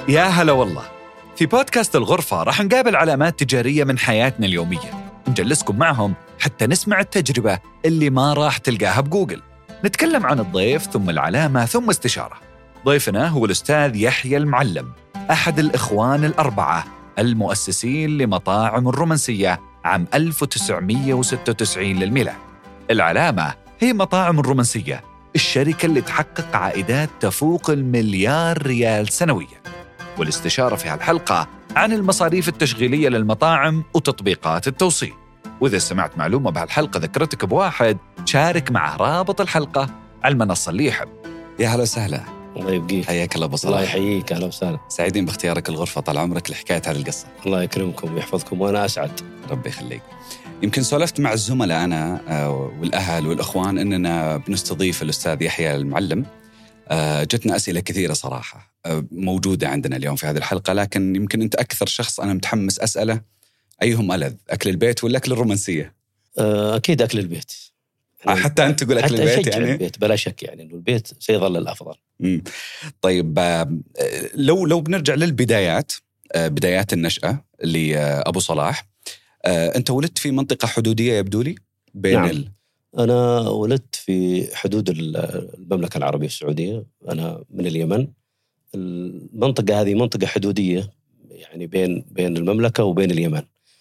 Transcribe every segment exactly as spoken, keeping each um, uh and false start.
يا هلا والله. في بودكاست الغرفة راح نقابل علامات تجارية من حياتنا اليومية، نجلسكم معهم حتى نسمع التجربة اللي ما راح تلقاها بجوجل. نتكلم عن الضيف ثم العلامة ثم استشارة. ضيفنا هو الأستاذ يحيى المعلم، أحد الإخوان الأربعة المؤسسين لمطاعم الرومانسية عام ألف وتسعمائة وستة وتسعين للميلاد. العلامة هي مطاعم الرومانسية، الشركة اللي تحقق عائدات تفوق المليار ريال سنوياً. والاستشارة في هالحلقة عن المصاريف التشغيلية للمطاعم وتطبيقات التوصيل. وإذا سمعت معلومة بهالحلقة ذكرتك بواحد، شارك معه رابط الحلقة على المنصة اللي يحب. يا هلا وسهلا. الله يبقيك. حياك الله بصراحة. الله يحييك. أهلا وسهلا. سعيدين باختيارك الغرفة، طال عمرك لحكاية هذه القصة. الله يكرمكم ويحفظكم وأنا أسعد. ربي يخليك. يمكن سولفت مع الزملاء أنا والأهل والأخوان أننا بنستضيف الأستاذ يحيى المعلم. جتنا أسئلة كثيرة صراحة موجودة عندنا اليوم في هذه الحلقة، لكن يمكن أنت أكثر شخص أنا متحمس أسأله أيهم ألذ، أكل البيت ولا أكل الرومانسية؟ أكيد أكل البيت. يعني حتى أنت تقول أكل البيت يعني؟ البيت بلا شك، يعني إنه البيت سيظل الأفضل. مم. طيب لو لو بنرجع للبدايات، بدايات النشأة لأبو صلاح، أنت ولدت في منطقة حدودية يبدو لي بين نعم. ال... أنا ولدت في حدود المملكة العربية السعودية، أنا من اليمن. المنطقة هذه منطقة حدودية يعني بين بين المملكة وبين اليمن،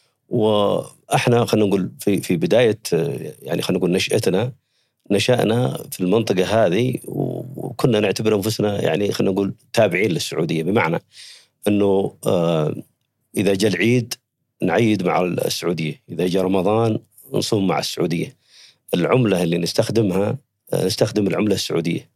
وإحنا خلينا نقول في في بداية يعني خلينا نقول نشأتنا نشأنا في المنطقة هذه، وكنا نعتبر أنفسنا يعني خلينا نقول تابعين للسعودية، بمعنى إنه آه إذا جاء العيد نعيد مع السعودية، إذا جاء رمضان نصوم مع السعودية. العملة اللي نستخدمها نستخدم العملة السعودية.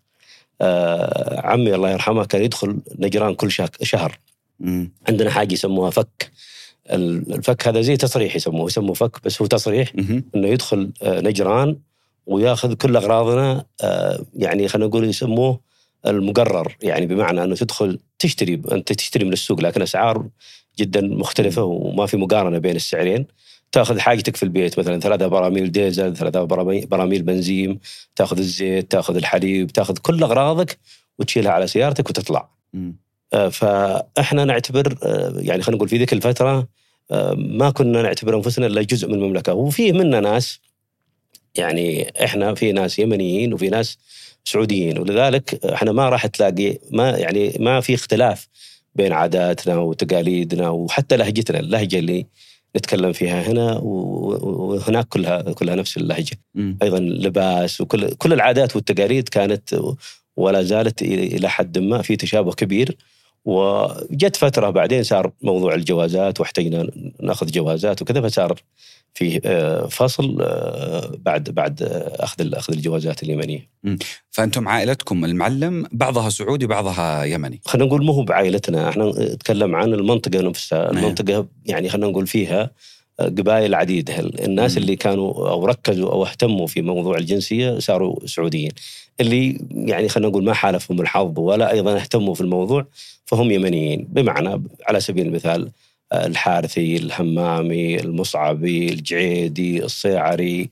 آه عمي الله يرحمه كان يدخل نجران كل شهر. مم. عندنا حاجة يسموها فك. الفك هذا زي تصريح يسموه يسموه فك، بس هو تصريح. مم. إنه يدخل آه نجران وياخذ كل أغراضنا، آه يعني خلينا نقول يسموه المقرر، يعني بمعنى أنه تدخل تشتري أنت تشتري من السوق، لكن أسعار جدا مختلفة وما في مقارنة بين السعرين. تأخذ حاجتك في البيت مثلا ثلاثة براميل ديزل، ثلاثة براميل بنزين، تأخذ الزيت، تأخذ الحليب، تأخذ كل أغراضك وتشيلها على سيارتك وتطلع. آه فإحنا نعتبر آه يعني خلينا نقول في ذيك الفترة آه ما كنا نعتبر أنفسنا إلا جزء من المملكة. وفيه منا ناس يعني إحنا في ناس يمنيين وفي ناس سعوديين، ولذلك إحنا ما راح تلاقي ما يعني ما في اختلاف بين عاداتنا وتقاليدنا وحتى لهجتنا، اللهجة اللي نتكلم فيها هنا وهناك كلها كلها نفس اللهجة. مم. أيضا لباس وكل كل العادات والتقاليد كانت ولا زالت إلى حد ما في تشابه كبير. وجت فترة بعدين صار موضوع الجوازات واحتجنا نأخذ جوازات وكذا، فصار في فصل بعد بعد أخذ أخذ الجوازات اليمنية. مم. فأنتم عائلتكم المعلم بعضها سعودي بعضها يمني؟ خلينا نقول مو بعائلتنا، احنا نتكلم عن المنطقة نفسها. المنطقة يعني خلينا نقول فيها قبائل عديدة. الناس مم. اللي كانوا أو ركزوا أو اهتموا في موضوع الجنسية صاروا سعوديين، اللي يعني خلينا نقول ما حالفهم الحظ ولا أيضا اهتموا في الموضوع فهم يمنيين. بمعنى على سبيل المثال الحارثي، الهمامي، المصعبي، الجعيدي، الصيعري،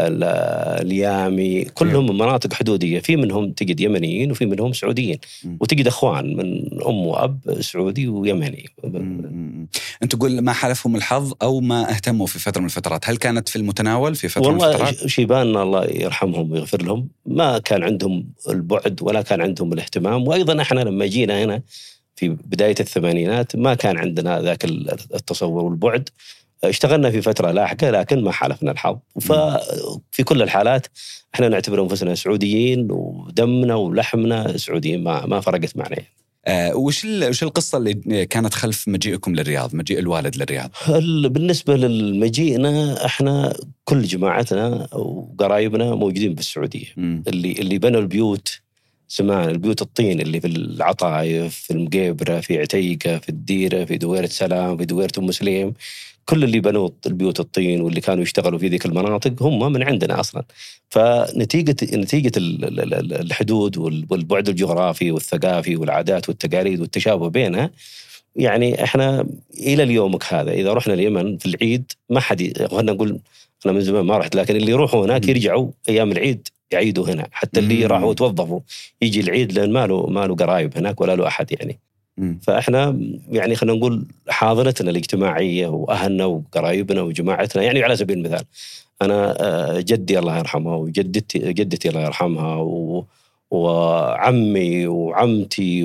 اليامي، كلهم من مناطق حدودية. في منهم تجد يمنيين وفي منهم سعوديين، وتجد أخوان من أم وأب سعودي ويمني. أنت تقول ما حلفهم الحظ أو ما اهتموا في فترة من الفترات، هل كانت في المتناول في فترة من الفترات؟ والله شيباننا الله يرحمهم ويغفر لهم ما كان عندهم البعد ولا كان عندهم الاهتمام. وأيضا احنا لما جينا هنا في بداية الثمانينات ما كان عندنا ذاك التصور والبعد. اشتغلنا في فترة لاحقة لكن ما حالفنا الحظ. ففي كل الحالات احنا نعتبر أنفسنا سعوديين ودمنا ولحمنا سعوديين، ما ما فرقت معنا. آه وش وش القصة اللي كانت خلف مجيئكم للرياض، مجيء الوالد للرياض؟ بالنسبة للمجيئنا احنا كل جماعتنا وقرايبنا موجودين بالسعودية. م. اللي اللي بنوا البيوت زمان، البيوت الطين اللي في العطايف، في المقيبرة، في عتيقة، في الديرة، في دويرة سلام، في دويرة أم مسلم، كل اللي بنوا البيوت الطين واللي كانوا يشتغلوا في ذيك المناطق هم من عندنا أصلا. فنتيجة نتيجة الحدود والبعد الجغرافي والثقافي والعادات والتقاليد والتشابه بينها، يعني إحنا إلى اليومك هذا إذا رحنا اليمن في العيد ما حد، خلنا نقول أنا من زمان ما رحت، لكن اللي يروحوا هناك يرجعوا أيام العيد يعيدوا هنا، حتى اللي راحوا توظفوا يجي العيد لأن ما له ما له قرايب هناك ولا له أحد يعني. فإحنا يعني خلينا نقول حاضنتنا الاجتماعية وأهلنا وقرايبنا وجماعتنا. يعني على سبيل المثال أنا جدي الله يرحمه وجدتي جدتي الله يرحمها و... وعمي وعمتي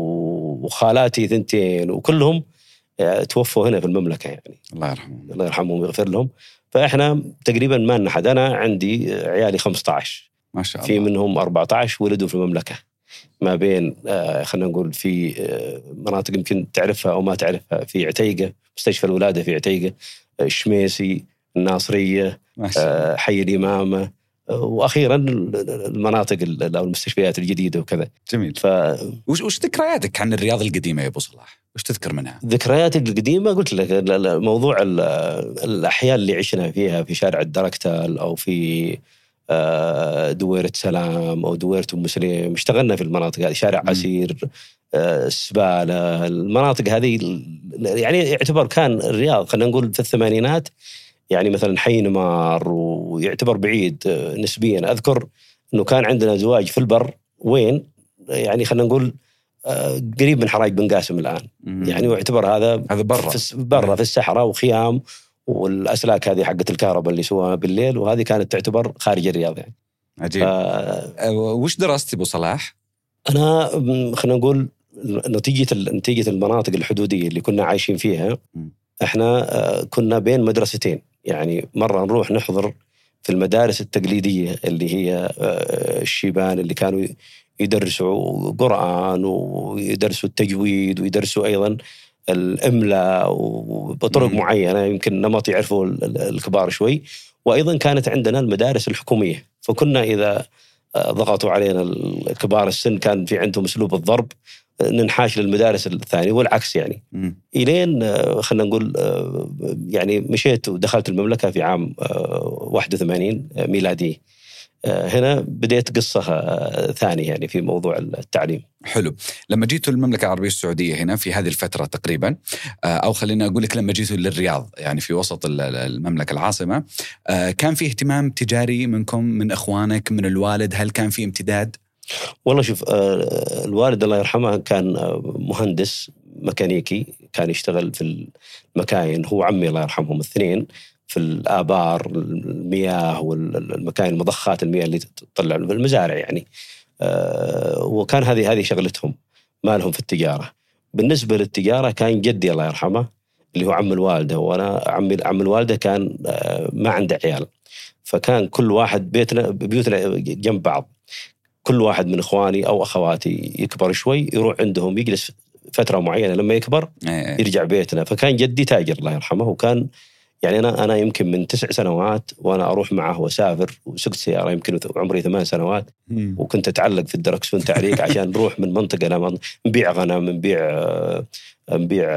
وخالاتي ثنتين وكلهم توفوا هنا في المملكة يعني الله يرحمهم الله يرحمهم ويغفر لهم. فإحنا تقريبا ما لنا حد. أنا عندي عيالي خمسة عشر ما شاء الله، في منهم أربعة عشر ولدوا في المملكة، ما بين آه خلينا نقول في آه مناطق يمكن تعرفها أو ما تعرفها، في عتيقة مستشفى الولادة في عتيقة، الشميسي، الناصرية، آه حي الإمامة، آه وأخيرا المناطق أو المستشفيات الجديدة وكذا. جميل. ف... وش, وش ذكرياتك عن الرياض القديمة يا أبو صلاح؟ وش تذكر منها؟ ذكرياتي القديمة قلت لك موضوع الأحياء اللي عشنا فيها في شارع الدركتال أو في دويرة سلام أو دويرة أم مسلم. اشتغلنا في المناطق هذه، شارع عسير، السبالة، المناطق هذه يعني يعتبر كان الرياض خلينا نقول في الثمانينات يعني مثلا حي نمار، ويعتبر بعيد نسبيا. أذكر أنه كان عندنا زواج في البر وين يعني خلينا نقول قريب من حرايق بن قاسم الآن. مم. يعني واعتبر هذا هذا برا في, برا في الصحراء وخيام، والأسلاك هذه حقت الكهرباء اللي سواها بالليل، وهذه كانت تعتبر خارج الرياض يعني. عجيب. ف... وش درست أبو صلاح؟ أنا خلينا نقول نتيجة نتيجة المناطق الحدودية اللي كنا عايشين فيها، م. احنا كنا بين مدرستين. يعني مرة نروح نحضر في المدارس التقليدية اللي هي الشيبان اللي كانوا يدرسوا قرآن ويدرسوا التجويد ويدرسوا أيضا الإملاء وبطرق مم. معينة يمكن نمط يعرفوا الكبار شوي. وأيضا كانت عندنا المدارس الحكومية، فكنا إذا ضغطوا علينا الكبار السن كان في عندهم أسلوب الضرب، ننحاش للمدارس الثانية والعكس يعني. مم. إلين خلنا نقول يعني مشيت ودخلت المملكة في عام واحد وثمانين ميلادي. هنا بديت قصة ثانية يعني في موضوع التعليم. حلو. لما جيتوا المملكة العربية السعودية هنا في هذه الفترة تقريبا، أو خلينا أقول لك لما جيتوا للرياض يعني في وسط المملكة العاصمة، كان في اهتمام تجاري منكم من إخوانك من الوالد؟ هل كان في امتداد؟ والله شوف، الوالد الله يرحمه كان مهندس ميكانيكي، كان يشتغل في المكاين، هو عمي الله يرحمهم الاثنين، في الآبار المياه والمكاين المضخات المياه اللي تطلع المزارع يعني. أه وكان هذه هذه شغلتهم، ما لهم في التجارة. بالنسبة للتجارة كان جدي الله يرحمه اللي هو عم الوالدة، وأنا عم عم الوالدة كان أه ما عنده عيال، فكان كل واحد بيتنا بيوتنا جنب بعض. كل واحد من إخواني أو أخواتي يكبر شوي يروح عندهم يجلس فترة معينة، لما يكبر يرجع بيتنا. فكان جدي تاجر الله يرحمه، وكان يعني أنا أنا يمكن من تسع سنوات وأنا أروح معه وأسافر، وسقت سيارة يمكن عمري ثمان سنوات، وكنت أتعلق في الدركسون تعليق عشان نروح من منطقة لمنطقة، نبيع غنم، نبيع نبيع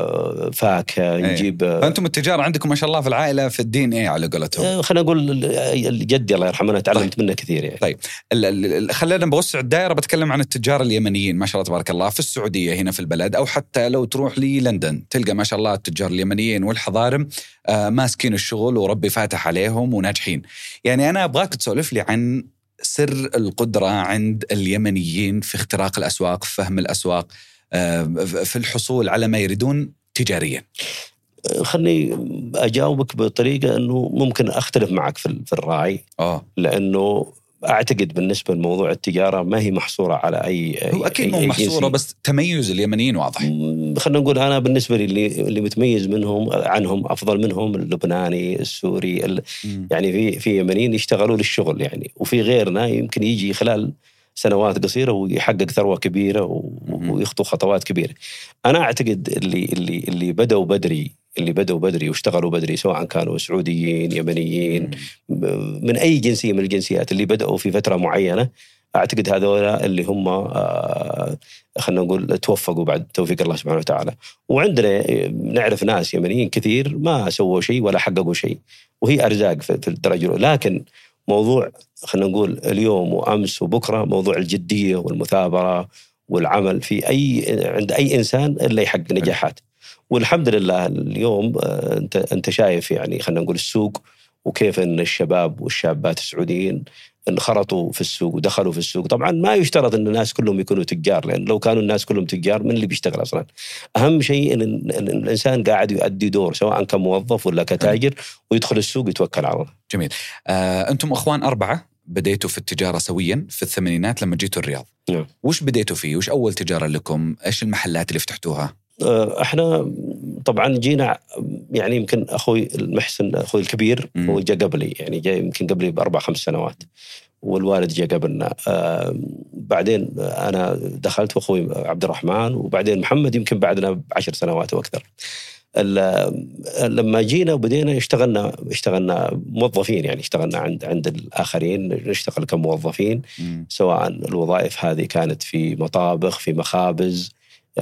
فاكهة، نجيب. فأنتم التجارة عندكم ما شاء الله في العائلة في الدين إيه على قولتهم. خلينا نقول جدي الله يرحمه أنا تعلمت طيب. منه كثير يعني. طيب خلينا بوسع الدائرة، بتكلم عن التجار اليمنيين ما شاء الله تبارك الله في السعودية هنا في البلد، أو حتى لو تروح لي لندن تلقى ما شاء الله التجار اليمنيين والحضارم آه ماسكين الشغل وربي فاتح عليهم وناجحين. يعني أنا أبغاك تسولف لي عن سر القدرة عند اليمنيين في اختراق الأسواق، في فهم الأسواق، في الحصول على ما يريدون تجاريا. خلني أجاوبك بطريقة أنه ممكن أختلف معك في الرأي. آه. لأنه أعتقد بالنسبة لموضوع التجارة ما هي محصورة على أي هو أكيد مو محصورة، بس تميز اليمنيين واضح. خلنا نقول أنا بالنسبة لي اللي, اللي متميز منهم عنهم أفضل منهم اللبناني السوري ال... يعني في في يمنيين يشتغلوا للشغل يعني، وفي غيرنا يمكن يجي خلال سنوات قصيرة ويحقق ثروة كبيرة و... ويخطو خطوات كبيرة. أنا أعتقد اللي اللي اللي بدأوا بدري اللي بدأوا بدري واشتغلوا بدري، سواء كانوا سعوديين يمنيين من أي جنسية من الجنسيات، اللي بدأوا في فترة معينة، أعتقد هذولا اللي هم آه خلنا نقول توفقوا بعد توفيق الله سبحانه وتعالى. وعندنا نعرف ناس يمنيين كثير ما سووا شيء ولا حققوا شيء، وهي أرزاق في الدرجة. لكن موضوع خلنا نقول اليوم وأمس وبكرة موضوع الجدية والمثابرة والعمل في أي عند أي إنسان اللي يحقق نجاحات. والحمد لله اليوم أنت أنت شايف يعني خلنا نقول السوق وكيف أن الشباب والشابات السعوديين انخرطوا في السوق ودخلوا في السوق. طبعا ما يشترط أن الناس كلهم يكونوا تجار، لأن لو كانوا الناس كلهم تجار من اللي بيشتغل أصلا؟ أهم شيء أن الإنسان قاعد يؤدي دور سواء كموظف ولا كتاجر ويدخل السوق ويتوكل على الله. جميل. آه، أنتم أخوان أربعة بديتوا في التجارة سويا في الثمانينات لما جيتوا الرياض. نعم. وش بديتوا فيه؟ وش أول تجارة لكم؟ إيش المحلات اللي فتحتوها؟ احنا طبعا جينا يعني يمكن اخوي المحسن اخوي الكبير م. هو جاء قبلي، يعني جاء يمكن قبلي باربع خمس سنوات، والوالد جاء قبلنا. آه بعدين انا دخلت واخوي عبد الرحمن، وبعدين محمد يمكن بعدنا بعشر سنوات واكثر. لما جينا وبدينا اشتغلنا اشتغلنا موظفين، يعني اشتغلنا عند عند الاخرين، نشتغل كموظفين م. سواء الوظائف هذه كانت في مطابخ في مخابز.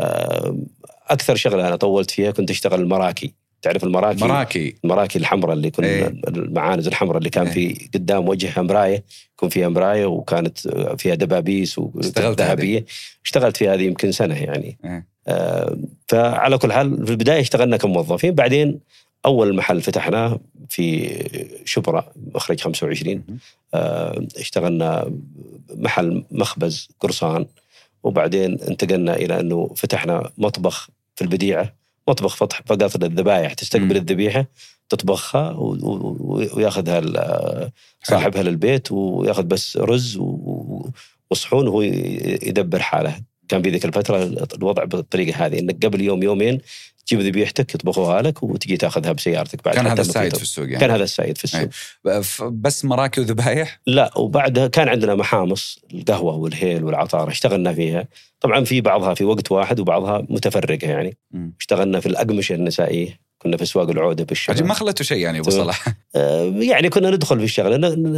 أكثر شغلة أنا طولت فيها كنت أشتغل المراكي. تعرف المراكي؟ مراكي المراكي الحمراء اللي كنا ايه؟ المعانز الحمراء اللي كان ايه؟ في قدام وجهها مراية، يكون فيها مراية وكانت فيها دبابيس وذهبية. اشتغلت في هذه يمكن سنة يعني ايه؟ آه فعلى كل حال في البداية اشتغلنا كموظفين. بعدين أول محل فتحناه في شبرا مخرج خمسة وعشرين، آه اشتغلنا محل مخبز قرصان، وبعدين انتقلنا إلى أنه فتحنا مطبخ في البديعة، مطبخ فتح فقط للذبائح، تستقبل الذبيحة تطبخها وياخذها صاحبها للبيت وياخذ بس رز وصحون وهو يدبر حاله. كان في ذيك الفترة الوضع بالطريقة هذه، إنك قبل يوم يومين تجيب ذبيحتك يطبخوها لك وتجي تاخذها بسيارتك. بعد كان هذا السائد في السوق يعني. كان هذا السائد في السوق. بس مراكي وذبايح؟ لا، وبعدها كان عندنا محامص القهوة والهيل والعطارة اشتغلنا فيها، طبعا في بعضها في وقت واحد وبعضها متفرقة يعني. م. اشتغلنا في الأقمشة النسائية، كنا في أسواق العودة بالشغل. ما خلتوا شيء يعني أبو صلاح؟ يعني كنا ندخل في الشغل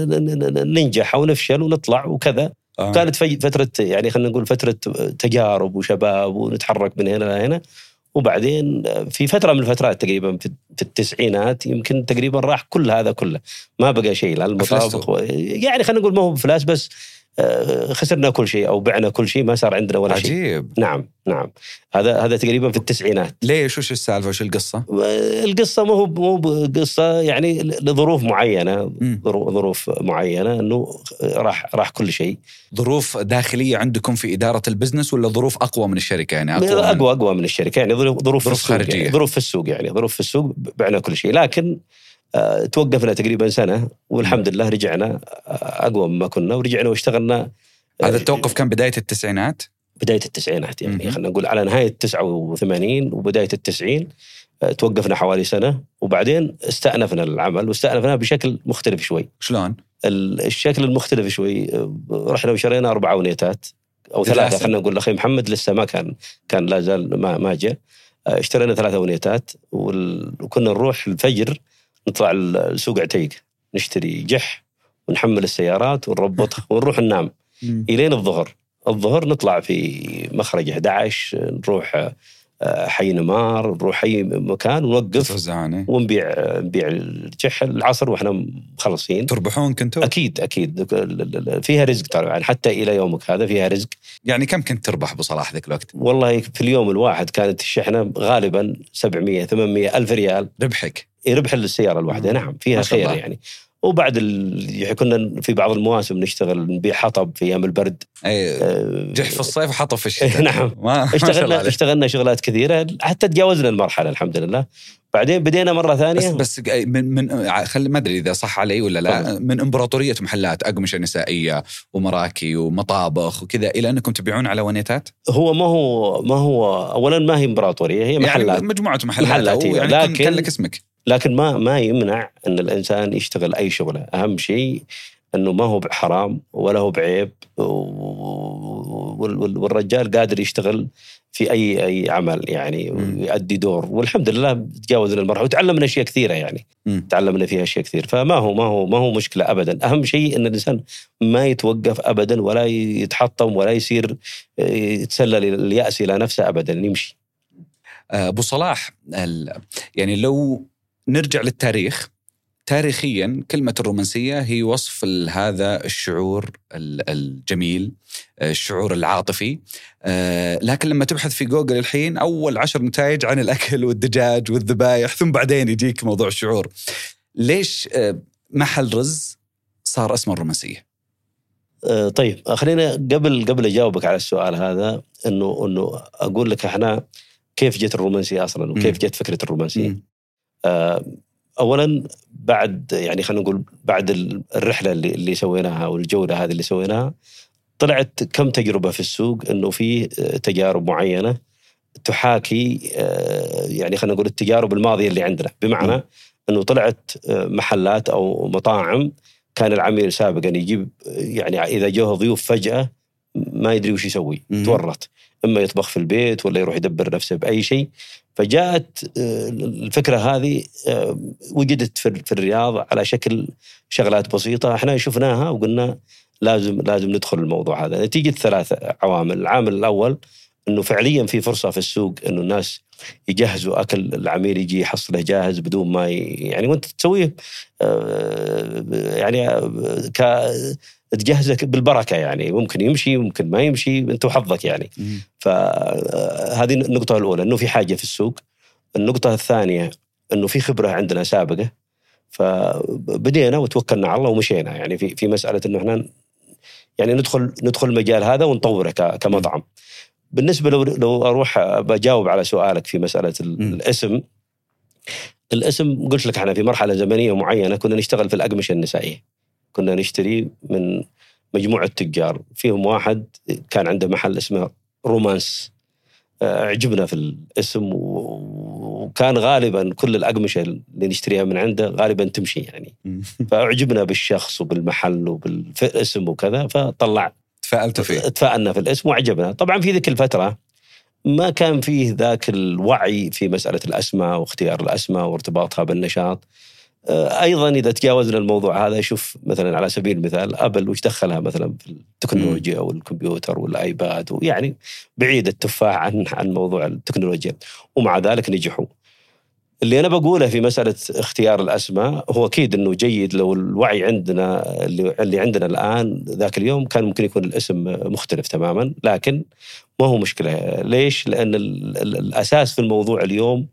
ننجح ونفشل ونطلع وكذا. آه. كانت فترة يعني خلينا نقول فترة تجارب وشباب ونتحرك من هنا لهنا. وبعدين في فترة من الفترات تقريبا في التسعينات يمكن تقريبا راح كل هذا كله، ما بقى شيء. لا المطابخ و... يعني خلينا نقول ما هو بفلاس، بس خسرنا كل شيء أو بعنا كل شيء، ما صار عندنا ولا عجيب. شيء. عجيب. نعم نعم هذا هذا تقريبا في التسعينات. ليش؟ وش السالفة؟ وش القصة؟ القصة ما هو مو قصة يعني لظروف معينة، ظروف معينة إنه راح راح كل شيء. ظروف داخلية عندكم في إدارة البزنس ولا ظروف أقوى من الشركة يعني؟ أقوى أقوى, أقوى من الشركة يعني، ظروف ظروف, ظروف خارجية يعني ظروف في السوق يعني ظروف في السوق بعنا كل شيء. لكن آه توقفنا تقريبا سنة والحمد لله رجعنا أقوى مما كنا ورجعنا واشتغلنا. هذا التوقف كان بداية التسعينات؟ بداية التسعينات يعني خلينا نقول على نهاية تسعة وثمانين وبداية التسعين. توقفنا حوالي سنة وبعدين استأنفنا العمل واستأنفنا بشكل مختلف شوي. شلون؟ الشكل المختلف شوي، رحنا وشرينا أربع ونيتات أو ثلاثة، خلينا نقول أخي محمد لسه ما كان كان لا زال ما ما جاء. اشترينا ثلاثة ونيتات وكنا نروح الفجر نطلع السوق عتيق نشتري جح ونحمل السيارات ونربطها ونروح ننام إلين الظهر. الظهر نطلع في مخرج أحد عشر نروح حي نمار، نروح أي مكان ونوقف ونبيع نبيع الجح العصر وإحنا مخلصين. تربحون كنتوا؟ أكيد أكيد فيها رزق طبعا، حتى إلى يومك هذا فيها رزق. يعني كم كنت تربح بصلاح ذاك الوقت؟ والله في اليوم الواحد كانت الشحنة غالبا سبعمية ثمانمية ألف ريال ربحك. ربح للسيارة الواحدة. نعم فيها خير يعني. وبعد ال... كنا في بعض المواسم نشتغل نبيع حطب في أيام البرد. أي جح في الصيف وحطب في الشتاء. نعم اشتغلنا اشتغلنا شغلات كثيرة حتى تجاوزنا المرحلة الحمد لله. بعدين بدينا مرة ثانية. بس, بس من من خلي ما أدري إذا صح علي ولا لا طبعا. من إمبراطورية محلات أقمشة نسائية ومراكي ومطابخ وكذا إلى أنكم تبيعون على ونيتات. هو ما هو ما هو أولا ما هي إمبراطورية، هي محلات يعني مجموعة محلات, محلات يعني لكن كان لك اسمك. لكن ما ما يمنع أن الإنسان يشتغل أي شغلة. أهم شيء أنه ما هو بحرام ولا هو بعيب، والرجال قادر يشتغل في أي أي عمل يعني ويؤدي دور، والحمد لله تجاوزنا المرحلة وتعلمنا أشياء كثيرة يعني. م. تعلمنا فيها أشياء كثير، فما هو ما هو ما هو مشكلة أبدا. أهم شيء أن الإنسان ما يتوقف أبدا ولا يتحطم ولا يصير يتسلل اليأس إلى نفسه أبدا، يمشي. أبو صلاح، يعني لو نرجع للتاريخ، تاريخيا كلمة الرومانسية هي وصف هذا الشعور الجميل، الشعور العاطفي. لكن لما تبحث في جوجل الحين أول عشر نتائج عن الأكل والدجاج والذبايح، ثم بعدين يجيك موضوع الشعور. ليش محل رز صار اسمه الرومانسية؟ آه طيب خلينا قبل قبل أجاوبك على السؤال هذا إنه إنه أقول لك إحنا كيف جت الرومانسية أصلاً وكيف جت فكرة الرومانسية. آه أولاً بعد يعني خلينا نقول بعد الرحلة اللي اللي سويناها والجولة هذه اللي سويناها طلعت كم تجربة في السوق إنه في تجارب معينة تحاكي يعني خلينا نقول التجارب الماضية اللي عندنا، بمعنى إنه طلعت محلات أو مطاعم كان العميل سابقاً يجيب يعني إذا جوه ضيوف فجأة ما يدري وش يسوي، تورط إما يطبخ في البيت ولا يروح يدبر نفسه بأي شيء. فجاءت الفكرة هذه وجدت في الرياض على شكل شغلات بسيطة احنا شفناها وقلنا لازم لازم ندخل الموضوع هذا. نتيجة ثلاث عوامل. العامل الأول إنه فعليا في فرصة في السوق إنه الناس يجهزوا أكل، العميل يجي يحصله جاهز بدون ما ي... يعني وأنت تسويه يعني ك تجهزك بالبركة، يعني ممكن يمشي ممكن ما يمشي أنت وحظك يعني. فهذه النقطة الأولى إنه في حاجة في السوق. النقطة الثانية إنه في خبرة عندنا سابقة، فبدينا وتوكلنا على الله ومشينا يعني في في مسألة إنه إحنا يعني ندخل ندخل المجال هذا ونطوره كمطعم. بالنسبة لو لو أروح بجاوب على سؤالك في مسألة الاسم. الاسم قلت لك احنا في مرحلة زمنية معينة كنا نشتغل في الأقمشة النسائية، كنا نشتري من مجموعة تجار، فيهم واحد كان عنده محل اسمه رومانس، عجبنا في الاسم وكان غالبا كل الأقمشة اللي نشتريها من عنده غالبا تمشي يعني. فأعجبنا بالشخص وبالمحل وبالاسم وكذا، فطلع تفاءلت فيه تفاءلنا في الاسم وعجبنا. طبعا في ذيك الفترة ما كان فيه ذاك الوعي في مسألة الأسماء واختيار الأسماء وارتباطها بالنشاط. أيضا إذا تجاوزنا الموضوع هذا، شوف مثلا على سبيل المثال أبل وش دخلها مثلا في التكنولوجيا أو الكمبيوتر والآيباد، ويعني بعيد التفاح عن عن موضوع التكنولوجيا، ومع ذلك نجحوا. اللي أنا بقوله في مسألة اختيار الأسماء هو أكيد إنه جيد لو الوعي عندنا اللي اللي عندنا الآن ذاك اليوم كان ممكن يكون الاسم مختلف تماما، لكن ما هو مشكلة. ليش؟ لأن الأساس في الموضوع اليوم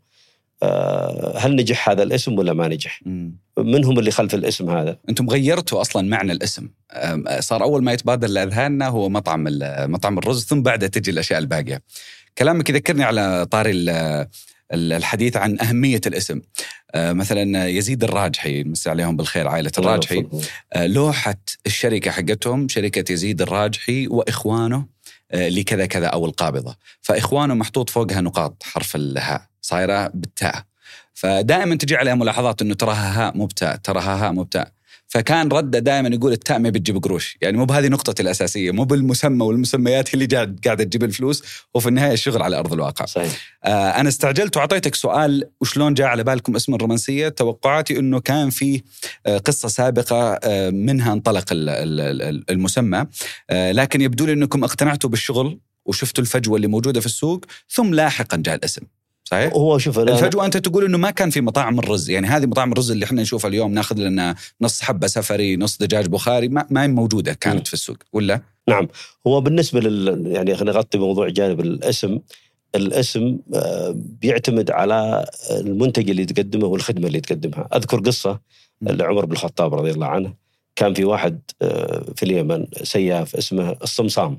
هل نجح هذا الاسم ولا ما نجح؟ من هم اللي خلف الاسم هذا؟ أنتم غيرتوا أصلا معنى الاسم، صار أول ما يتبادر لأذهاننا هو مطعم مطعم الرز، ثم بعدها تجي الأشياء الباقية. كلامك يذكرني على طاري الحديث عن أهمية الاسم. مثلا يزيد الراجحي، مسي عليهم بالخير عائلة الراجحي، لوحة الشركة حقتهم شركة يزيد الراجحي وإخوانه لكذا كذا أو القابضة، فإخوانه محطوط فوقها نقاط حرف الهاء صايرة بالتاء، فدائما تجي عليها ملاحظات إنه تراها هاء مو بتاء، تراها هاء مو بتاء. فكان رده دائما يقول التاء ما بتجيب قروش، يعني مو بهذه نقطة الأساسية، مو بالمسمى والمسميات هي اللي قاعد قاعدة تجيب الفلوس، وفي النهاية الشغل على أرض الواقع. صحيح. آه أنا استعجلت وعطيتك سؤال وشلون جاء على بالكم اسم الرومانسية. توقعاتي إنه كان في آه قصة سابقة آه منها انطلق المسمى، آه لكن يبدو لي أنكم اقتنعتوا بالشغل وشفتوا الفجوة اللي موجودة في السوق، ثم لاحقا جاء الاسم. صحيح؟ هو شوف الفجوة أنت تقول إنه ما كان في مطاعم الرز، يعني هذه مطاعم الرز اللي إحنا نشوفها اليوم ناخذ لنا نص حبة سفري نص دجاج بخاري ما ما هي موجودة كانت م. في السوق ولا؟ نعم. هو بالنسبة لل يعني خلينا نغطي موضوع جانب الاسم. الاسم بيعتمد على المنتج اللي تقدمه والخدمة اللي تقدمها. أذكر قصة لعمر بن الخطاب رضي الله عنه، كان في واحد في اليمن سياف اسمه الصمصام،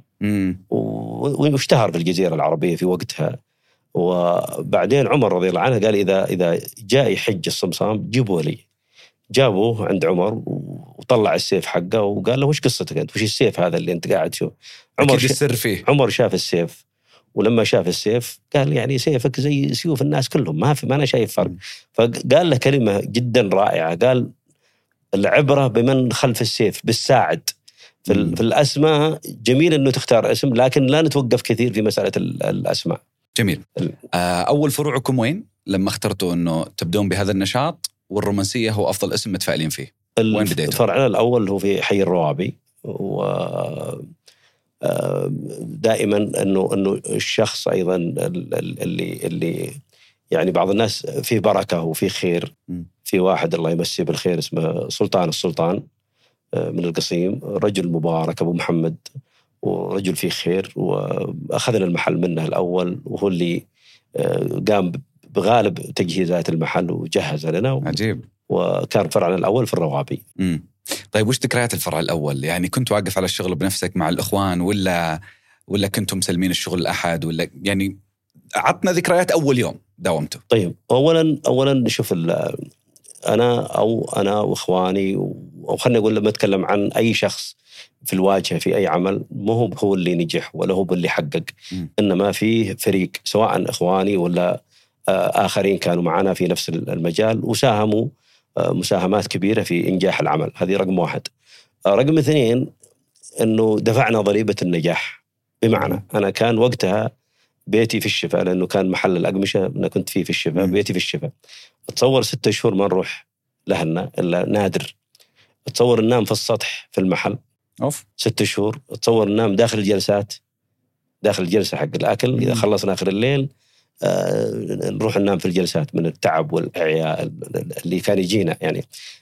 واشتهر في الجزيرة العربية في وقتها. وبعدين عمر رضي الله عنه قال إذا إذا جاء يحج الصمصام جيبوه لي. جابوه عند عمر وطلع السيف حقه وقال له وش قصتك أنت؟ وش السيف هذا اللي أنت قاعد تشوف؟ عمر السر فيه. عمر شاف السيف، ولما شاف السيف قال يعني سيفك زي سيوف الناس كلهم، ما في ما أنا شايف فرق. فقال له كلمة جدا رائعة، قال العبرة بمن خلف السيف بالساعد. في, في الأسماء جميل أنه تختار اسم، لكن لا نتوقف كثير في مسألة الأسماء. جميل. أول فروعكم وين لما اخترتوا أنه تبدون بهذا النشاط والرومانسية هو أفضل اسم متفائلين فيه؟ وين بديتوا؟ فرعنا الأول هو في حي الروابي، و دائما أنه أنه الشخص أيضا اللي اللي يعني بعض الناس فيه بركة وفيه خير. في واحد الله يمسيه بالخير اسمه سلطان السلطان من القصيم، رجل مبارك أبو محمد ورجل فيه خير، وأخذنا المحل منه الأول، وهو اللي قام بغالب تجهيزات المحل وجهز لنا. عجيب. وكان فرعنا الأول في الروابي. مم. طيب وش ذكريات الفرع الأول؟ يعني كنت واقف على الشغل بنفسك مع الإخوان ولا ولا كنتم مسلمين الشغل الأحد ولا يعني عطنا ذكريات أول يوم داومته. طيب أولا أولا شوف أنا أو أنا وإخواني أو خلنا نقول لما أتكلم عن أي شخص في الواجهة في أي عمل مو هو هو اللي نجح ولا هو اللي حقق، إنما فيه فريق سواء إخواني ولا آخرين كانوا معنا في نفس المجال وساهموا مساهمات كبيرة في إنجاح العمل. هذه رقم واحد. رقم اثنين إنه دفعنا ضريبة النجاح، بمعنى أنا كان وقتها بيتي في الشفاء لأنه كان محل الأقمشة أنا كنت فيه في الشفاء، بيتي في الشفاء. أتصور ستة شهور ما نروح لهنا إلا نادر. أتصور ننام في السطح في المحل أوف. ستة شهور. أتصور ننام داخل الجلسات، داخل الجلسة حق الأكل. إذا خلصنا آخر الليل آه نروح ننام في الجلسات من التعب والإعياء اللي كان يجينا يعني.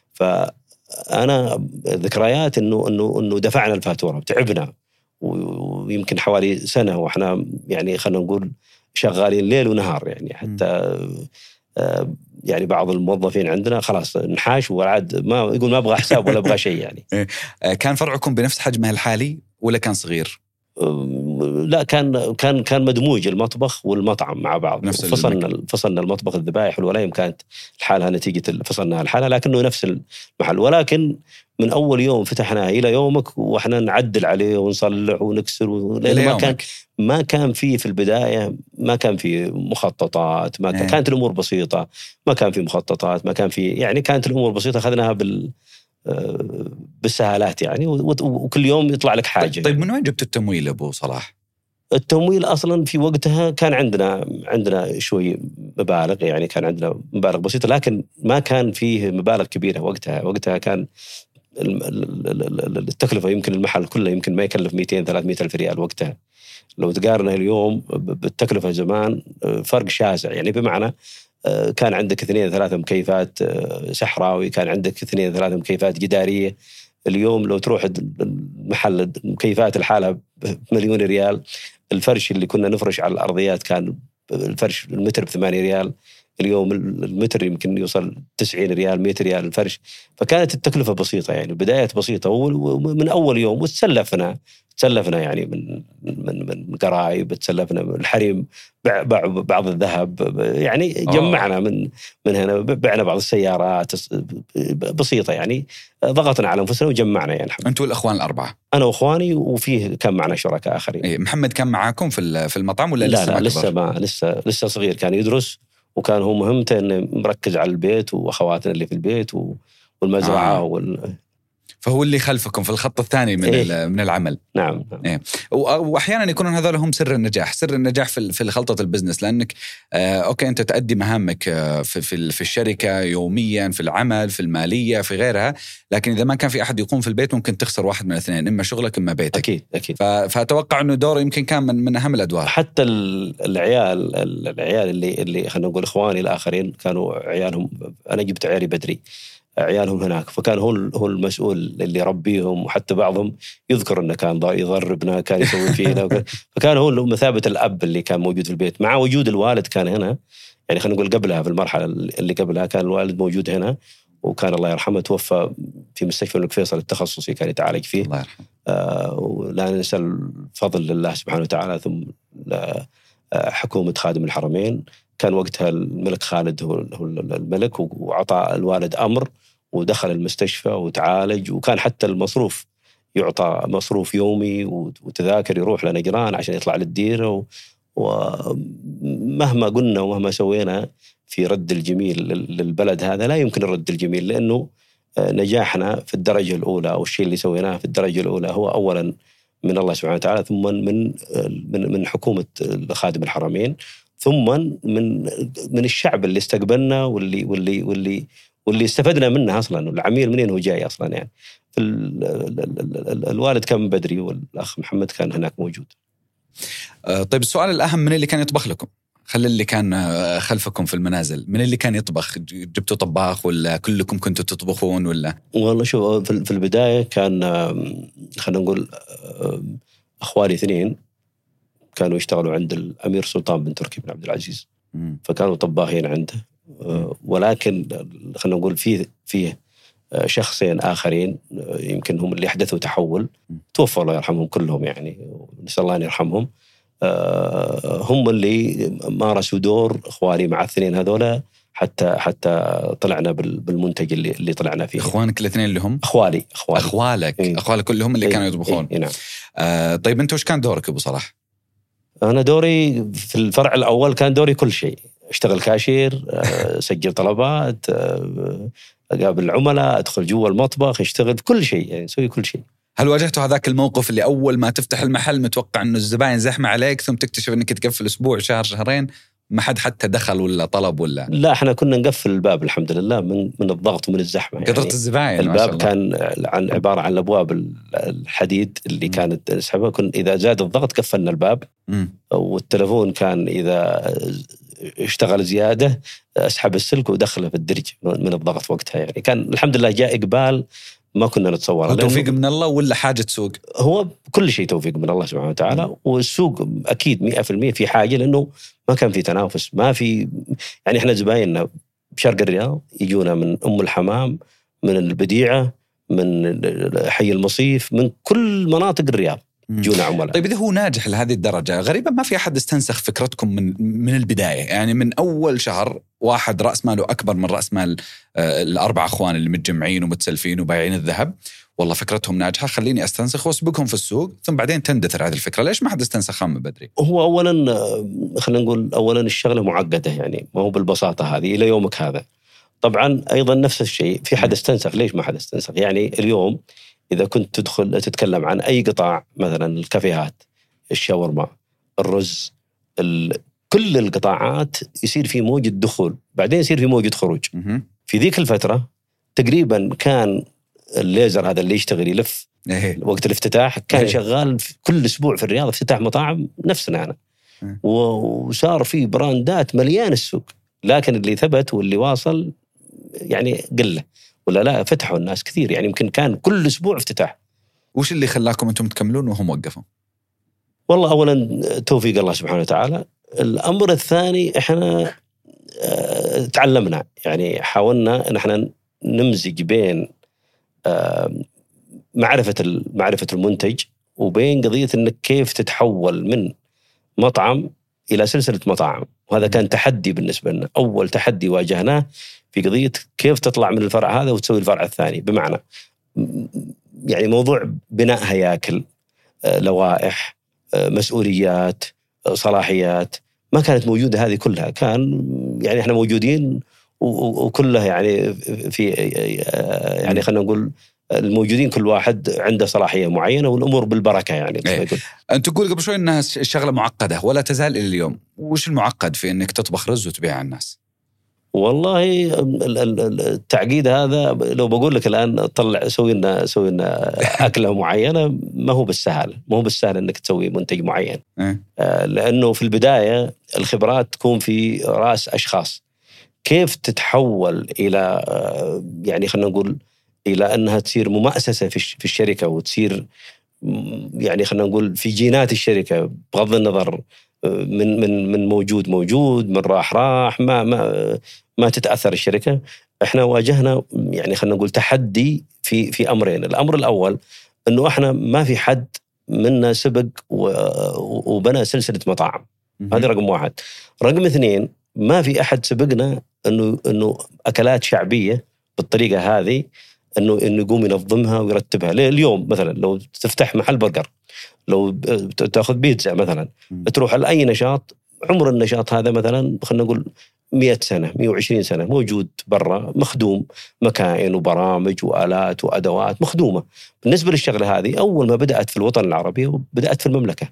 فأنا ذكريات إنه إنه إنه دفعنا الفاتورة، تعبنا ويمكن حوالي سنة وإحنا يعني خلنا نقول شغالين ليل ونهار يعني. حتى آه يعني بعض الموظفين عندنا خلاص نحاش وعاد ما يقول ما أبغى حساب ولا أبغى شيء يعني. كان فرعكم بنفس حجمه الحالي ولا كان صغير؟ لا كان كان كان مدموج المطبخ والمطعم مع بعض. فصلنا فصلنا المطبخ الذبائح والولايم كانت الحالة نتيجة فصلناها الحالة، لكنه نفس المحل. ولكن من أول يوم فتحناه إلى يومك وإحنا نعدل عليه ونصلح ونكسر، لأنه ما كان ما كان فيه في البداية ما كان فيه مخططات، ما كان كانت الأمور بسيطة، ما كان فيه مخططات، ما كان فيه يعني كانت الأمور بسيطة. أخذناها بال بالسهالات يعني، وكل يوم يطلع لك حاجة. طيب من وين جبت التمويل أبو صلاح؟ التمويل أصلا في وقتها كان عندنا عندنا شوي مبالغ يعني، كان عندنا مبالغ بسيطة لكن ما كان فيه مبالغ كبيرة وقتها. وقتها كان التكلفة يمكن المحل كله يمكن ما يكلف مئتين ثلاثمئة ألف ريال وقتها. لو تقارنه اليوم بالتكلفة زمان فرق شاسع يعني. بمعنى كان عندك اثنين ثلاثة مكيفات سحراوي، كان عندك اثنين ثلاثة مكيفات جدارية. اليوم لو تروح المحل مكيفات الحالة بمليون ريال. الفرش اللي كنا نفرش على الأرضيات كان الفرش المتر بثمانية ريال، اليوم المتر يمكن يوصل تسعين ريال مئة ريال الفرش. فكانت التكلفة بسيطة يعني، بدايات بسيطة ومن أول يوم. وتسلفنا تسلفنا يعني من من من قرايب، تسلفنا من الحريم، بعض الذهب يعني، جمعنا من من هنا، بعنا بعض السيارات بسيطة يعني. ضغطنا على أنفسنا وجمعنا يعني. أنتوا الأخوان الأربعة؟ أنا وأخواني وفيه كان معنا شركاء آخرين. إيه محمد كان معاكم في في المطعم ولا لا لسه لا ما لسه ما لسه لسه صغير، كان يدرس وكان هو مهمته إنه مركز على البيت وأخواتنا اللي في البيت والمزرعة. آه. وال... فهو اللي خلفكم في الخط الثاني من إيه؟ من العمل. نعم. إيه؟ واحيانا يكونون هذول هم سر النجاح، سر النجاح في في خلطة البزنس، لانك آه اوكي انت تؤدي مهامك آه في في في الشركة يوميا، في العمل، في المالية، في غيرها، لكن اذا ما كان في احد يقوم في البيت ممكن تخسر واحد من الاثنين، اما شغلك اما بيتك. اكيد اكيد. فاتوقع انه دوره يمكن كان من من اهم الادوار. حتى العيال العيال اللي اللي خلينا نقول اخواني الاخرين كانوا عيالهم، انا جبت عيالي بدري، عيالهم هناك، فكان هو هو المسؤول اللي يربيهم. وحتى بعضهم يذكر انه كان يضربنا، كان يسوي فينا، فكان هو مثابة الاب اللي كان موجود في البيت مع وجود الوالد. كان هنا يعني خلينا نقول قبلها في المرحله اللي قبلها كان الوالد موجود هنا، وكان الله يرحمه توفى في مستشفى الملك فيصل التخصصي كان يتعالج فيه. الله يرحمه. آه ولا ننسى الفضل لله سبحانه وتعالى، ثم حكومة خادم الحرمين. كان وقتها الملك خالد هو الملك، وعطى الوالد أمر ودخل المستشفى وتعالج، وكان حتى المصروف يعطى مصروف يومي وتذاكر يروح لنجران عشان يطلع للديرة. ومهما قلنا ومهما سوينا في رد الجميل للبلد هذا لا يمكن الرد الجميل، لأنه نجاحنا في الدرجة الأولى أو الشيء اللي سويناه في الدرجة الأولى هو أولا من الله سبحانه وتعالى، ثم من من من حكومة خادم الحرمين، ثم من من الشعب اللي استقبلنا واللي واللي واللي واللي استفدنا منه أصلاً. العميل منين هو جاي أصلاً يعني. في الوالد كان من بدري والأخ محمد كان هناك موجود. طيب السؤال الأهم، من اللي كان يطبخ لكم؟ خلي اللي كان خلفكم في المنازل، من اللي كان يطبخ؟ جبتوا طباخ ولا كلكم كنتوا تطبخون ولا؟ والله شو في البداية كان خلينا نقول أخوالي اثنين كانوا يشتغلوا عند الأمير سلطان بن تركي بن عبد العزيز، م. فكانوا طباخين عنده. ولكن خلينا نقول فيه فيه شخصين آخرين يمكن هم اللي أحدثوا تحول، توفوا الله يرحمهم كلهم يعني، نسأل الله أن يرحمهم. هم اللي مارسوا دور إخواني مع الاثنين هذولا حتى حتى طلعنا بالمنتج اللي اللي طلعنا فيه. إخوانك الاثنين اللي هم أخوالي أخوالي أخوالك إيه؟ أخوالك كلهم اللي إيه؟ كانوا يطبخون إيه؟ نعم. آه طيب أنت وش كان دورك أبو صلاح؟ أنا دوري في الفرع الأول كان دوري كل شيء، اشتغل كاشير، سجل طلبات، أقابل العملاء، أدخل جوا المطبخ، اشتغل كل شيء يعني، سوي كل شيء. هل واجهتوا هذاك الموقف اللي أول ما تفتح المحل متوقع إنه الزباين زحمة عليك، ثم تكتشف إنك تقفل أسبوع شهر شهرين ما حد حتى دخل ولا طلب ولا؟ لا إحنا كنا نقفل الباب الحمد لله من من الضغط ومن الزحمة. قدرت يعني الزباين. الباب كان عن عبارة عن الأبواب الحديد اللي م. كانت نسحبها، كن إذا زاد الضغط قفلنا الباب. م. والتلفون كان إذا اشتغل زيادة أسحب السلك ودخله في الدرج من الضغط وقتها يعني. كان الحمد لله جاء إقبال ما كنا نتصوره. توفيق من الله ولا حاجة سوق؟ هو كل شيء توفيق من الله سبحانه وتعالى. والسوق أكيد مئة في المئة في حاجة، لأنه ما كان في تنافس، ما في يعني. إحنا زبايننا بشرق الرياض يجونا من أم الحمام، من البديعة، من حي المصيف، من كل مناطق الرياض جونا عملاء. طيب إذا هو ناجح لهذه الدرجة، غريبا ما في أحد استنسخ فكرتكم من من البداية يعني. من أول شهر واحد رأس ماله أكبر من رأس مال الأربع أخوان اللي متجمعين ومتسلفين وبايعين الذهب، والله فكرتهم ناجحة، خليني أستنسخ وأسبقهم في السوق، ثم بعدين تندثر هذه الفكرة. ليش ما حد استنسخها من بدري؟ هو أولا خلينا نقول أولا الشغلة معقدة يعني، ما هو بالبساطة هذه إلى يومك هذا. طبعا أيضا نفس الشيء في حد استنسخ. ليش ما حد استنسخ يعني؟ اليوم إذا كنت تدخل تتكلم عن أي قطاع، مثلا الكافيهات، الشاورما، الرز، كل القطاعات يصير في موجة دخول، بعدين يصير في موجة خروج. في ذيك الفترة تقريبا كان الليزر هذا اللي يشتغل يلف وقت الافتتاح كان شغال كل أسبوع في الرياض افتتاح مطاعم نفسنا أنا، وصار في براندات مليان السوق. لكن اللي ثبت واللي واصل يعني قلة، ولا لا فتحوا الناس كثير يعني، يمكن كان كل أسبوع افتتاح. وش اللي خلاكم أنتم تكملون وهم وقفوا؟ والله أولا توفيق الله سبحانه وتعالى. الأمر الثاني إحنا اه تعلمنا يعني، حاولنا إن إحنا نمزج بين اه معرفة معرفة المنتج وبين قضية إنك كيف تتحول من مطعم إلى سلسلة مطاعم. وهذا كان تحدي بالنسبة لنا، أول تحدي واجهناه في قضية كيف تطلع من الفرع هذا وتسوي الفرع الثاني. بمعنى يعني موضوع بناء هياكل، لوائح، مسؤوليات، صلاحيات، ما كانت موجودة هذه كلها. كان يعني احنا موجودين وكلها يعني في يعني خلينا نقول الموجودين كل واحد عنده صلاحية معينة والأمور بالبركة يعني. إيه. أنت تقول قبل شوي أنها الشغلة معقدة ولا تزال إلى اليوم. وش المعقد في أنك تطبخ رز وتبيع على الناس؟ والله التعقيد هذا لو بقول لك الآن طلع سوي لنا سوي لنا أكلة معينة، ما هو بالسهل، ما هو بالسهل إنك تسوي منتج معين. إيه؟ لأنه في البداية الخبرات تكون في رأس أشخاص. كيف تتحول إلى يعني خلينا نقول إلى أنها تصير مؤسسة في الشركة وتصير يعني خلينا نقول في جينات الشركة، بغض النظر من من من موجود موجود، من راح راح، ما ما ما تتأثر الشركة. إحنا واجهنا يعني خلينا نقول تحدي في في أمرين. الأمر الأول إنه إحنا ما في حد منا سبق وبنى سلسلة مطاعم، هذا رقم واحد. رقم اثنين، ما في أحد سبقنا إنه إنه أكلات شعبية بالطريقة هذه إنه إنه يقوم ينظمها ويرتبها. اليوم مثلا لو تفتح محل برجر، لو تأخذ بيتزا مثلا، تروح لأي نشاط، عمر النشاط هذا مثلا خلينا نقول مئة سنة مئة وعشرين سنة موجود برا، مخدوم، مكائن وبرامج وآلات وأدوات مخدومة. بالنسبة للشغلة هذه أول ما بدأت في الوطن العربي وبدأت في المملكة،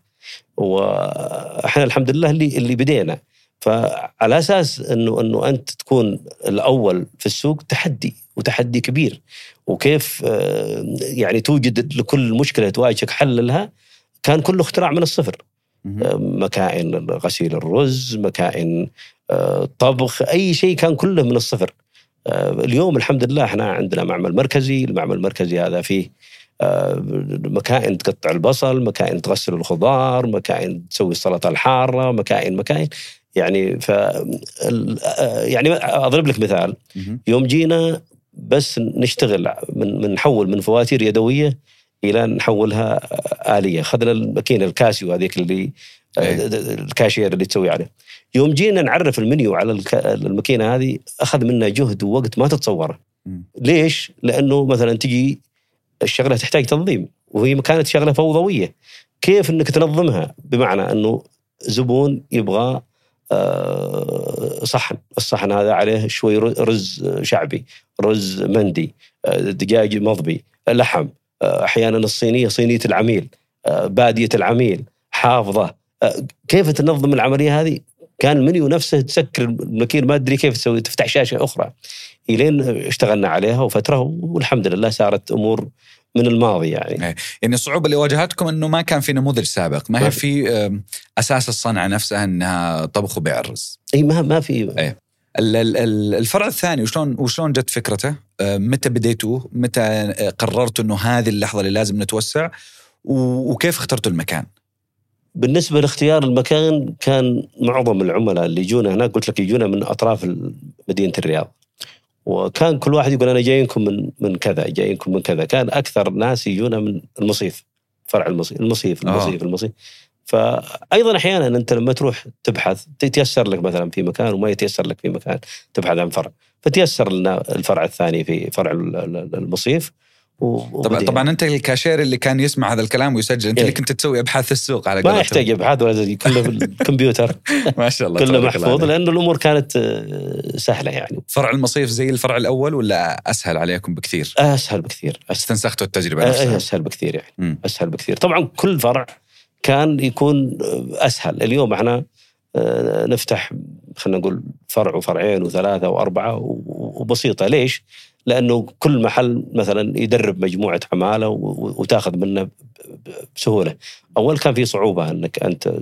وإحنا الحمد لله اللي اللي بدينا. فعلى أساس إنه إنه أنت تكون الأول في السوق تحدي وتحدي كبير، وكيف يعني توجد لكل مشكلة تواجهك حل لها، كان كله اختراع من الصفر. مكائن غسيل الرز، مكائن طبخ، أي شيء كان كله من الصفر. اليوم الحمد لله احنا عندنا معمل مركزي. المعمل المركزي هذا فيه مكائن تقطع البصل، مكائن تغسل الخضار، مكائن تسوي السلطة الحارة، مكائن مكائن يعني ف يعني أضرب لك مثال. يوم جينا بس نشتغل من من نحول من فواتير يدوية إلى نحولها آلية، خذنا الماكينة الكاسيو هذيك اللي الكاشير اللي تسوي عليه. يوم جينا نعرف المنيو على الماكينة هذه أخذ منا جهد ووقت ما تتصوره. ليش؟ لأنه مثلا تجي الشغلة تحتاج تنظيم، وهي كانت شغلة فوضوية. كيف إنك تنظمها؟ بمعنى أنه زبون يبغى صحن، الصحن هذا عليه شوي رز شعبي، رز مندي، دجاج مضبي، لحم، أحيانا الصينية صينية العميل، بادية العميل، حافظة. كيف تنظم العملية هذه؟ كان المنيو نفسه تسكر الماكينة ما أدري كيف تسوي، تفتح شاشة أخرى. إلين اشتغلنا عليها وفترة، والحمد لله صارت أمور من الماضي. يعني يعني الصعوبة اللي واجهتكم أنه ما كان في نموذج سابق، ما هي في أساس الصنعة نفسها أنها طبخ وبيع الرز. أي ما ما في. أي. الفرع الثاني وشلون وشلون جت فكرته؟ متى بديتوه؟ متى قررتوا أنه هذه اللحظة اللي لازم نتوسع؟ وكيف اخترتوا المكان؟ بالنسبة لاختيار المكان، كان معظم العملاء اللي يجونا هناك قلت لك يجونا من أطراف مدينة الرياض، وكان كل واحد يقول أنا جايينكم من من كذا، جايينكم من كذا. كان أكثر ناس يجونا من المصيف، فرع المصيف المصيف المصيف, المصيف. فأيضا أحيانا أنت لما تروح تبحث تتيسر لك مثلا في مكان وما يتيسر لك في مكان، تبحث عن فرع، فتيسر لنا الفرع الثاني في فرع المصيف. طبعا طبعا انت الكاشير اللي كان يسمع هذا الكلام ويسجل، انت إيه؟ اللي كنت تسوي ابحاث السوق على ما يحتاج ابحاث ولا كله بالكمبيوتر. ما شاء الله كله محفوظ، لانه الامور كانت سهله. يعني فرع المصيف زي الفرع الاول ولا اسهل عليكم بكثير؟ اسهل بكثير. استنسختوا التجربه نفسها؟ اسهل بكثير يعني. م. اسهل بكثير طبعا. كل فرع كان يكون اسهل. اليوم احنا نفتح خلينا نقول فرع وفرعين وثلاثه واربعه وبسيطه. ليش؟ لأنه كل محل مثلا يدرب مجموعة عمالة وتاخذ منه بسهولة. أول كان في صعوبة أنك أنت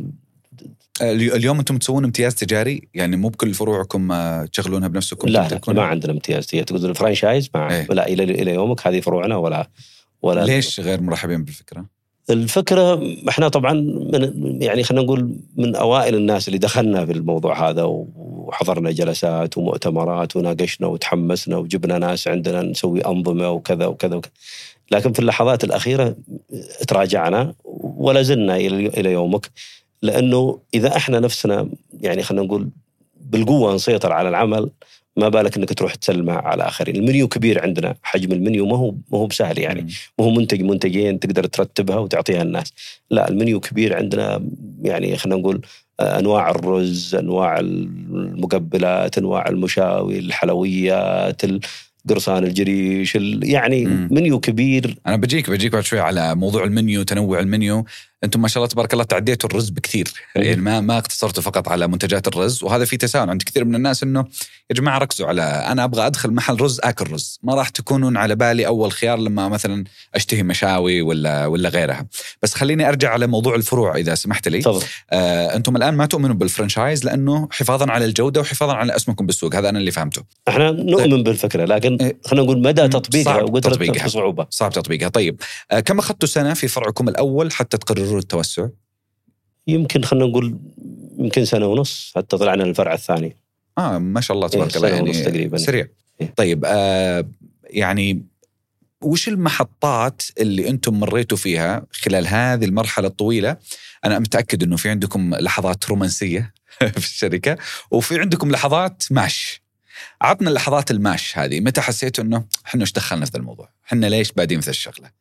اليوم أنتم تسوون امتياز تجاري، يعني مو بكل فروعكم تشغلونها بنفسكم؟ لا, لا ما عندنا امتياز تجاري. تقول الفرانشايز ما ايه؟ لا إلى إلى يومك هذه فروعنا ولا ولا. ليش غير مرحبين بالفكرة؟ الفكرة احنا طبعا من يعني خلينا نقول من أوائل الناس اللي دخلنا في الموضوع هذا، وحضرنا جلسات ومؤتمرات وناقشنا وتحمسنا وجبنا ناس عندنا نسوي أنظمة وكذا وكذا وكذا. لكن في اللحظات الأخيرة تراجعنا ولا زلنا إلى يومك، لأنه إذا احنا نفسنا يعني خلينا نقول بالقوة نسيطر على العمل، ما بالك انك تروح تسلمها على آخرين. المنيو كبير عندنا، حجم المنيو ما هو ما هو بسهل يعني. ما هو منتج منتجين تقدر ترتبها وتعطيها الناس. لا المنيو كبير عندنا، يعني خلينا نقول انواع الرز، انواع المقبلات، انواع المشاوي، الحلويات، قرصان الجريش، يعني مم. منيو كبير. أنا بجيك بجيك بعد شوي على موضوع المنيو، تنوع المنيو. أنتم ما شاء الله تبارك الله تعديتوا الرز بكثير، يعني ما ما اقتصرتوا فقط على منتجات الرز. وهذا في تساؤل عند كثير من الناس إنه يا جماعة ركزوا على أنا أبغى أدخل محل رز أكل رز، ما راح تكونون على بالي أول خيار لما مثلا أشتهي مشاوي ولا ولا غيرها. بس خليني أرجع على موضوع الفروع إذا سمحت لي. طبعا. آه أنتم الآن ما تؤمنوا بالفرنشايز لأنه حفاظا على الجودة وحفاظا على اسمكم بالسوق، هذا أنا اللي فهمته. إحنا نؤمن بالفكرة، لكن خلينا نقول مدى تطبيقها وقدرتها صعوبة. صعب تطبيقها. طيب آه كم أخذتوا سنة في فرعكم الأول حتى تقرروا التوسع؟ يمكن خلينا نقول يمكن سنة ونص حتى طلعنا للفرع الثاني. آه ما شاء الله تبارك الله، يعني تقريبا سريع. إيه؟ طيب آه يعني وش المحطات اللي أنتم مريتوا فيها خلال هذه المرحلة الطويلة؟ أنا متأكد أنه في عندكم لحظات رومانسية في الشركة وفي عندكم لحظات ماش. عطنا اللحظات الماش هذه، متى حسيتوا أنه إحنا إيش دخلنا في الموضوع؟ إحنا ليش بادين في الشغلة؟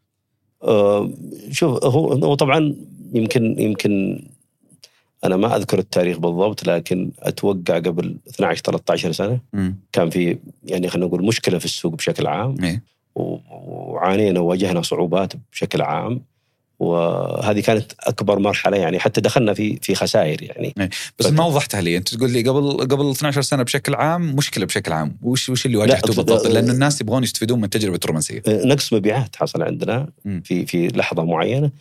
أه شوف هو هو طبعا يمكن يمكن أنا ما أذكر التاريخ بالضبط، لكن أتوقع قبل اثنا عشر ثلاثة عشر سنة م. كان في يعني خلينا نقول مشكلة في السوق بشكل عام. إيه؟ وعانينا وواجهنا صعوبات بشكل عام، وهذه كانت أكبر مرحلة يعني حتى دخلنا في في خسائر يعني. إيه؟ بس ما وضحتها لي. أنت تقول لي قبل قبل اثنا عشر سنة بشكل عام مشكلة بشكل عام، وش وش اللي واجهته بالضبط؟ لأنه الناس يبغون يستفيدون من تجربة الرومانسية. نقص مبيعات حصل عندنا م. في في لحظة معينة،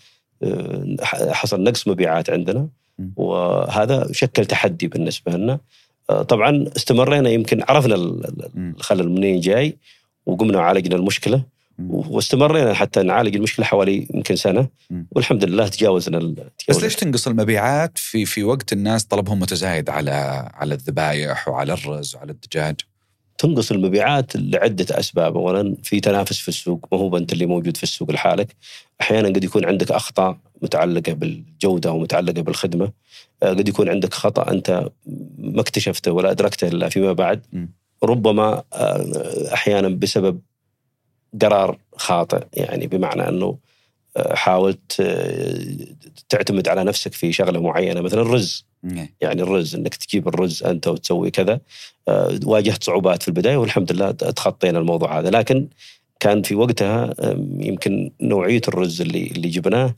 حصل نقص مبيعات عندنا، وهذا شكل تحدي بالنسبة لنا. طبعا استمرينا، يمكن عرفنا الخلل منين جاي وقمنا وعالجنا المشكلة، واستمرينا حتى نعالج المشكلة حوالي يمكن سنة، والحمد لله تجاوزنا. تجاوزنا. بس ليش تنقص المبيعات في في وقت الناس طلبهم متزايد على على الذبايح وعلى الرز وعلى الدجاج؟ تنقص المبيعات لعدة أسباب. أولا في تنافس في السوق، ما هو أنت اللي موجود في السوق لحالك. أحيانا قد يكون عندك أخطاء متعلقة بالجودة ومتعلقة بالخدمة، قد يكون عندك خطأ أنت ما اكتشفته ولا أدركته إلا فيما بعد. م. ربما أحيانا بسبب قرار خاطئ، يعني بمعنى أنه حاولت تعتمد على نفسك في شغلة معينة، مثلا الرز. يعني الرز أنك تجيب الرز أنت وتسوي كذا، واجهت صعوبات في البداية والحمد لله تخطينا الموضوع هذا. لكن كان في وقتها يمكن نوعية الرز اللي اللي جبناه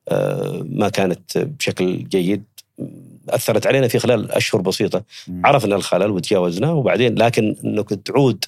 ما كانت بشكل جيد، أثرت علينا في خلال أشهر بسيطة. عرفنا الخلل وتجاوزناه، وبعدين لكن أنك تعود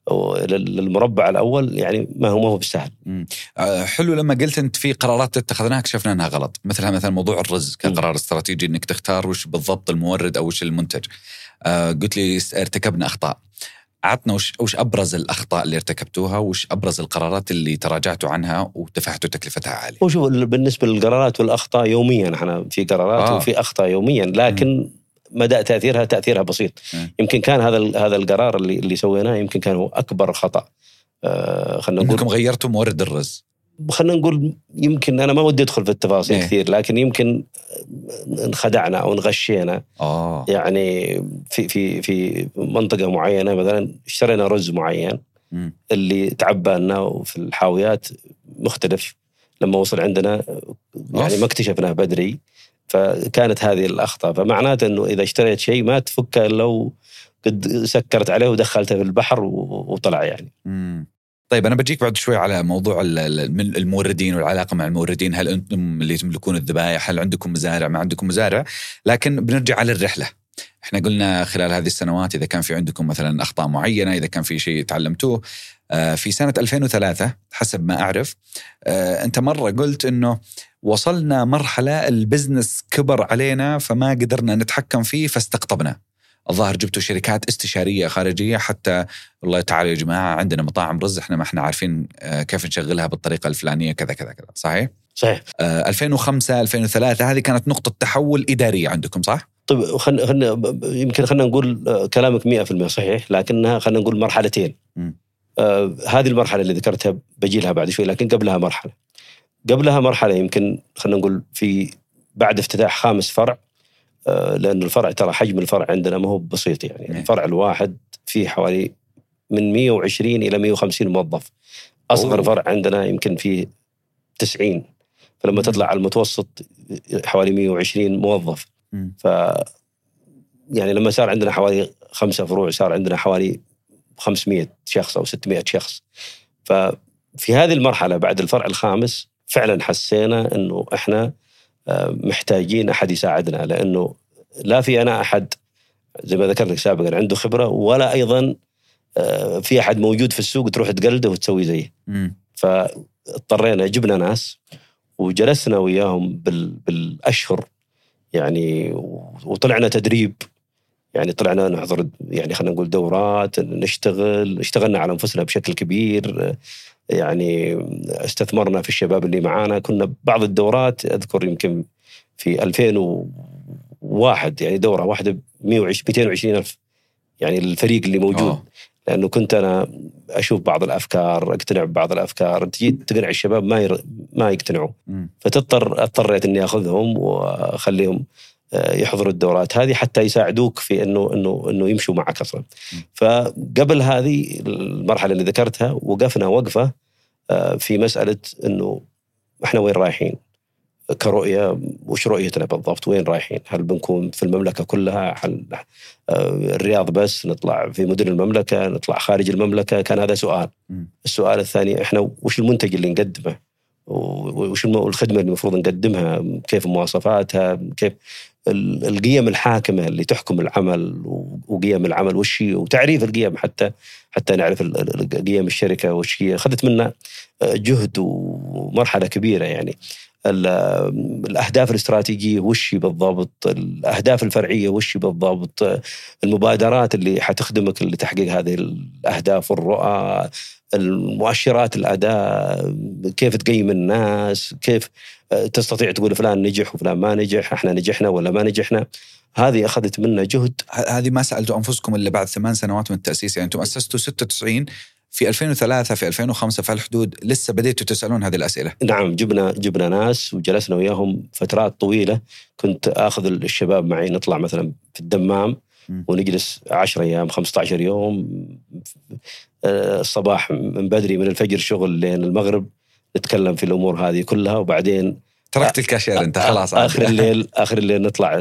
للمربع الأول يعني ما هو ما هو بالسهل. حلو. لما قلت أنت في قرارات اتخذناها اكتشفنا أنها غلط، مثلها مثلا موضوع الرز كقرار استراتيجي إنك تختار وش بالضبط المورد أو وش المنتج. آه قلت لي ارتكبنا أخطاء. عطنا وش وش أبرز الأخطاء اللي ارتكبتوها، وش أبرز القرارات اللي تراجعتوا عنها ودفعتوا تكلفتها عالية؟ وشو بالنسبة للقرارات والأخطاء يوميا، احنا في قرارات آه. وفي أخطاء يوميا، لكن م. مدى تأثيرها تأثيرها بسيط. م. يمكن كان هذا هذا القرار اللي اللي سويناه يمكن كان هو أكبر خطأ. آه خلنا نقول إنكم غيرتوا مورد الرز. خلنا نقول يمكن أنا ما ودي أدخل في التفاصيل إيه؟ كثير، لكن يمكن انخدعنا أو نغشينا. آه. يعني في في في منطقة معينة مثلا اشترينا رز معين م. اللي تعبى لنا في الحاويات مختلف، لما وصل عندنا يعني ما اكتشفناه بدري، فكانت هذه الأخطاء. فمعناته أنه إذا اشتريت شيء ما تفكه لو قد سكرت عليه ودخلته في البحر وطلع يعني. م. طيب أنا بجيك بعد شوي على موضوع الموردين والعلاقة مع الموردين. هل أنتم اللي تملكون الذبائح؟ هل عندكم مزارع؟ ما عندكم مزارع؟ لكن بنرجع على الرحلة. إحنا قلنا خلال هذه السنوات إذا كان في عندكم مثلا أخطاء معينة، إذا كان في شيء تعلمتوه. في سنة ألفين وثلاثة حسب ما أعرف أنت مرة قلت إنه وصلنا مرحلة البزنس كبر علينا فما قدرنا نتحكم فيه فاستقطبنا. الظاهر جبتوا شركات استشارية خارجية حتى والله تعالوا يا جماعة عندنا مطاعم رز احنا ما احنا عارفين كيف نشغلها بالطريقة الفلانية كذا كذا كذا. صحيح؟ صحيح. ألفين وخمسة ألفين وثلاثة هذه كانت نقطة تحول إدارية عندكم صح؟ طيب خلنا خلنا يمكن خلنا نقول كلامك مئة في المئة صحيح، لكنها خلنا نقول مرحلتين. آه هذه المرحلة اللي ذكرتها بجي لها بعد شوي، لكن قبلها مرحلة قبلها مرحلة يمكن خلنا نقول في بعد افتتاح خامس فرع. آه لأن الفرع ترى حجم الفرع عندنا ما هو بسيط يعني. م. الفرع الواحد فيه حوالي من مئة وعشرين إلى مئة وخمسين موظف. أصغر أوه. فرع عندنا يمكن فيه تسعين، فلما م. تطلع على المتوسط حوالي مئة وعشرين موظف. م. ف يعني لما صار عندنا حوالي خمسة فروع صار عندنا حوالي خمسمئة شخص أو ستمئة شخص. ففي هذه المرحلة بعد الفرع الخامس فعلا حسينا أنه إحنا محتاجين أحد يساعدنا، لأنه لا في أنا أحد زي ما ذكرت سابقا عنده خبرة، ولا أيضا في أحد موجود في السوق تروح تقلده وتسوي زيه. فاضطرينا جبنا ناس وجلسنا وياهم بالأشهر يعني، وطلعنا تدريب يعني، طلعنا نحضر يعني خلينا نقول دورات، نشتغل اشتغلنا على أنفسنا بشكل كبير يعني. استثمرنا في الشباب اللي معانا. كنا بعض الدورات أذكر يمكن في ألفين وواحد يعني دورة واحدة مئتين وعشرين ألف يعني الفريق اللي موجود. أوه. لأنه كنت أنا أشوف بعض الأفكار أقتنع ببعض الأفكار، تجي تقنع الشباب ما ير... ما يقتنعوا، فتضطر اضطريت إني أخذهم وأخليهم يحضروا الدورات هذه حتى يساعدوك في إنه إنه إنه يمشوا معك أصلا. فقبل هذه المرحلة اللي ذكرتها وقفنا وقفة في مسألة إنه إحنا وين رايحين كرؤية، وش رؤيتنا بالضبط، وين رايحين؟ هل بنكون في المملكة كلها، هل الرياض بس، نطلع في مدن المملكة، نطلع خارج المملكة؟ كان هذا سؤال. السؤال الثاني إحنا وش المنتج اللي نقدمه، وش الخدمة اللي المفروض نقدمها، كيف مواصفاتها، كيف القيم الحاكمة اللي تحكم العمل، وقيم العمل وش هي، وتعريف القيم حتى حتى نعرف قيم الشركة وش هي. أخذت منا جهد ومرحلة كبيرة يعني. الأهداف الاستراتيجية وش بالضبط، الأهداف الفرعية وش بالضبط، المبادرات اللي حتخدمك لتحقيق هذه الأهداف والرؤى، المؤشرات الأداء، كيف تقيم الناس، كيف تستطيع تقول فلان نجح وفلان ما نجح، احنا نجحنا ولا ما نجحنا. هذه أخذت منا جهد. هذه ما سألتوا أنفسكم إلا بعد ثمان سنوات من التأسيس؟ يعني أنتم أسستوا ستة وتسعين، في ألفين وثلاثة في ألفين وخمسة في الحدود لسه بديتوا تسألون هذه الأسئلة؟ نعم، جبنا جبنا ناس وجلسنا وياهم فترات طويلة. كنت آخذ الشباب معي نطلع مثلا في الدمام م. ونجلس عشر أيام خمسة عشر يوم، الصباح من بدري من الفجر شغل لين المغرب، نتكلم في الأمور هذه كلها. وبعدين تركت الكاشير أنت خلاص. آخر الليل آخر الليل نطلع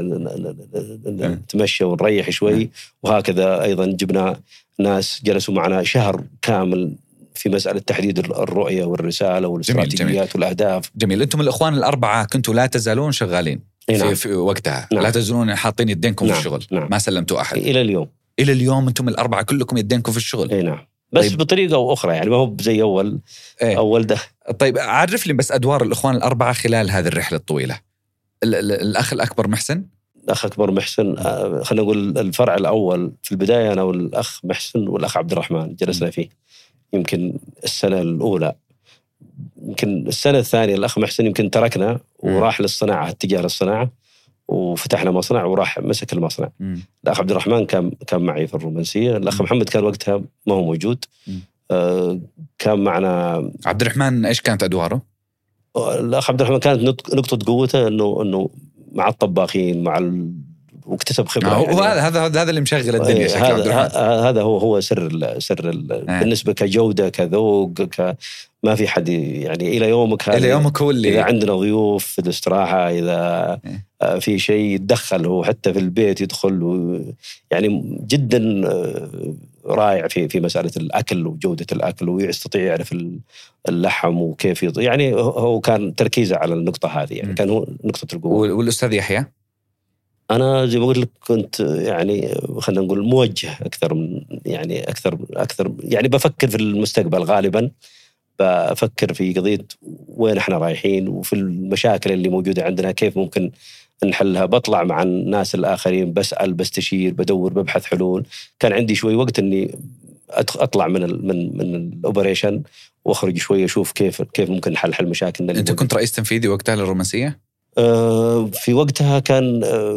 نتمشى ونريح شوي. وهكذا أيضا جبنا ناس جلسوا معنا شهر كامل في مسألة تحديد الرؤية والرسالة والاستراتيجيات والأهداف. جميل. أنتم الإخوان الأربعة كنتوا لا تزالون شغالين نعم. في, في وقتها نعم. لا تزالون حاطين يدينكم نعم. في الشغل. نعم. ما سلمتوا أحد إلى اليوم. إلى اليوم أنتم الأربعة كلكم يدينكم في الشغل. أي نعم، بس طيب. بطريقة أو أخرى يعني، ما هو زي أول إيه؟ أول ده. طيب عرف لي بس أدوار الإخوان الأربعة خلال هذه الرحلة الطويلة. الأخ الأكبر محسن. الأخ الأكبر محسن، خلينا نقول الفرع الأول في البداية أنا والأخ محسن والأخ عبد الرحمن جلسنا فيه يمكن السنة الأولى. يمكن السنة الثانية الأخ محسن يمكن تركنا وراح للصناعة، اتجاه للصناعة، وفتحنا مصنع وراح مسك المصنع. م. الأخ عبد الرحمن كان كان معي في الرومانسية. الأخ م. محمد كان وقتها ما هو موجود. آه كان معنا عبد الرحمن. إيش كانت أدواره؟ الأخ عبد الرحمن كانت نقطة قوته إنه إنه مع الطباخين مع ال... واكتسب خبرة. آه يعني. هذا هذا هذا اللي مشغل الدنيا. هذا عبد هذا هو هو سر ال سر ال آه. بالنسبة كجودة كذوق ك ما في حد يعني إلى يومك هذا. إلى يومك هو اللي إذا عندنا ضيوف في الاستراحة، إذا آه. في شيء يتدخل هو حتى في البيت يدخل و... يعني جدا رائع في في مسألة الأكل وجودة الأكل، ويستطيع يعرف اللحم وكيف يض... يعني هو كان تركيزه على النقطة هذه يعني م. كان هو نقطة القوة. والأستاذ يحيى أنا زي ما قلت لك كنت يعني خلينا نقول موجه أكثر من يعني أكثر أكثر يعني بفكر في المستقبل غالبا، بفكر في قضية وين إحنا رايحين وفي المشاكل اللي موجودة عندنا كيف ممكن نحلها. بطلع مع الناس الآخرين بسأل بستشير بدور ببحث حلول. كان عندي شوي وقت إني أطلع من ال من من الأوبريشن وأخرج شوي أشوف كيف كيف ممكن نحل حل مشاكلنا. أنت كنت رئيس تنفيذي وقتها للرومانسية؟ في وقتها كان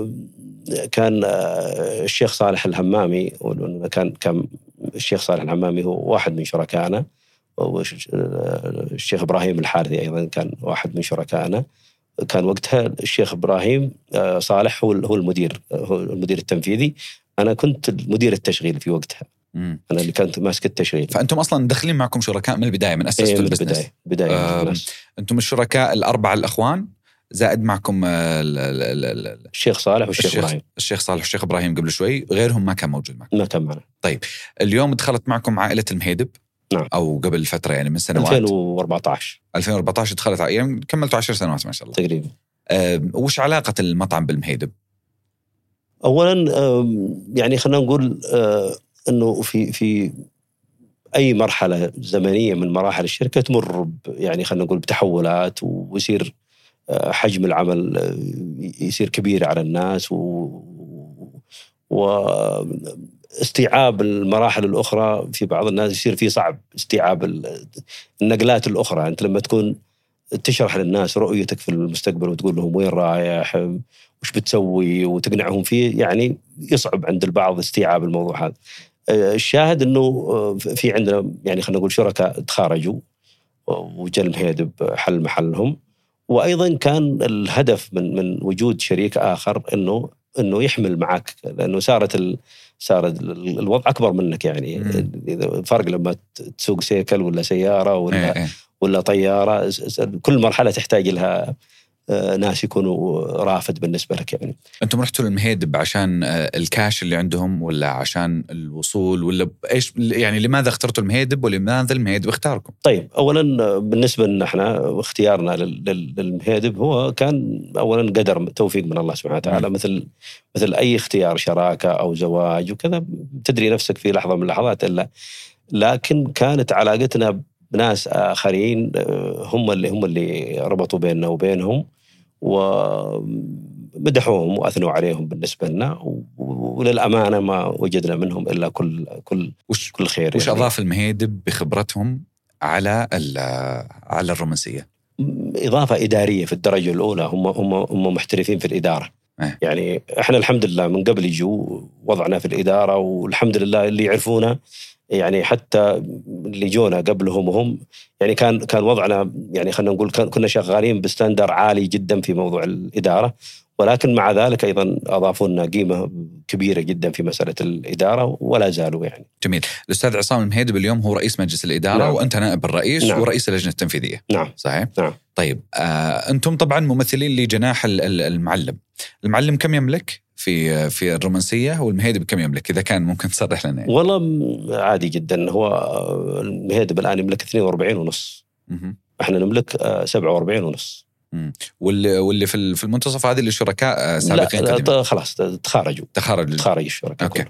كان الشيخ صالح الهمامي، كان كان الشيخ صالح الهمامي هو واحد من شركائنا، والشيخ إبراهيم الحارثي أيضا كان واحد من شركائنا. كان وقتها الشيخ إبراهيم صالح هو هو المدير هو المدير التنفيذي، أنا كنت المدير التشغيل في وقتها. مم. أنا اللي كنت ماسك التشغيل. فأنتم أصلاً داخلين معكم شركاء من البداية، من أسستوا إيه البزنس. بداية بداية آه أنتم الشركاء الأربعة الأخوان زائد معكم الشيخ صالح والشيخ إبراهيم. الشيخ صالح والشيخ إبراهيم قبل شوي، غيرهم ما كان موجود معكم. ما كان معنا. طيب اليوم دخلت معكم عائلة المهيدب. نعم. أو قبل فترة يعني من سنوات ألفين وأربعة عشر ألفين وأربعة عشر دخلت يعني كملتوا عشر سنوات ما شاء الله تقريبا. أه وش علاقة المطعم بالمهيدب؟ أولا يعني خلينا نقول أنه في في أي مرحلة زمنية من مراحل الشركة تمر يعني خلينا نقول بتحولات، ويصير حجم العمل يصير كبير على الناس، و, و... استيعاب المراحل الأخرى في بعض الناس يصير فيه صعب استيعاب النقلات الأخرى. أنت لما تكون تشرح للناس رؤيتك في المستقبل وتقول لهم وين رايح وش بتسوي وتقنعهم فيه، يعني يصعب عند البعض استيعاب الموضوع هذا. الشاهد أنه في عندنا يعني خلينا نقول شركاء تخارجوا وجاء المهيدب حل محلهم، وأيضا كان الهدف من من وجود شريك آخر أنه أنه يحمل معك، لأنه صارت ال صار الوضع أكبر منك يعني. إذا فرق لما تسوق سيكل ولا سيارة ولا إيه. ولا طيارة، كل مرحلة تحتاج لها ناس يكونوا رافد بالنسبة لك يعني. أنتم رحتوا للمهيدب عشان الكاش اللي عندهم ولا عشان الوصول ولا إيش يعني؟ لماذا اخترتوا المهيدب ولماذا المهيدب اختاركم؟ طيب أولا بالنسبة لنا احنا اختيارنا للمهيدب هو كان أولا قدر توفيق من الله سبحانه وتعالى، مثل مثل أي اختيار شراكة أو زواج وكذا تدري نفسك في لحظة من اللحظات إلا، لكن كانت علاقتنا ناس آخرين هم اللي هم اللي ربطوا بيننا وبينهم ومدحوهم وأثنوا عليهم بالنسبة لنا، وللأمانة ما وجدنا منهم إلا كل كل وش كل خير. وش يعني أضاف المهيدب بخبرتهم على على الرومانسية؟ إضافة إدارية في الدرجة الأولى، هم هم هم محترفين في الإدارة. أه. يعني إحنا الحمد لله من قبل يجوا وضعنا في الإدارة، والحمد لله اللي يعرفونا يعني حتى اللي جونا قبلهم وهم يعني كان كان وضعنا يعني خلينا نقول كنا شغالين بستاندر عالي جدا في موضوع الإدارة، ولكن مع ذلك أيضا أضافوا لنا قيمة كبيرة جدا في مسألة الإدارة ولا زالوا يعني. جميل. الأستاذ عصام المهيدب اليوم هو رئيس مجلس الإدارة. نعم. وأنت نائب الرئيس. نعم. ورئيس اللجنة التنفيذية. نعم صحيح. نعم. طيب آه، أنتم طبعا ممثلين لجناح المعلم. المعلم كم يملك في في الرومانسية والمهيدب كم يملك؟ إذا كان ممكن تصرح لنا. والله عادي جدا، هو المهيدب الآن يملك اثنين وأربعين ونص، احنا نملك سبعة وأربعين ونص. واللي واللي في في المنتصف هذه اللي شركاء سابقين لا خلاص تخارجوا تخارج تخارج الشركاء. اوكي.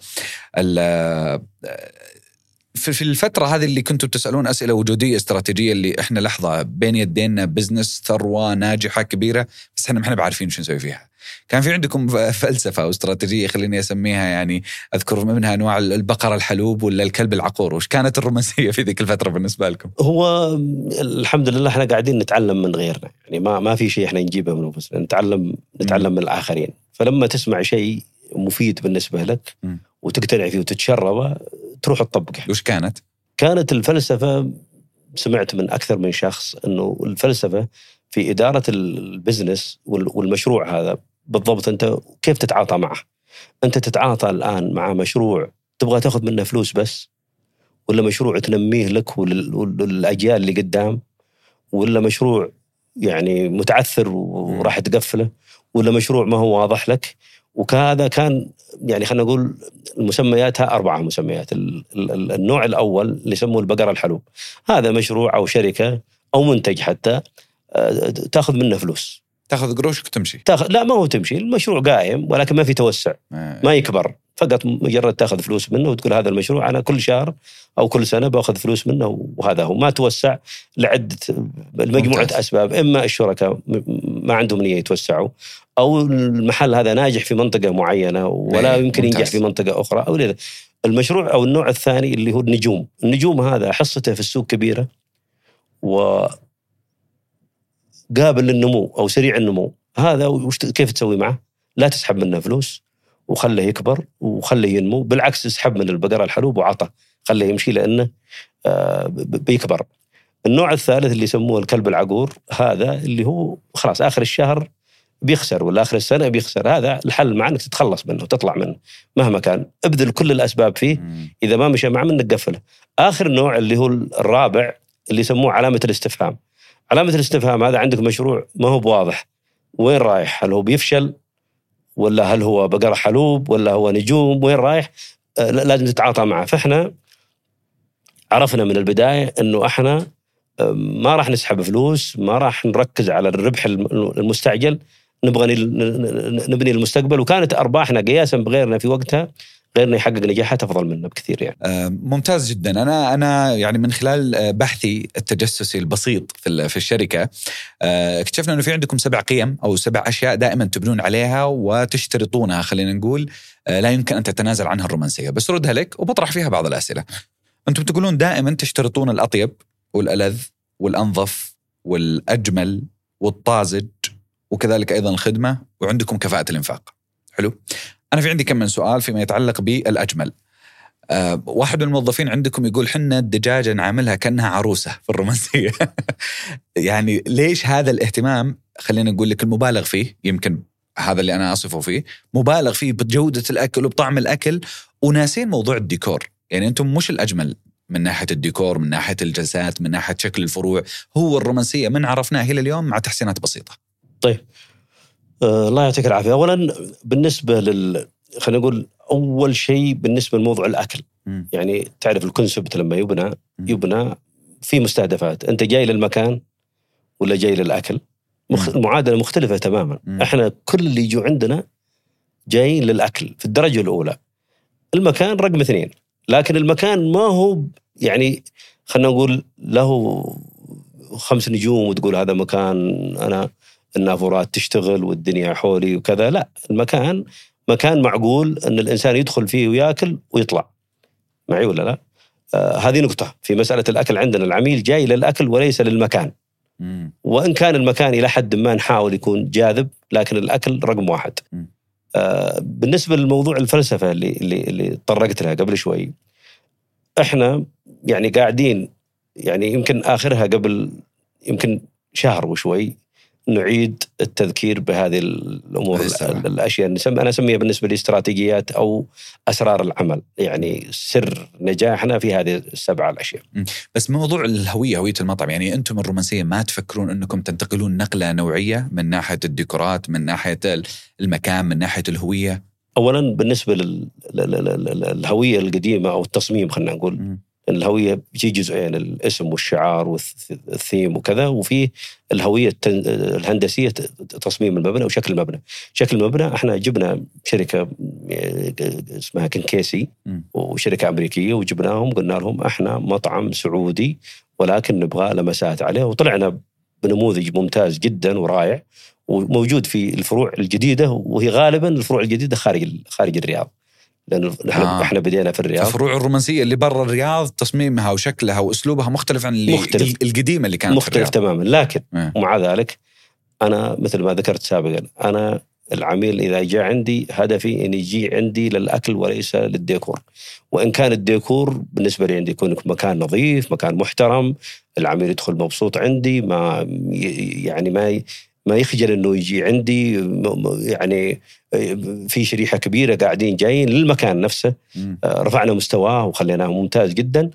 في في الفترة هذه اللي كنتوا تسألون أسئلة وجودية استراتيجية، اللي إحنا لحظة بين يدينا بزنس ثروة ناجحة كبيرة، بس إحنا ما إحنا بعارفين شو نسوي فيها. كان في عندكم فلسفة أو استراتيجية خليني أسميها، يعني أذكر منها أنواع البقرة الحلوب ولا الكلب العقور. وش كانت الرومانسية في ذيك الفترة بالنسبة لكم؟ هو الحمد لله إحنا قاعدين نتعلم من غيرنا، يعني ما ما في شيء إحنا نجيبه من أنفسنا، نتعلم نتعلم م. من الآخرين. فلما تسمع شيء مفيد بالنسبة لك م. وتقتنع فيه وتتشربه تروح تطبقه. وش كانت؟ كانت الفلسفة، سمعت من أكثر من شخص أنه الفلسفة في إدارة البزنس والمشروع هذا بالضبط أنت كيف تتعاطى معه. أنت تتعاطى الآن مع مشروع تبغى تأخذ منه فلوس بس، ولا مشروع تنميه لك وللأجيال اللي قدام، ولا مشروع يعني متعثر وراح تقفله، ولا مشروع ما هو واضح لك. وكذا كان يعني خلينا نقول المسمياتها أربعة مسميات. النوع الأول اللي يسموه البقرة الحلوب، هذا مشروع أو شركة أو منتج حتى تأخذ منه فلوس، تأخذ قروشك تمشي. تاخذ لا ما هو تمشي، المشروع قائم ولكن ما في توسع، ما يكبر، فقط مجرد تأخذ فلوس منه وتقول هذا المشروع أنا كل شهر أو كل سنة بأخذ فلوس منه، وهذا هو. ما توسع لعدة مجموعة أسباب، إما الشركاء ما عندهم نية يتوسعوا، أو المحل هذا ناجح في منطقة معينة ولا يمكن ينجح في منطقة أخرى، أو لذا. المشروع أو النوع الثاني اللي هو النجوم. النجوم هذا حصته في السوق كبيرة وقابل للنمو أو سريع النمو. هذا وش كيف تسوي معه؟ لا تسحب منه فلوس وخله يكبر وخله ينمو، بالعكس اسحب من البقرة الحلوب وعطى، خله يمشي لأنه آه بيكبر. النوع الثالث اللي يسموه الكلب العقور، هذا اللي هو خلاص آخر الشهر بيخسر ولا آخر السنة بيخسر. هذا الحل مع أنك تتخلص منه وتطلع منه مهما كان، ابذل كل الأسباب فيه، إذا ما مشى مع منك قفله. آخر نوع اللي هو الرابع اللي يسموه علامة الاستفهام. علامة الاستفهام هذا عندك مشروع ما هو بواضح وين رايح، هل هو بيفشل ولا هل هو بقرة حلوب ولا هو نجوم، وين رايح؟ آه لازم تتعاطى معه. فإحنا عرفنا من البداية أنه إحنا آه ما راح نسحب فلوس، ما راح نركز على الربح المستعجل، نبغى نبني المستقبل. وكانت أرباحنا قياسا بغيرنا في وقتها، غيرنا يحقق نجاحات أفضل منا بكثير يعني. آه ممتاز جدا. أنا أنا يعني من خلال بحثي التجسسي البسيط في في الشركة آه اكتشفنا إنه في عندكم سبع قيم أو سبع أشياء دائما تبنون عليها وتشترطونها، خلينا نقول آه لا يمكن أن تتنازل عنها الرومانسية. بس ردها لك وبطرح فيها بعض الأسئلة. أنتم تقولون دائما تشترطون الأطيب والألذ والأنظف والأجمل والطازج، وكذلك أيضا الخدمة، وعندكم كفاءة الإنفاق. حلو. أنا في عندي كم من سؤال فيما يتعلق بالأجمل. أه واحد من الموظفين عندكم يقول حنا الدجاجة نعاملها كأنها عروسة في الرومانسية. يعني ليش هذا الاهتمام؟ خلينا نقول لك المبالغ فيه، يمكن هذا اللي أنا أصفه فيه، مبالغ فيه بجودة الأكل وبطعم الأكل، وناسين موضوع الديكور. يعني أنتم مش الأجمل من ناحية الديكور، من ناحية الجلسات، من ناحية شكل الفروع. هو الرومانسية من عرفناه إلى اليوم مع تحسينات بسيطة. طيب آه الله يعطيك العافية. أولا بالنسبة لل خلينا نقول أول شيء بالنسبة لموضوع الأكل، م. يعني تعرف الكونسبت لما يبنى م. يبنى في مستهدفات. أنت جاي للمكان ولا جاي للأكل؟ مخ... المعادلة مختلفة تماما. م. إحنا كل اللي يجوا عندنا جايين للأكل في الدرجة الأولى، المكان رقم اثنين. لكن المكان ما هو يعني خلنا نقول له خمس نجوم وتقول هذا مكان أنا النافورات تشتغل والدنيا حولي وكذا. لا، المكان مكان معقول أن الإنسان يدخل فيه ويأكل ويطلع. معي ولا لا؟ آه هذه نقطة في مسألة الأكل. عندنا العميل جاي للأكل وليس للمكان. مم. وإن كان المكان إلى حد ما نحاول يكون جاذب، لكن الأكل رقم واحد. آه بالنسبة للموضوع الفلسفة اللي اللي اللي طرقت لها قبل شوي، إحنا يعني قاعدين يعني يمكن آخرها قبل يمكن شهر وشوي نعيد التذكير بهذه الأمور الأشياء نسمي أنا أسميها بالنسبة لي استراتيجيات أو أسرار العمل، يعني سر نجاحنا في هذه السبعة الأشياء. بس موضوع الهوية، هوية المطعم، يعني أنتم الرومانسية ما تفكرون أنكم تنتقلون نقلة نوعية من ناحية الديكورات، من ناحية المكان، من ناحية الهوية؟ أولا بالنسبة للهوية القديمة أو التصميم، خلنا نقول م. الهوية في جزئين، الاسم والشعار والثيم وكذا، وفي الهوية الهندسية تصميم المبنى وشكل المبنى. شكل المبنى احنا جبنا شركة اسمها كنكيسي وشركة أمريكية وجبناهم قلنا لهم احنا مطعم سعودي ولكن نبغى لمسات عليه، وطلعنا بنموذج ممتاز جدا ورائع وموجود في الفروع الجديدة، وهي غالبا الفروع الجديدة خارج خارج الرياض، لأن احنا, آه. احنا بدينا في الرياض. الفروع الرومانسية اللي برا الرياض تصميمها وشكلها وأسلوبها مختلف عن اللي مختلف. القديمة اللي كانت مختلف تماما. لكن آه. ومع ذلك أنا مثل ما ذكرت سابقا، أنا العميل إذا جاء عندي هدفي أن يجي عندي للأكل وليس للديكور. وإن كان الديكور بالنسبة لي عندي يكون مكان نظيف، مكان محترم، العميل يدخل مبسوط عندي، ما يعني ما ما يخجل إنه يجي عندي، يعني في شريحة كبيرة قاعدين جايين للمكان نفسه. م. رفعنا مستواه وخليناه ممتاز جدا.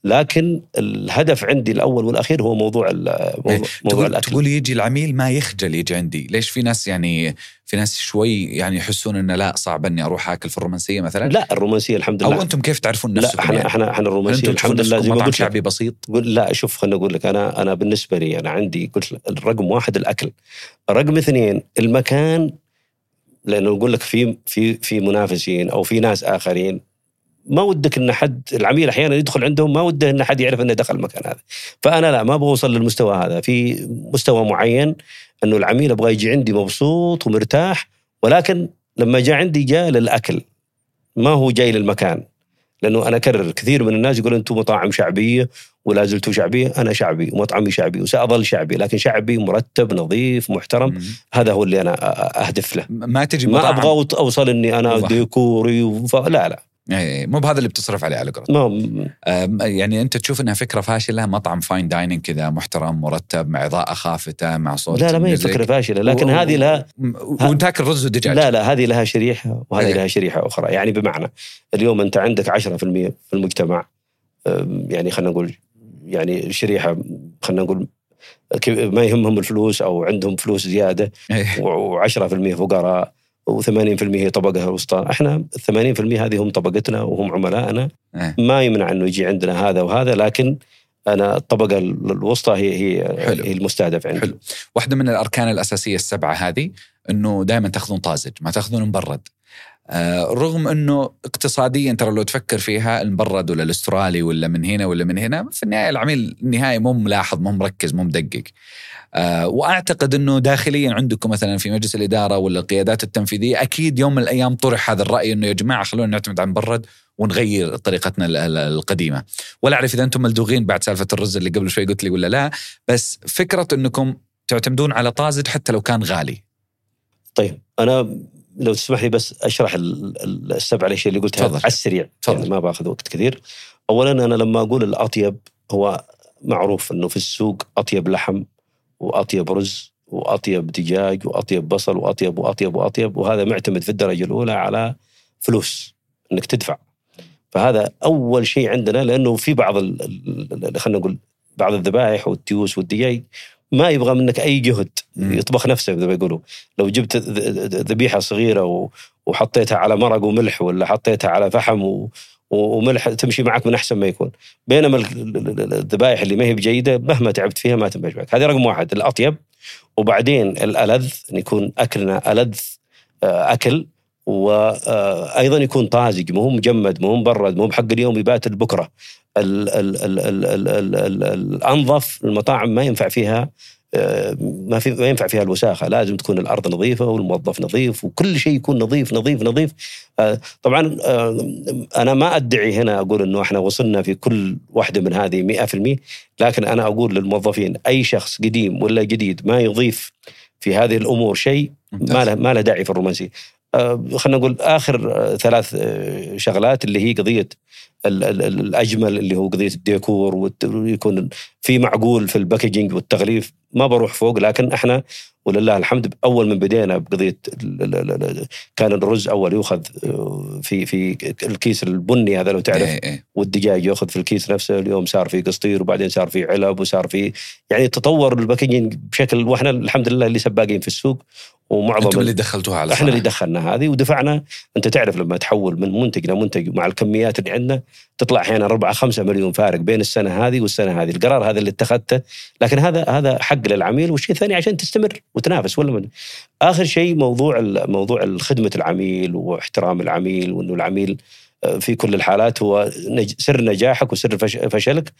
لكن الهدف عندي الأول والأخير هو موضوع موضوع, موضوع الأكل. تقول يجي العميل ما يخجل يجي عندي. ليش في ناس يعني في ناس شوي يعني يحسون إنه لا صعب إني أروح أكل في الرومانسية مثلا؟ لا، الرومانسية الحمد لله. أو أنتم كيف تعرفون نفسكم؟ لا، إحنا يعني؟ إحنا إحنا الرومانسية الحمد لله زي ما قلت شعبي بسيط. لا شوف، خلنا أقول لك، أنا أنا بالنسبة لي أنا عندي قلت الرقم واحد الأكل، رقم اثنين المكان. لأنه نقول لك في في في منافسين أو في ناس آخرين ما ودك إن حد العميل أحيانا يدخل عندهم ما وده إن حد يعرف إنه دخل المكان هذا. فأنا لا، ما بوصل للمستوى هذا. في مستوى معين إنه العميل أبغى يجي عندي مبسوط ومرتاح، ولكن لما جاء عندي جاء للأكل ما هو جاي للمكان. لأنه أنا أكرر كثير من الناس يقولون أنتم مطاعم شعبية ولا زلتوا شعبية. أنا شعبي ومطعمي شعبي وسأظل شعبي، لكن شعبي مرتب نظيف محترم. م- هذا هو اللي أنا أهدف له. ما تجي ما أبغى أوصل إني أنا وضح. ديكوري وف... لا لا يعني مو بهذا اللي بتصرف عليه على قولتك. ما يعني أنت تشوف إنها فكرة فاشلة، مطعم فاين دايننج كذا محترم مرتب مع إضاءة خافتة مع صوت. لا لا، ما هي فكرة فاشلة، لكن و... هذه لها وتاكل رز ودجاج. لا لا، هذه لها شريحة وهذه أيه. لها شريحة أخرى. يعني بمعنى اليوم أنت عندك عشرة في المية في المجتمع، يعني خلنا نقول يعني شريحة خلنا نقول ما يهمهم الفلوس أو عندهم فلوس زيادة، أيه. وعشرة في المية فقراء وثمانين في المية طبقة الوسطى. احنا الثمانين في المية هذه هم طبقتنا وهم عملائنا. أه. ما يمنع انه يجي عندنا هذا وهذا، لكن انا الطبقة الوسطى هي هي, هي المستهدف عندي. حلو. واحدة من الاركان الاساسية السبعة هذه انه دائما تاخذون طازج، ما تاخذون مبرد. آه رغم انه اقتصاديا ترى لو تفكر فيها المبرد ولا الاسترالي ولا من هنا ولا من هنا، في النهاية العميل النهائي مو ملاحظ مو مركز مو مدقق. آه وأعتقد أنه داخليا عندكم مثلا في مجلس الإدارة ولا القيادات التنفيذية أكيد يوم من الأيام طرح هذا الرأي أنه يا جماعة خلونا نعتمد على مبرد ونغير طريقتنا القديمة. ولا أعرف إذا أنتم ملدوغين بعد سالفة الرز اللي قبل شوي قلت لي ولا لا، بس فكرة أنكم تعتمدون على طازج حتى لو كان غالي. طيب أنا لو تسمح لي بس أشرح السبع الأشياء اللي قلتها على السريع، يعني ما باخذ وقت كثير. أولا أنا لما أقول الأطيب، هو معروف أنه في السوق أطيب لحم وأطيب رز وأطيب دجاج وأطيب بصل وأطيب وأطيب وأطيب، وهذا معتمد في الدرجة الأولى على فلوس إنك تدفع. فهذا أول شيء عندنا، لأنه في بعض ال خلنا نقول بعض الذبائح والتيوس والدجاج ما يبغى منك أي جهد، يطبخ نفسه زي ما يقولوا. لو جبت ذبيحة صغيرة وحطيتها على مرق وملح ولا حطيتها على فحم و وملح تمشي معك من أحسن ما يكون. بينما الذبائح اللي ما هي بجيدة مهما تعبت فيها ما تنبش معك. هذا رقم واحد الأطيب. وبعدين الألذ، أن يكون أكلنا ألذ أكل وأيضا يكون طازج، مو مجمد، مو مبرد، مو بحق اليوم يبات بكرة. ال ال ال ال ال ال ال الأنظف المطاعم ما ينفع فيها ما في ما ينفع فيها الوساخة، لازم تكون الأرض نظيفة والموظف نظيف وكل شيء يكون نظيف نظيف نظيف. طبعا أنا ما أدعي هنا أقول إنه إحنا وصلنا في كل واحدة من هذه مئة في المئة، لكن أنا أقول للموظفين أي شخص قديم ولا جديد ما يضيف في هذه الأمور شيء ما له ما له داعي في الرومانسية. خلنا نقول آخر ثلاث شغلات اللي هي قضية الأجمل اللي هو قضية الديكور، ويكون في معقول في الباكيجينج والتغليف، ما بروح فوق. لكن احنا ولله الحمد أول من بدينا بقضية كان الرز أول يأخذ في في الكيس البني هذا لو تعرف، والدجاج يأخذ في الكيس نفسه. اليوم صار في قسطير، وبعدين صار في علب، وصار في يعني تطور الباكيجينج بشكل، واحنا الحمد لله اللي سباقين في السوق. ومعظم انتم اللي دخلتوها على احنا اللي دخلنا هذه ودفعنا. انت تعرف لما تحول من منتج لمنتج مع الكميات اللي عندنا تطلع احيانا أربعة خمسة مليون فارق بين السنه هذه والسنه هذه. القرار هذا اللي اتخذته، لكن هذا هذا حق للعميل، والشيء الثاني عشان تستمر وتنافس. ولا من اخر شيء موضوع موضوع خدمه العميل واحترام العميل، وانه العميل في كل الحالات هو سر نجاحك وسر فشلك.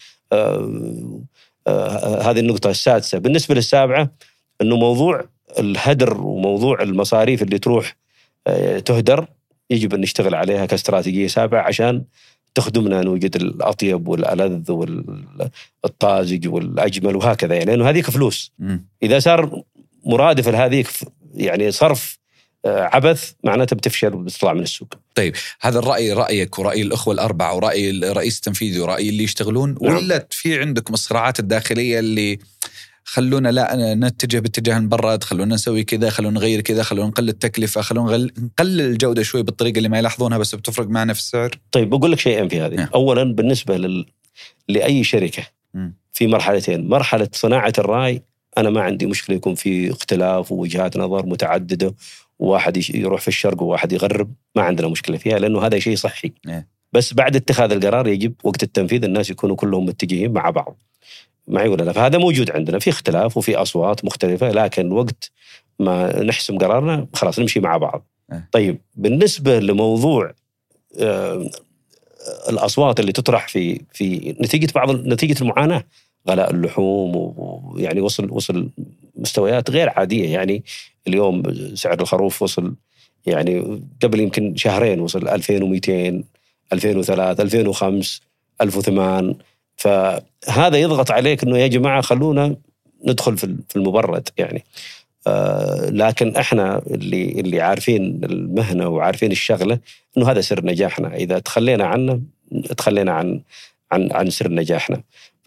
هذه النقطه السادسه. بالنسبه للسابعه انه موضوع الهدر وموضوع المصاريف اللي تروح تهدر يجب أن نشتغل عليها كاستراتيجية سابعة عشان تخدمنا نوجد الأطيب والألذ والطازج والأجمل وهكذا. يعني لأنه هذيك فلوس، إذا صار مرادف لهذيك يعني صرف عبث معناته بتفشل وبتطلع من السوق. طيب هذا الرأي رأيك ورأي الأخوة الأربعة ورأي الرئيس التنفيذي ورأي اللي يشتغلون، نعم. ولا في عندكم الصراعات الداخلية اللي خلونا لا نتجه باتجاه نبرد، خلونا نسوي كذا، خلونا نغير كذا، خلونا نقلل التكلفة، خلونا نقلل الجودة شوي بالطريقة اللي ما يلاحظونها بس بتفرق معنا في السعر؟ طيب بقول لك شيئين في هذه. أولا بالنسبة لل... لأي شركة في مرحلتين، مرحلة صناعة الرأي أنا ما عندي مشكلة يكون في اختلاف ووجهات نظر متعددة، وواحد يروح في الشرق وواحد يغرب، ما عندنا مشكلة فيها لأنه هذا شيء صحي. بس بعد اتخاذ القرار يجب وقت التنفيذ الناس يكونوا كلهم متجهين مع بعض، معي ولا لا؟ فهذا موجود عندنا، في اختلاف وفي أصوات مختلفة، لكن وقت ما نحسم قرارنا خلاص نمشي مع بعض. طيب بالنسبة لموضوع آه الأصوات اللي تطرح في في نتيجة بعض نتيجة المعاناة، غلاء اللحوم، ويعني وصل وصل مستويات غير عادية. يعني اليوم سعر الخروف وصل يعني قبل يمكن شهرين وصل ألفين ومئتين، ألفين وثلاثة، ألفين وخمسة، ألف وثمانية. فهذا يضغط عليك إنه يا جماعة خلونا ندخل في المبرد يعني. آه لكن إحنا اللي اللي عارفين المهنة وعارفين الشغلة إنه هذا سر نجاحنا. إذا تخلينا عنه تخلينا عن عن عن سر نجاحنا.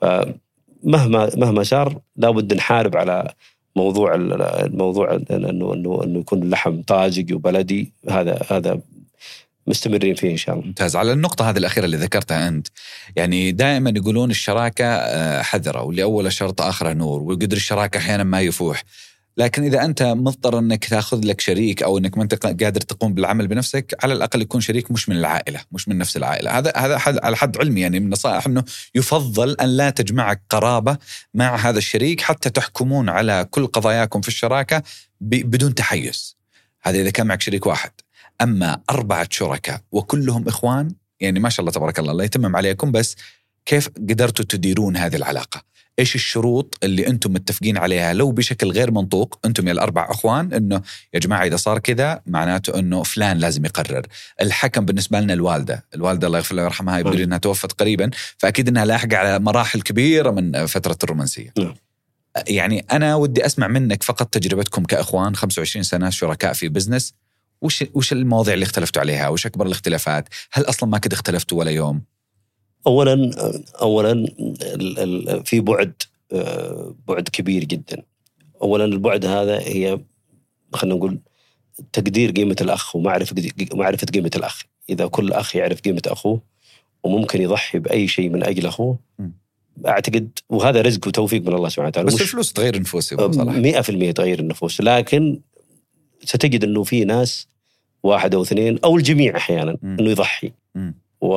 فمهما مهما صار لابد نحارب على موضوع الموضوع إنه إنه إنه يكون اللحم طازج وبلدي. هذا هذا مستمرين فيه إن شاء الله. ممتاز. على النقطة هذه الأخيرة اللي ذكرتها أنت، يعني دائما يقولون الشراكة حذرة، واللي أول شرط آخره نور، وقدر الشراكة أحيانا ما يفوح. لكن إذا أنت مضطر أنك تأخذ لك شريك أو أنك ما أنت قادر تقوم بالعمل بنفسك، على الأقل يكون شريك مش من العائلة، مش من نفس العائلة. هذا هذا على حد علمي يعني من نصائح أنه يفضل أن لا تجمعك قرابة مع هذا الشريك حتى تحكمون على كل قضاياكم في الشراكة بدون تحيز. هذا إذا كان معك شريك واحد. أما أربعة شركاء وكلهم إخوان، يعني ما شاء الله تبارك الله، الله يتمم عليكم. بس كيف قدرتوا تديرون هذه العلاقة؟ إيش الشروط اللي أنتم متفقين عليها لو بشكل غير منطوق أنتم يا الأربع أخوان إنه يا جماعة إذا صار كذا معناته إنه فلان لازم يقرر؟ الحكم بالنسبة لنا الوالدة، الوالدة الله يغفر لها ويرحمها، يبدو إنها توفت قريبا، فأكيد إنها لاحقة على مراحل كبيرة من فترة الرومانسية. يعني أنا ودي أسمع منك فقط تجربتكم كأخوان، خمسة وعشرين سنة شركاء في بزنس. وش وش المواضيع اللي اختلفتوا عليها؟ وش أكبر الاختلافات؟ هل أصلا ما كده اختلفتوا ولا يوم؟ أولا أولا في بعد بعد كبير جدا. أولا البعد هذا هي خلينا نقول تقدير قيمة الأخ ومعرفة معرفة قيمة الأخ. إذا كل أخ يعرف قيمة أخوه وممكن يضحي بأي شيء من أجل أخوه، أعتقد وهذا رزق وتوفيق من الله سبحانه وتعالى. بس الفلوس تغير النفوس مئة في المئة تغير النفوس، لكن ستجد أنه في ناس واحد أو اثنين أو الجميع أحيانا م. أنه يضحي م.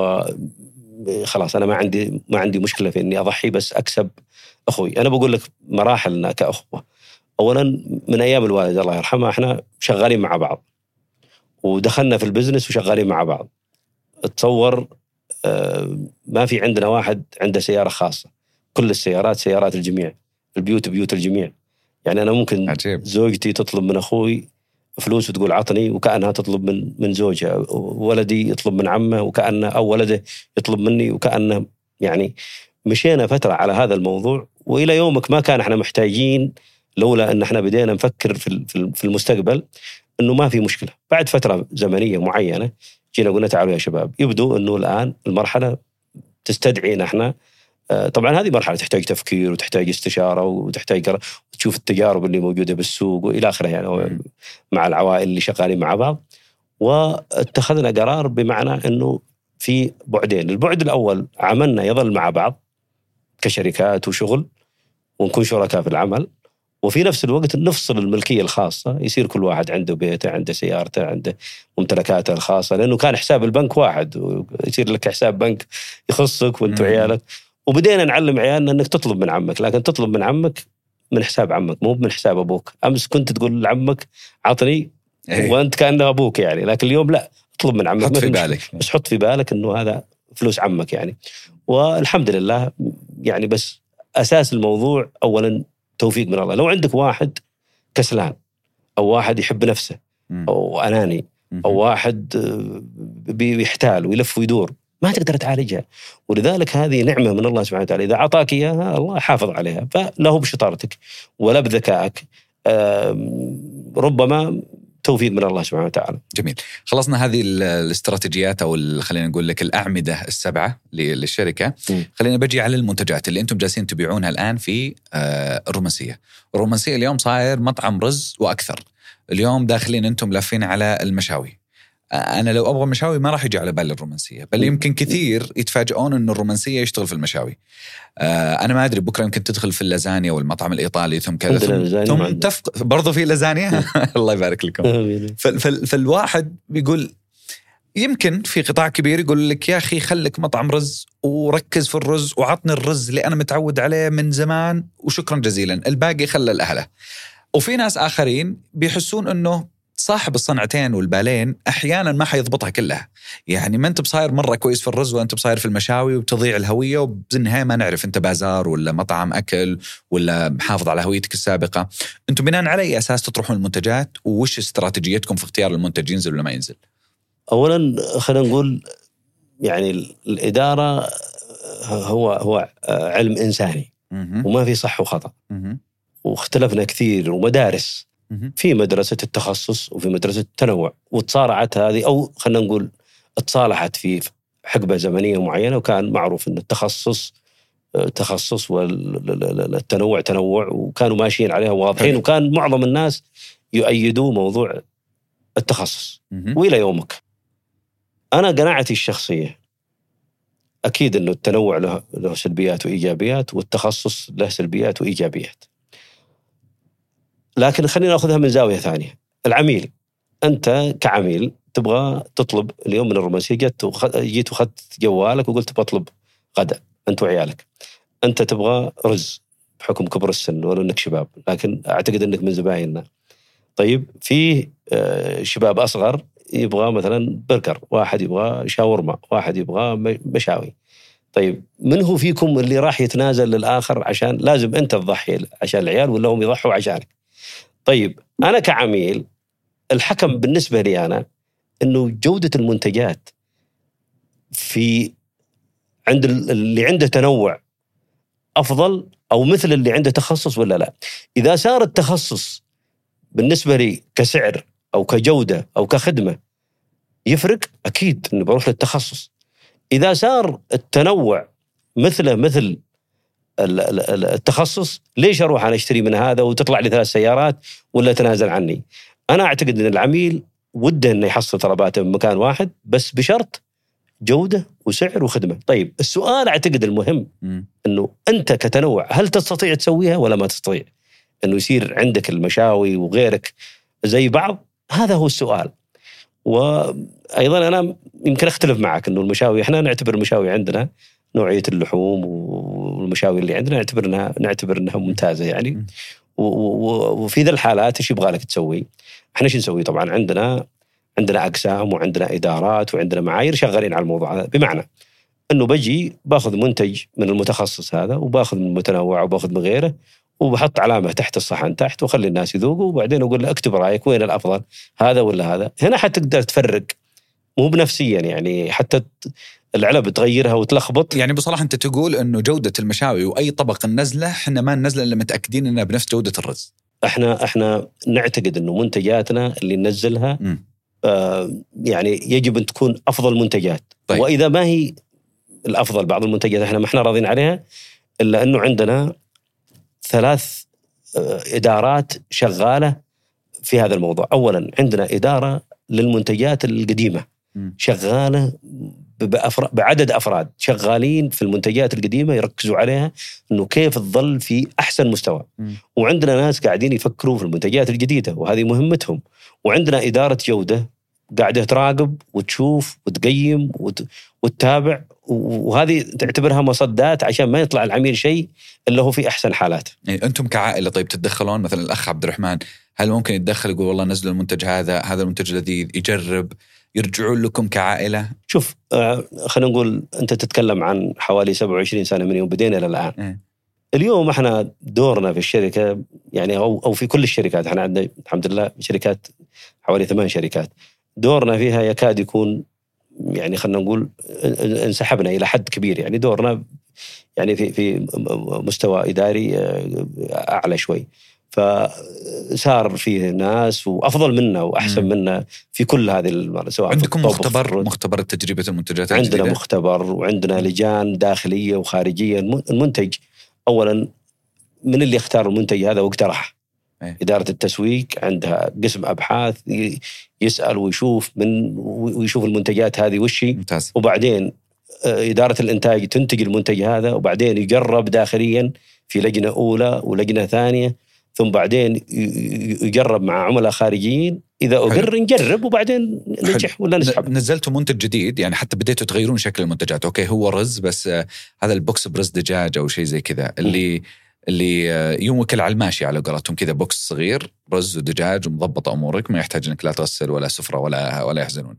وخلاص أنا ما عندي ما عندي مشكلة في إني أضحي بس أكسب أخوي. أنا بقول لك مراحلنا كأخوة. أولا من أيام الوالد الله يرحمه إحنا شغالين مع بعض، ودخلنا في البزنس وشغالين مع بعض. تصور ما في عندنا واحد عنده سيارة خاصة، كل السيارات سيارات الجميع، البيوت بيوت الجميع. يعني أنا ممكن عجيب. زوجتي تطلب من أخوي فلوس وتقول عطني وكأنها تطلب من من زوجها، ولدي يطلب من عمه وكأنه أو ولده يطلب مني وكأنه. يعني مشينا فترة على هذا الموضوع، وإلى يومك ما كان احنا محتاجين، لولا أن احنا بدينا نفكر في في المستقبل أنه ما في مشكلة. بعد فترة زمنية معينة جينا قلنا تعالوا يا شباب، يبدو أنه الآن المرحلة تستدعينا احنا. طبعا هذه مرحلة تحتاج تفكير وتحتاج استشارة وتحتاج تشوف التجارب اللي موجودة بالسوق وإلى آخره، يعني مع العوائل اللي شغالين مع بعض. واتخذنا قرار بمعنى أنه في بعدين. البعد الأول عملنا يظل مع بعض كشركات وشغل ونكون شركاء في العمل، وفي نفس الوقت نفصل الملكية الخاصة، يصير كل واحد عنده بيته، عنده سيارته، عنده ممتلكاته الخاصة، لأنه كان حساب البنك واحد ويصير لك حساب بنك يخصك وانت وعيالك. وبدينا نعلم عيالنا أنك تطلب من عمك، لكن تطلب من عمك من حساب عمك مو من حساب أبوك. أمس كنت تقول لعمك عطني أيه. وأنت كأنه أبوك يعني، لكن اليوم لا، اطلب من عمك، حط في بالك، بس حط في بالك أنه هذا فلوس عمك يعني. والحمد لله يعني. بس أساس الموضوع أولا توفيق من الله. لو عندك واحد كسلان أو واحد يحب نفسه أو أناني أو واحد بيحتال ويلف ويدور، ما تقدر تعالجها. ولذلك هذه نعمة من الله سبحانه وتعالى، إذا عطاك إياها الله حافظ عليها، فلا هو بشطارتك ولا بذكائك، ربما توفيق من الله سبحانه وتعالى. جميل. خلصنا هذه الاستراتيجيات أو خلينا نقول لك الأعمدة السبعة للشركة. م. خلينا بجي على المنتجات اللي أنتم جالسين تبيعونها الآن في الرومانسية. الرومانسية اليوم صاير مطعم رز وأكثر. اليوم داخلين أنتم لافين على المشاوي. أنا لو أبغى مشاوي ما راح يجي على بالي الرومانسية، بل يمكن كثير يتفاجئون إنه الرومانسية يشتغل في المشاوي. آه أنا ما أدري، بكرة يمكن تدخل في اللازانيا والمطعم الإيطالي ثم كذا ثم, ثم تفق برضو في لازانيا. الله يبارك لكم. فالواحد بيقول يمكن في قطاع كبير يقول لك يا أخي خلك مطعم رز وركز في الرز وعطني الرز اللي أنا متعود عليه من زمان وشكرا جزيلا، الباقي خلى الأهله. وفي ناس آخرين بيحسون إنه صاحب الصنعتين والبالين أحياناً ما حيضبطها كلها. يعني ما أنت بصاير مرة كويس في الرز وأنت بصاير في المشاوي وبتضيع الهوية، وبالنهاية ما نعرف أنت بازار ولا مطعم أكل ولا محافظ على هويتك السابقة. أنتم بناء على أي أساس تطرحون المنتجات، ووش استراتيجيتكم في اختيار المنتج، ينزل ولا ما ينزل؟ أولاً خلينا نقول يعني الإدارة هو هو علم إنساني وما في صح وخطأ، واختلفنا كثير ومدارس. في مدرسة التخصص وفي مدرسة التنوع، وتصارعت هذه أو خلنا نقول اتصالحت في حقبة زمنية معينة، وكان معروف أن التخصص تخصص والتنوع تنوع، وكانوا ماشيين عليها واضحين، وكان معظم الناس يؤيدوا موضوع التخصص. وإلى يومك أنا قناعتي الشخصية أكيد أنه التنوع له, له سلبيات وإيجابيات، والتخصص له سلبيات وإيجابيات. لكن خلينا نأخذها من زاوية ثانية. العميل، أنت كعميل تبغى تطلب اليوم من الرومانسية، جيت جيت وخدت جوالك وقلت بطلب غدا أنت وعيالك. أنت تبغى رز بحكم كبر السن ولا أنك شباب، لكن أعتقد أنك من زبايننا. طيب في شباب أصغر يبغى مثلا برجر، واحد يبغى شاورما، واحد يبغى مشاوي. طيب من هو فيكم اللي راح يتنازل للآخر عشان لازم أنت تضحي عشان العيال ولا هم يضحوا عشانك؟ طيب أنا كعميل الحكم بالنسبة لي أنا إنه جودة المنتجات في عند اللي عنده تنوع أفضل أو مثل اللي عنده تخصص ولا لا. إذا صار التخصص بالنسبة لي كسعر أو كجودة أو كخدمة يفرق، أكيد إنه بروح للتخصص. إذا صار التنوع مثله مثل التخصص، ليش أروح أنا أشتري من هذا وتطلع لي ثلاث سيارات ولا تنازل عني؟ أنا أعتقد أن العميل وده أنه يحصل طلباته من مكان واحد، بس بشرط جودة وسعر وخدمة. طيب السؤال أعتقد المهم م. أنه أنت كتنوع هل تستطيع تسويها ولا ما تستطيع؟ أنه يصير عندك المشاوي وغيرك زي بعض، هذا هو السؤال. وأيضا أنا يمكن أختلف معك أنه المشاوي، إحنا نعتبر المشاوي عندنا نوعية اللحوم والمشاوي اللي عندنا نعتبر أنها, نعتبر أنها ممتازة يعني. وفي ذا الحالات إيش يبغى لك تسوي؟ إحنا شو نسوي؟ طبعا عندنا عندنا أقسام وعندنا إدارات وعندنا معايير شغالين على الموضوع هذا. بمعنى أنه بجي باخذ منتج من المتخصص هذا وباخذ من المتنوع وباخذ من غيره وبحط علامة تحت الصحن تحت وخلي الناس يذوقوا وبعدين أقول له اكتب رأيك وين الأفضل هذا ولا هذا. هنا حتقدر تفرق مو بنفسيا يعني حتى العلب تغيرها وتلخبط. يعني بصراحة أنت تقول أنه جودة المشاوي وأي طبق النزلة إحنا ما ننزله إلا متأكدين أنها بنفس جودة الرز. إحنا إحنا نعتقد أنه منتجاتنا اللي ننزلها آه يعني يجب أن تكون أفضل منتجات. طيب. وإذا ما هي الأفضل بعض المنتجات إحنا ما إحنا راضين عليها إلا أنه عندنا ثلاث آه إدارات شغالة في هذا الموضوع. أولا عندنا إدارة للمنتجات القديمة م. شغالة بعدد أفراد شغالين في المنتجات القديمة يركزوا عليها أنه كيف تظل في أحسن مستوى. م. وعندنا ناس قاعدين يفكروا في المنتجات الجديدة وهذه مهمتهم. وعندنا إدارة جودة قاعدة تراقب وتشوف وتقيم وت... وتتابع وهذه تعتبرها مصدات عشان ما يطلع العميل شيء اللي هو في أحسن حالات. يعني أنتم كعائلة طيب تتدخلون مثلا الأخ عبد الرحمن هل ممكن يتدخل يقول والله نزلوا المنتج هذا هذا المنتج الذي يجرب يرجعون لكم كعائلة؟ شوف آه خلينا نقول أنت تتكلم عن حوالي سبعة وعشرين سنة من يوم بدينا إلى الآن. م. اليوم احنا دورنا في الشركة يعني أو أو في كل الشركات احنا عندنا الحمد لله شركات حوالي ثمان شركات دورنا فيها يكاد يكون يعني خلينا نقول انسحبنا إلى حد كبير يعني دورنا يعني في في مستوى إداري أعلى شوي. فصار فيه ناس وأفضل منا وأحسن م. منا في كل هذه سواء عندكم مختبر مختبر تجربة المنتجات عندنا الجديدة؟ مختبر وعندنا لجان داخلية وخارجية. المنتج أولا من اللي اختار المنتج هذا واقترح أيه. إدارة التسويق عندها قسم أبحاث يسأل ويشوف من ويشوف المنتجات هذه وشي ممتاز. وبعدين إدارة الإنتاج تنتج المنتج هذا وبعدين يجرب داخليا في لجنة أولى ولجنة ثانية ثم بعدين يجرب مع عملاء خارجيين إذا أقر نجرب وبعدين ننجح ولا نسحب. نزلتوا منتج جديد يعني حتى بديتوا تغيرون شكل المنتجات. أوكي هو رز بس هذا البوكس برز دجاج أو شيء زي كذا اللي م. اللي يومك على الماشي على قولتهم كذا بوكس صغير رز ودجاج ومضبط أمورك ما يحتاج إنك لا تغسل ولا سفرة ولا ولا يحزنون.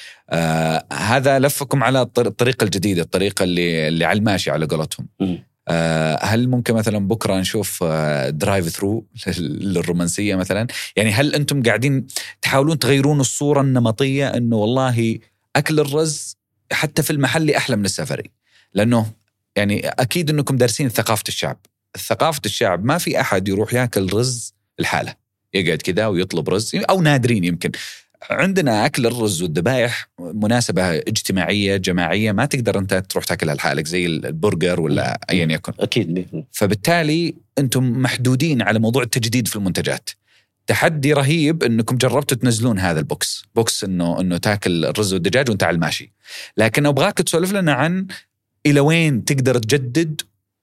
آه هذا لفكم على الطريقة الجديدة الطريقة اللي اللي على الماشي على قولتهم. آه هل ممكن مثلا بكرة نشوف آه درايف ثرو للرومانسية مثلا؟ يعني هل أنتم قاعدين تحاولون تغيرون الصورة النمطية إنه والله أكل الرز حتى في المحلي أحلى من السفري؟ لأنه يعني أكيد أنكم دارسين ثقافة الشعب. ثقافة الشعب ما في أحد يروح يأكل رز الحالة يقعد كذا ويطلب رز أو نادرين. يمكن عندنا أكل الرز والذبائح مناسبة اجتماعية جماعية ما تقدر أنت تروح تأكلها لحالك زي البرجر ولا أيا يكن. أكيد. فبالتالي أنتم محدودين على موضوع التجديد في المنتجات. تحدي رهيب أنكم جربتوا تنزلون هذا البوكس بوكس إنه إنه تأكل الرز والدجاج وأنت على الماشي. لكن أبغاك تسولف لنا عن إلى وين تقدر تجدد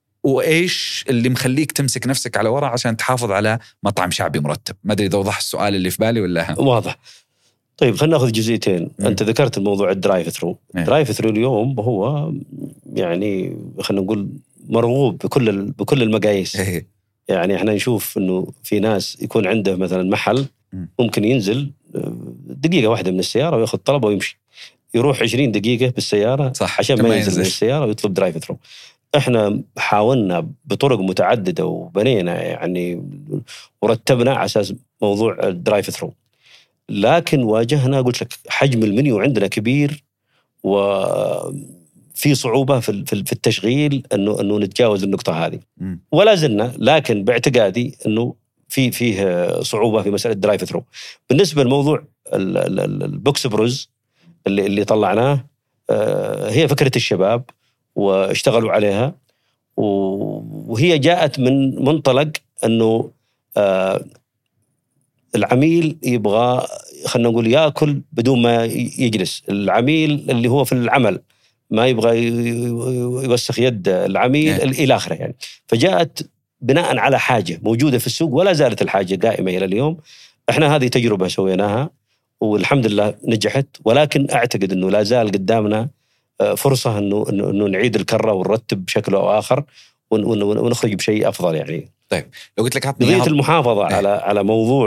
وإيش اللي مخليك تمسك نفسك على وراء عشان تحافظ على مطعم شعبي مرتب. ما أدري إذا وضح السؤال اللي في بالي ولا واضح. طيب خلينا ناخذ جزئيتين. م. أنت ذكرت الموضوع الدرايف ثرو. م. درايف ثرو اليوم هو يعني خلينا نقول مرغوب بكل بكل المقاييس. يعني إحنا نشوف إنه في ناس يكون عنده مثلا محل م. ممكن ينزل دقيقة واحدة من السيارة ويأخذ طلبه ويمشي. يروح عشرين دقيقة بالسيارة صح. عشان ما ينزل من السيارة ويطلب درايف ثرو. إحنا حاولنا بطرق متعددة وبنينا يعني ورتبنا على أساس موضوع الدرايف ثرو. لكن واجهنا قلت لك حجم المنيو عندنا كبير وفي صعوبة في في التشغيل إنه إنه نتجاوز النقطة هذه. م. ولا زلنا لكن باعتقادي إنه في فيه صعوبة في مسألة درايف ثرو. بالنسبة لموضوع البوكس بروز اللي اللي طلعناه هي فكرة الشباب واشتغلوا عليها وهي جاءت من منطلق أنه العميل يبغى خلنا نقول يأكل بدون ما يجلس. العميل اللي هو في العمل ما يبغى يوسخ يد العميل إلى آخره يعني. فجاءت بناء على حاجة موجودة في السوق ولا زالت الحاجة قائمة إلى اليوم. إحنا هذه تجربة سويناها والحمد لله نجحت. ولكن أعتقد أنه لا زال قدامنا فرصة إنه إنه نعيد الكرة ونرتب بشكل أو آخر ونخرج بشيء أفضل يعني. طيب لو قلت لك عطني المحافظة على على موضوع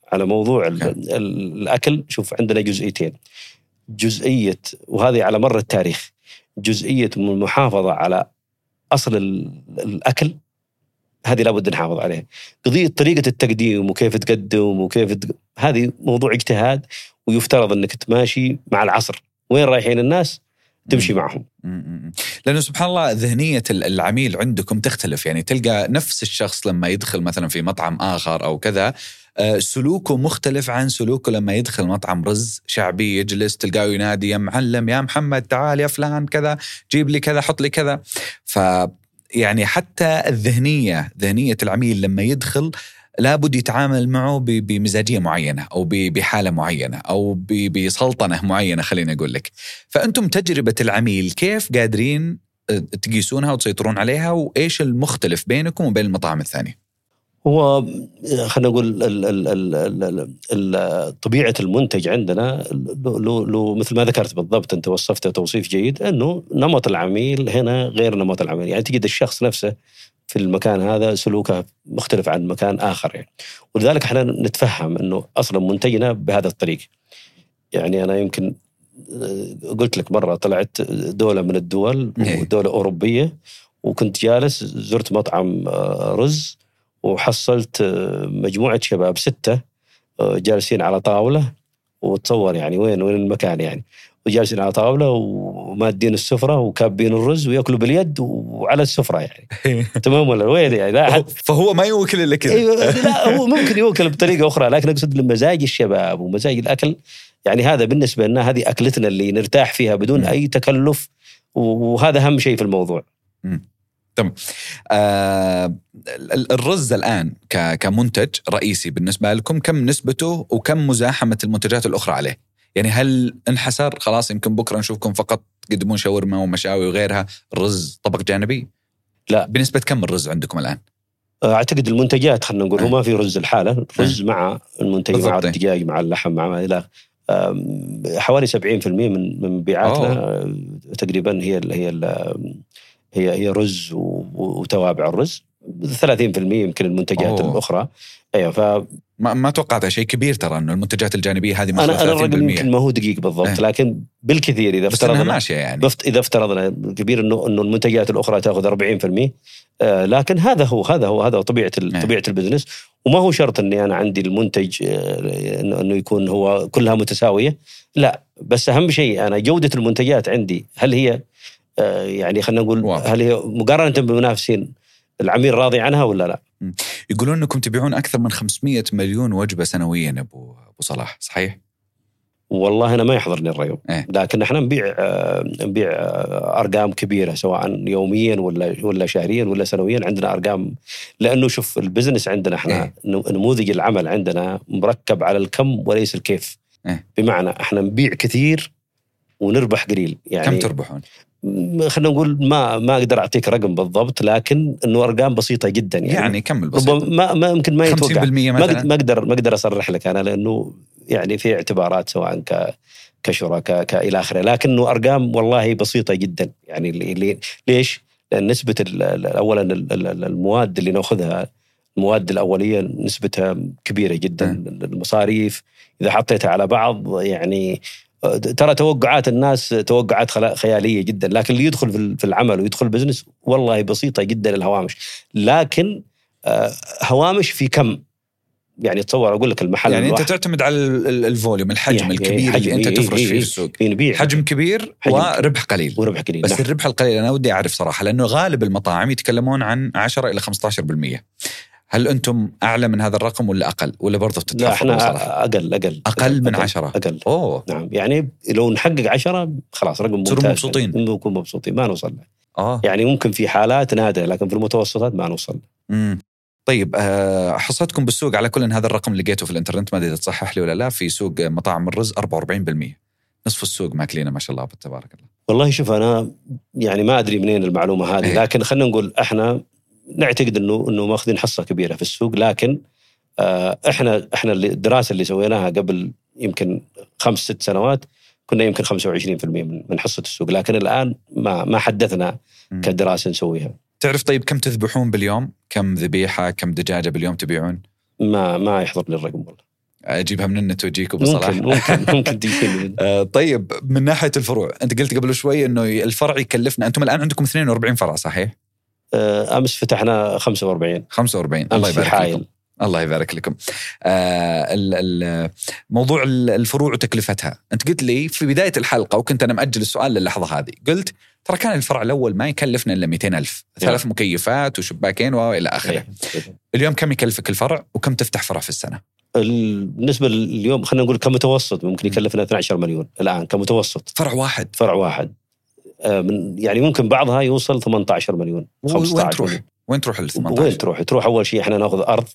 على موضوع ال ال الأكل. شوف عندنا جزئيتين، جزئية وهذه على مر التاريخ، جزئية المحافظة على أصل الأكل، هذه لابد نحافظ عليها. قضية طريقة التقديم وكيف تقدم وكيف تق... هذه موضوع اجتهاد، ويفترض أنك تماشي مع العصر، وين رايحين الناس تمشي معهم. لأنه سبحان الله ذهنية العميل عندكم تختلف، يعني تلقى نفس الشخص لما يدخل مثلا في مطعم آخر أو كذا سلوكه مختلف عن سلوكه لما يدخل مطعم رز شعبي، يجلس تلقاه ينادي يا معلم يا محمد تعال يا فلان كذا جيب لي كذا حط لي كذا. ف يعني حتى الذهنية ذهنية العميل لما يدخل لابد يتعامل معه بمزاجية معينة أو بحالة معينة أو بسلطنة معينة خلينا أقول لك. فأنتم تجربة العميل كيف قادرين تقيسونها وتسيطرون عليها، وإيش المختلف بينكم وبين المطاعم الثانية؟ هو خلينا نقول ال ال ال ال طبيعة المنتج عندنا لو, لو مثل ما ذكرت بالضبط، أنت وصفته توصيف جيد، أنه نمط العميل هنا غير نمط العميل. يعني تجد الشخص نفسه في المكان هذا سلوكه مختلف عن مكان آخر يعني. ولذلك احنا نتفهم أنه أصلا منتجنا بهذا الطريق. يعني أنا يمكن قلت لك مرة طلعت دولة من الدول ودولة أوروبية، وكنت جالس زرت مطعم رز وحصلت مجموعة شباب ستة جالسين على طاولة، وتصور يعني وين وين المكان يعني، وجالسين على طاولة ومادين السفرة وكابين الرز ويأكلوا باليد وعلى السفرة يعني. تمام ولا وين يعني؟ لا حد فهو ما يوكل إلا كذا. لا هو ممكن يوكل بطريقة أخرى، لكن أقصد لمزاج الشباب ومزاج الأكل. يعني هذا بالنسبة لنا هذه أكلتنا اللي نرتاح فيها بدون م. أي تكلف، وهذا أهم شيء في الموضوع. م. تمام. آه الرز الآن كمنتج رئيسي بالنسبة لكم، كم نسبته وكم مزاحمة المنتجات الأخرى عليه؟ يعني هل انحسر خلاص يمكن بكرة نشوفكم فقط تقدمون شاورما ومشاوي وغيرها، الرز طبق جانبي؟ لا. بنسبة كم الرز عندكم الآن؟ أعتقد المنتجات خلنا نقول أه. هو ما في رز الحالة، رز أه. مع المنتج مع الدجاج مع اللحم مع إلى حوالي سبعين بالمئة من من مبيعاتنا تقريبا هي هي هي هي رز وتوابع الرز. ثلاثين بالمئة يمكن المنتجات أوه. الأخرى. أيوة. ف ما ما توقعت شيء كبير ترى إنه المنتجات الجانبية هذه أنا أنا الرقم يمكن ما هو دقيق بالضبط أه. لكن بالكثير إذا افترضنا يعني. إذا افترضنا كبير إنه إنه المنتجات الأخرى تأخذ أربعين بالمئة. آه لكن هذا هو هذا هو هذا طبيعة أه. طبيعة البزنس. وما هو شرط إني أنا عندي المنتج آه إنه إنه يكون هو كلها متساوية، لا، بس أهم شيء أنا جودة المنتجات عندي هل هي آه يعني خلينا نقول واضح. هل هي مقارنة بمنافسين العميل راضي عنها ولا لا؟ يقولون أنكم تبيعون أكثر من خمسمائة مليون وجبة سنويا أبو أبو صلاح، صحيح؟ والله أنا ما يحضرني الرقم إيه؟ لكن إحنا نبيع آه نبيع آه أرقام كبيرة سواء يوميا ولا ولا شهريا ولا سنويا. عندنا أرقام، لأنه شوف البزنس عندنا إحنا إيه؟ نموذج العمل عندنا مركب على الكم وليس الكيف. إيه؟ بمعنى إحنا نبيع كثير ونربح قليل. يعني كم تربحون؟ خلينا نقول ما ما أقدر أعطيك رقم بالضبط، لكن إنه أرقام بسيطة جدا يعني. يعني كم البسيطة؟ ما ما يمكن ما يتوقع. خمسين بالمئة مثلا. ما أقدر ما أقدر أصرح لك أنا، لأنه يعني في اعتبارات سواء ك كشركاء كإلى آخره، لكنه أرقام والله بسيطة جدا يعني. اللي ليش؟ لأن نسبة أولا المواد اللي نأخذها، المواد الأولية نسبتها كبيرة جدا. المصاريف إذا حطيتها على بعض يعني ترى توقعات الناس توقعات خيالية جدا، لكن اللي يدخل في العمل ويدخل بزنس والله بسيطة جدا الهوامش. لكن هوامش في كم يعني؟ تصور أقول لك المحل يعني الواحد. أنت تعتمد على الفوليوم، الحجم يعني الكبير حجم اللي أنت تفرش فيه السوق. حجم كبير حجم وربح قليل. وربح قليل. بس نعم. الربح القليل أنا ودي أعرف صراحة، لأنه غالب المطاعم يتكلمون عن عشرة إلى خمسة عشر بالمئة. هل أنتم أعلى من هذا الرقم ولا أقل ولا برضه تتحفظوا؟ لا إحنا صراحة أقل أقل أقل من عشرة. أقل. أوه. نعم يعني لو نحقق عشرة خلاص رقم ممتاز. تصيروا مبسوطين. نكون مبسوطين ما نوصل له. آه. يعني ممكن في حالات نادرة لكن في المتوسطات ما نوصل. امم طيب أه حصتكم بالسوق على كل إن هذا الرقم اللي لقيته في الإنترنت ما أدري تصحح لي ولا لا، في سوق مطاعم الرز أربعة وأربعين بالمئة، نصف السوق ماكلينه ما شاء الله تبارك الله. والله شوف أنا يعني ما أدري منين المعلومة هذه. إيه؟ لكن خلينا نقول إحنا نعتقد إنه إنه ماخذين حصة كبيرة في السوق. لكن آه إحنا إحنا الدراسة اللي سويناها قبل يمكن خمس ست سنوات كنا يمكن خمسة وعشرين بالمئة من حصة السوق، لكن الآن ما ما حدثنا م. كدراسة نسويها. تعرف طيب كم تذبحون باليوم؟ كم ذبيحة كم دجاجة باليوم تبيعون؟ ما ما يحضرني الرقم والله. أجيبها من النت وأجيكم بصراحة. ممكن ممكن ممكن تجيكم. آه طيب من ناحية الفروع، أنت قلت قبل شوي إنه الفرع يكلفنا، أنتم الآن عندكم اثنين وأربعين فرع صحيح؟ آه أمس فتحنا خمسة وأربعين. خمسة وأربعين. الله يبارك لكم. الله يبارك لكم. آه موضوع الفروع وتكلفتها، أنت قلت لي في بداية الحلقة وكنت أنا مأجل السؤال للحظة هذه، قلت ترى كان الفرع الأول ما يكلفنا إلا مئتين ألف، ثلاث مكيفات وشباكين وإلى آخره. اليوم كم يكلفك الفرع وكم تفتح فرع في السنة؟ بالنسبة اليوم خلينا نقول كمتوسط ممكن يكلفنا اثنا عشر مليون الآن كمتوسط. فرع واحد. فرع واحد. من يعني ممكن بعضها يوصل ثمانية عشر مليون. وين تروح؟ وين تروح ال ثمانية عشر؟ وين تروح؟ تروح أول شيء إحنا نأخذ أرض.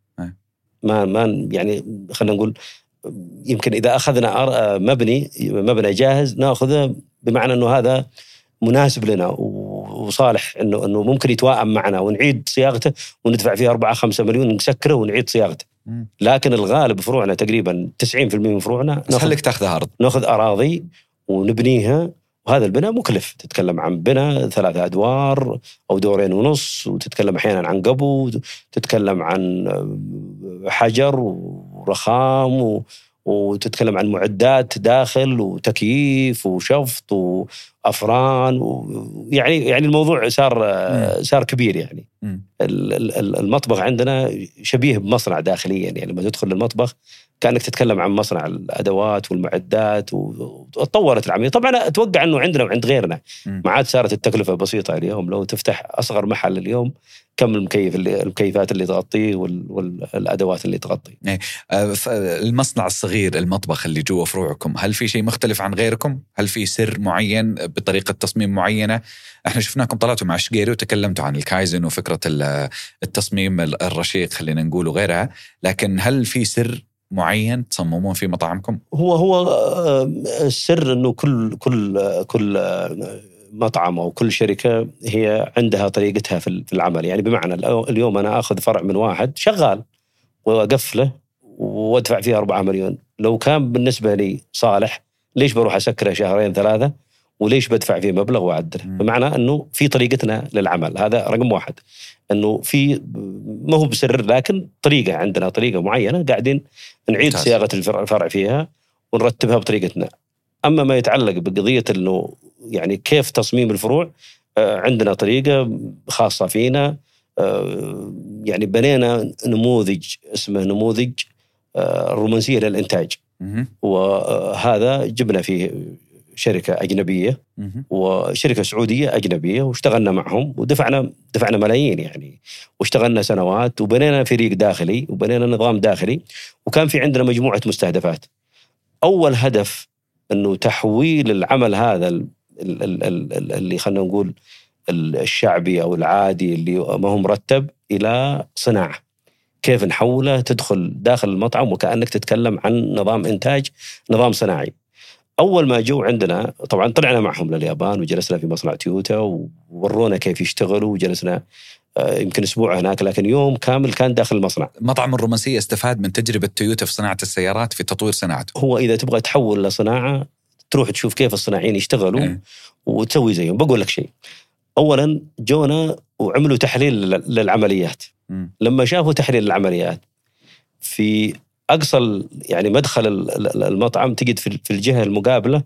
ما ما يعني خلينا نقول يمكن إذا أخذنا مبني مبنى جاهز نأخذه بمعنى إنه هذا مناسب لنا وصالح إنه إنه ممكن يتوائم معنا ونعيد صياغته وندفع فيه أربعة خمسة مليون نسكره ونعيد صياغته. لكن الغالب فروعنا تقريبا تسعين بالمئة من فروعنا ناخذ تاخذ أرض، نأخذ أراضي ونبنيها، وهذا البناء مكلف. تتكلم عن بناء ثلاثة أدوار أو دورين ونص، وتتكلم أحيانا عن قبو، تتكلم عن حجر ورخام و... وتتكلم عن معدات داخل وتكييف وشفط وأفران و... يعني يعني الموضوع صار م. صار كبير يعني. م. المطبخ عندنا شبيه بمصنع داخليا، يعني لما تدخل المطبخ كأنك تتكلم عن مصنع الأدوات والمعدات، وتطورت العملية. طبعا أتوقع أنه عندنا وعند غيرنا ما عاد صارت التكلفة بسيطة. اليوم لو تفتح أصغر محل اليوم كم المكيف اللي المكيفات اللي تغطيه والأدوات اللي تغطيه. المصنع الصغير المطبخ اللي جوا فروعكم، هل في شيء مختلف عن غيركم؟ هل في سر معين بطريقة تصميم معينة؟ احنا شفناكم طلعتوا مع شقيري وتكلمتوا عن الكايزن وفكرة التصميم الرشيق خلينا نقول وغيرها، لكن هل في سر معين تصممون في مطاعمكم؟ هو هو السر انه كل كل كل مطعم او كل شركه هي عندها طريقتها في العمل. يعني بمعنى اليوم انا اخذ فرع من واحد شغال واقفله وادفع فيه أربعة مليون، لو كان بالنسبه لي صالح ليش بروح اسكره شهرين ثلاثه وليش بدفع فيه مبلغ واعدله؟ بمعنى انه في طريقتنا للعمل، هذا رقم واحد. انه في ما هو بسر لكن طريقه، عندنا طريقه معينه قاعدين نعيد ممتاز. صياغه الفرع فيها ونرتبها بطريقتنا. اما ما يتعلق بقضيه انه يعني كيف تصميم الفروع، عندنا طريقه خاصه فينا. يعني بنينا نموذج اسمه نموذج الرومانسيه للانتاج، وهذا جبنا فيه شركة أجنبية وشركة سعودية أجنبية واشتغلنا معهم ودفعنا دفعنا ملايين يعني، واشتغلنا سنوات وبنينا فريق داخلي وبنينا نظام داخلي، وكان في عندنا مجموعة مستهدفات. أول هدف أنه تحويل العمل هذا اللي خلنا نقول الشعبي أو العادي اللي ما هو مرتب إلى صناعة. كيف نحوله تدخل داخل المطعم وكأنك تتكلم عن نظام إنتاج، نظام صناعي. أول ما جو عندنا طبعا طلعنا معهم لليابان وجلسنا في مصنع تويوتا وورونا كيف يشتغلوا، وجلسنا يمكن أسبوع هناك، لكن يوم كامل كان داخل المصنع. مطعم الرومانسية استفاد من تجربة تويوتا في صناعة السيارات في تطوير صناعته. هو إذا تبغى تحول لصناعة تروح تشوف كيف الصناعيين يشتغلوا اه. وتسوي زيهم. بقول لك شيء، أولا جونا وعملوا تحليل للعمليات. م. لما شافوا تحليل العمليات في أقصى يعني مدخل المطعم تجد في الجهة المقابلة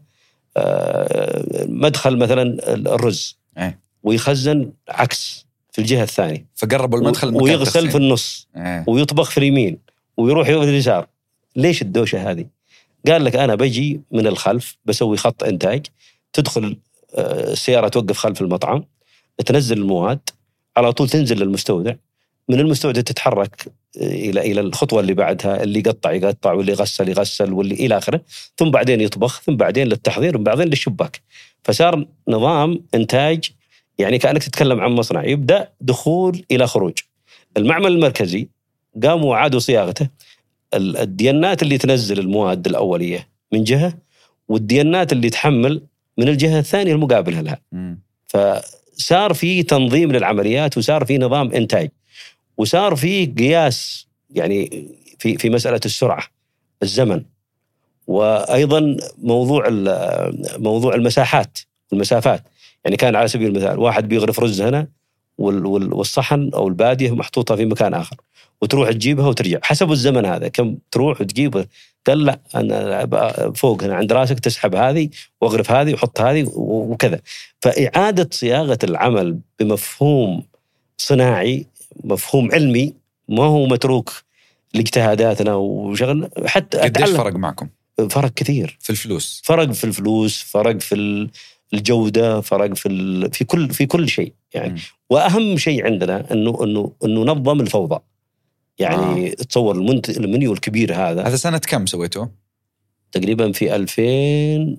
مدخل مثلا الرز أه. ويخزن عكس في الجهة الثانية، فقربوا المدخل ويغسل في النص أه. ويطبخ في اليمين ويروح في اليسار. ليش الدوشة هذه؟ قال لك أنا بجي من الخلف بسوي خط إنتاج، تدخل السيارة توقف خلف المطعم، تنزل المواد على طول تنزل للمستودع، من المستودع تتحرك إلى إلى الخطوة اللي بعدها، اللي يقطع يقطع واللي يغسل يغسل واللي إلى آخره، ثم بعدين يطبخ، ثم بعدين للتحضير، وبعدين للشباك. فصار نظام إنتاج يعني كأنك تتكلم عن مصنع، يبدأ دخول إلى خروج. المعمل المركزي قاموا وعادوا صياغته، الديانات اللي تنزل المواد الأولية من جهة، والديانات اللي تحمل من الجهة الثانية المقابلة لها. فصار في تنظيم للعمليات، وصار في نظام إنتاج، وصار في قياس يعني في في مسألة السرعة، الزمن، وأيضا موضوع موضوع المساحات والمسافات. يعني كان على سبيل المثال واحد بيغرف رز هنا والصحن أو البادية محطوطة في مكان آخر، وتروح تجيبها وترجع حسب الزمن هذا كم تروح وتجيبها. قال لا أنا فوق هنا عند راسك تسحب هذه واغرف هذه وحط هذه وكذا. فإعادة صياغة العمل بمفهوم صناعي مفهوم علمي ما هو متروك لاجتهاداتنا وشغل. حتى قديش فرق معكم؟ فرق كثير في الفلوس، فرق في الفلوس، فرق في الجودة، فرق في ال... في كل في كل شيء يعني. م. وأهم شيء عندنا إنه إنه إنه نظم الفوضى يعني. آه. تصور المنت... المنيو الكبير هذا. هذا سنة كم سويته؟ تقريبا في ألفين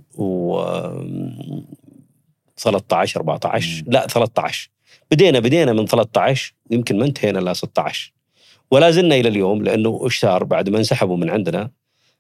وثلاثة عشر أربعة عشر م. لا ثلاثة عشر بدينا بدينا من ثلاثة عشر يمكن ما انتهينا لا ستة عشر ولا زلنا إلى اليوم. لأنه إيش صار بعد ما انسحبوا من عندنا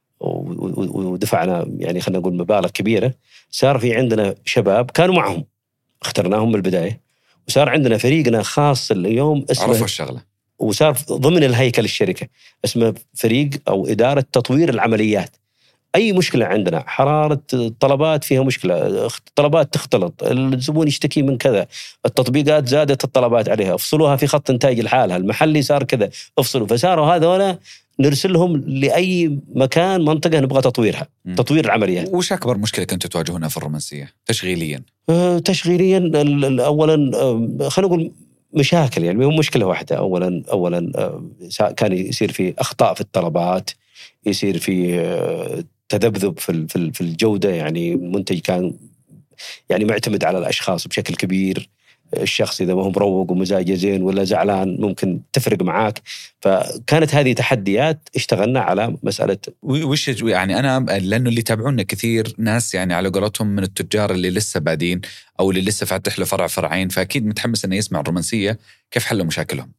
ودفعنا يعني خلينا نقول مبالغ كبيرة، صار في عندنا شباب كانوا معهم اخترناهم من البداية، وصار عندنا فريقنا خاص اليوم اسمه عرفوا الشغلة، وصار ضمن الهيكل الشركة اسمه فريق أو إدارة تطوير العمليات. أي مشكلة عندنا، حرارة الطلبات فيها مشكلة، طلبات تختلط، الزبون يشتكي من كذا، التطبيقات زادت الطلبات عليها، افصلوها في خط إنتاج لحالها، المحلي صار كذا افصلوا. فصاروا هذولا نرسلهم لأي مكان منطقة نبغى تطويرها. م. تطوير العمليات. وش أكبر مشكلة كنتوا تواجهونها في الرومانسية تشغيليا؟ أه تشغيليا أولا أه خلينا نقول مشاكل يعني مو مشكلة واحدة. أولا أولا أه كان يصير في أخطاء في الطلبات، يصير في أه تذبذب في في الجودة يعني. المنتج كان يعني معتمد على الأشخاص بشكل كبير. الشخص إذا ما هو مروق ومزاجه زين ولا زعلان ممكن تفرق معاك. فكانت هذه تحديات اشتغلنا على مسألة. وش يعني أنا لأنه اللي تابعونا كثير ناس يعني على قولتهم من التجار اللي لسه بادين أو اللي لسه فاتح له فرع فرعين، فأكيد متحمس إنه يسمع الرومانسية كيف حلوا مشاكلهم.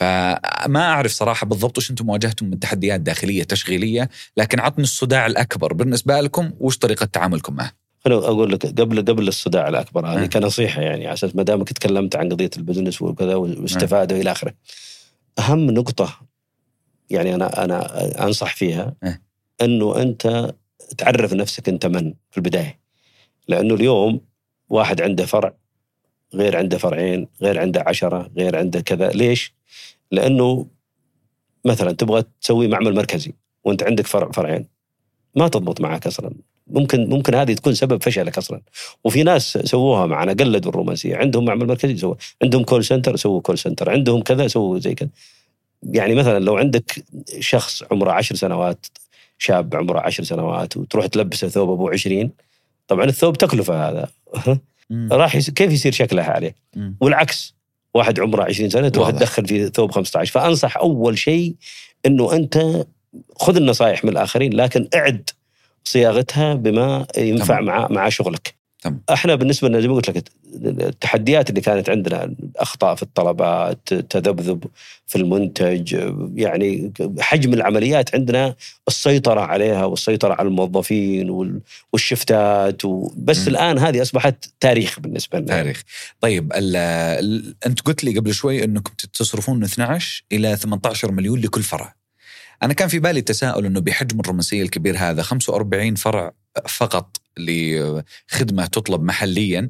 فما أعرف صراحة بالضبط وش أنتم واجهتم من تحديات داخلية تشغيلية، لكن عطني الصداع الأكبر بالنسبة لكم وش طريقة تعاملكم معه. أنا أقول لك قبل قبل الصداع الأكبر هذه كنصيحة يعني على أساس ما دامك تكلمت عن قضية البزنس وكذا واستفادوا إلى آخره. أهم نقطة يعني أنا أنا أنصح فيها إنه أنت تعرف نفسك أنت من في البداية. لأنه اليوم واحد عنده فرع غير عنده فرعين غير عنده عشرة غير عنده كذا. ليش؟ لأنه مثلا تبغى تسوي معمل مركزي وأنت عندك فرع فرعين ما تضبط معك أصلا. ممكن ممكن هذه تكون سبب فشلك أصلا. وفي ناس سووها معنا قلدوا الرومانسية، عندهم معمل مركزي سووا، عندهم كول سنتر سووا كول سنتر، عندهم كذا سووا زي كذا. يعني مثلا لو عندك شخص عمره عشر سنوات، شاب عمره عشر سنوات وتروح تلبسه ثوب أبو عشرين، طبعا الثوب تكلفة هذا راح يس... كيف يصير شكلها عليه. م. والعكس واحد عمره عشرين سنة تروح تدخل في ثوب خمسة عشر. فأنصح أول شيء إنه أنت خذ النصائح من الآخرين لكن اعد صياغتها بما ينفع مع مع شغلك. تم. احنا بالنسبه لنا زي ما قلت لك التحديات اللي كانت عندنا اخطاء في الطلبات، تذبذب في المنتج، يعني حجم العمليات عندنا السيطره عليها والسيطره على الموظفين والشفتات بس. م. الان هذه اصبحت تاريخ بالنسبه لنا. تاريخ. طيب ال ال انت قلت لي قبل شوي انكم تصرفون اثني عشر الى ثمانية عشر مليون لكل فرع. أنا كان في بالي تساؤل إنه بحجم الرومانسية الكبير هذا خمسة وأربعين فرع فقط لخدمة تطلب محلياً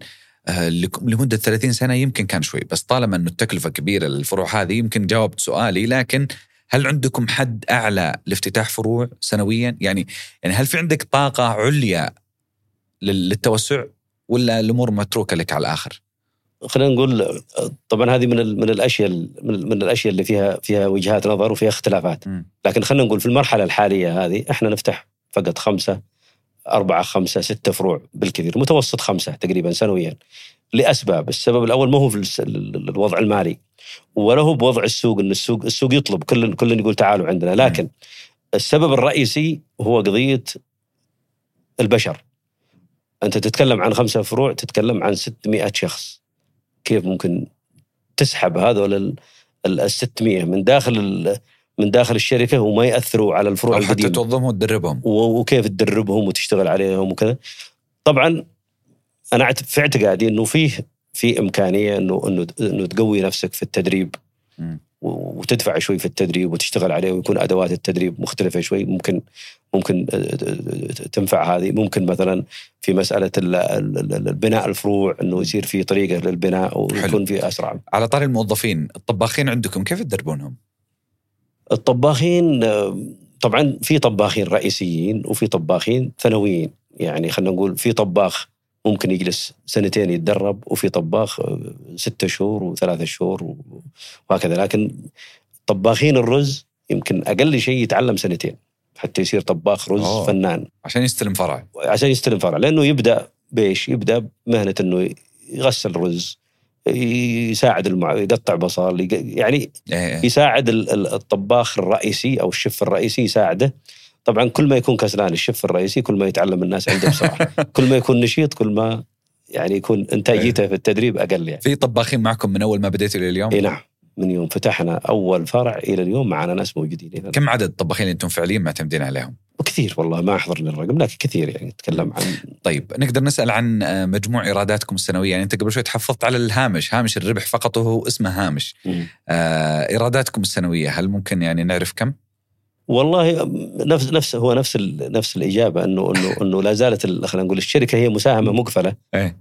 لمدة ثلاثين سنة يمكن كان شوي، بس طالما إنه التكلفة كبيرة للفروع هذه يمكن جاوبت سؤالي. لكن هل عندكم حد أعلى لافتتاح فروع سنوياً؟ يعني يعني هل في عندك طاقة عليا للتوسع ولا الأمور متروكة لك على الآخر؟ خلينا نقول طبعا هذه من من الاشياء من الاشياء اللي فيها فيها وجهات نظر وفيها اختلافات. م. لكن خلينا نقول في المرحله الحاليه هذه احنا نفتح فقط خمسه أربعة خمسة ستة فروع بالكثير، متوسط خمسة تقريبا سنويا لأسباب. السبب الأول ما هو في الوضع المالي ولا هو بوضع السوق، إن السوق السوق يطلب كل كل يقول تعالوا عندنا. لكن م. السبب الرئيسي هو قضية البشر. أنت تتكلم عن خمسة فروع تتكلم عن ستمائة شخص، كيف ممكن تسحب هذول الستمائة من داخل من داخل الشركة وما يأثروا على الفروع القديمة، حتى توظفهم وتدربهم وكيف تدربهم وتشتغل عليهم وكذا. طبعا أنا في اعتقادي إنه فيه في إمكانية إنه إنه إنه تقوي نفسك في التدريب م. وتدفع شوي في التدريب وتشتغل عليه ويكون أدوات التدريب مختلفة شوي. ممكن ممكن تنفع هذه. ممكن مثلا في مسألة البناء الفروع إنه يصير في طريقة للبناء ويكون في أسرع. على طاري الموظفين، الطباخين عندكم كيف تدربونهم؟ الطباخين طبعا في طباخين رئيسيين وفي طباخين ثانويين، يعني خلينا نقول في طباخ ممكن يجلس سنتين يتدرب، وفي طباخ ستة شهور وثلاثة شهور وهكذا. لكن طباخين الرز يمكن أقل شيء يتعلم سنتين حتى يصير طباخ رز أوه. فنان عشان يستلم فرع عشان يستلم فرع لأنه يبدأ بيش يبدأ بمهنة أنه يغسل رز، يساعد المع... يقطع بصل، يعني يساعد الطباخ الرئيسي أو الشيف الرئيسي يساعده. طبعا كل ما يكون كسلان الشيف الرئيسي كل ما يتعلم الناس عنده بصراحة كل ما يكون نشيط كل ما يعني يكون إنتاجيته في التدريب أقل. يعني في طباخين معكم من أول ما بديتوا إلى اليوم؟ إيه نعم، من يوم فتحنا أول فرع إلى اليوم معنا ناس موجودين. كم عدد الطباخين اللي أنتم فعليا معتمدين عليهم؟ كثير والله ما أحضر للرقم لكن كثير يعني نتكلم عن. طيب نقدر نسأل عن مجموع إيراداتكم السنوية؟ يعني أنت قبل شوي تحفظت على الهامش، هامش الربح فقط وهو اسمه هامش. آه إيراداتكم السنوية هل ممكن يعني نعرف كم؟ والله نفس نفس هو نفس نفس الإجابة إنه إنه إنه لا زالت خلينا نقول الشركة هي مساهمة مقفلة إيه؟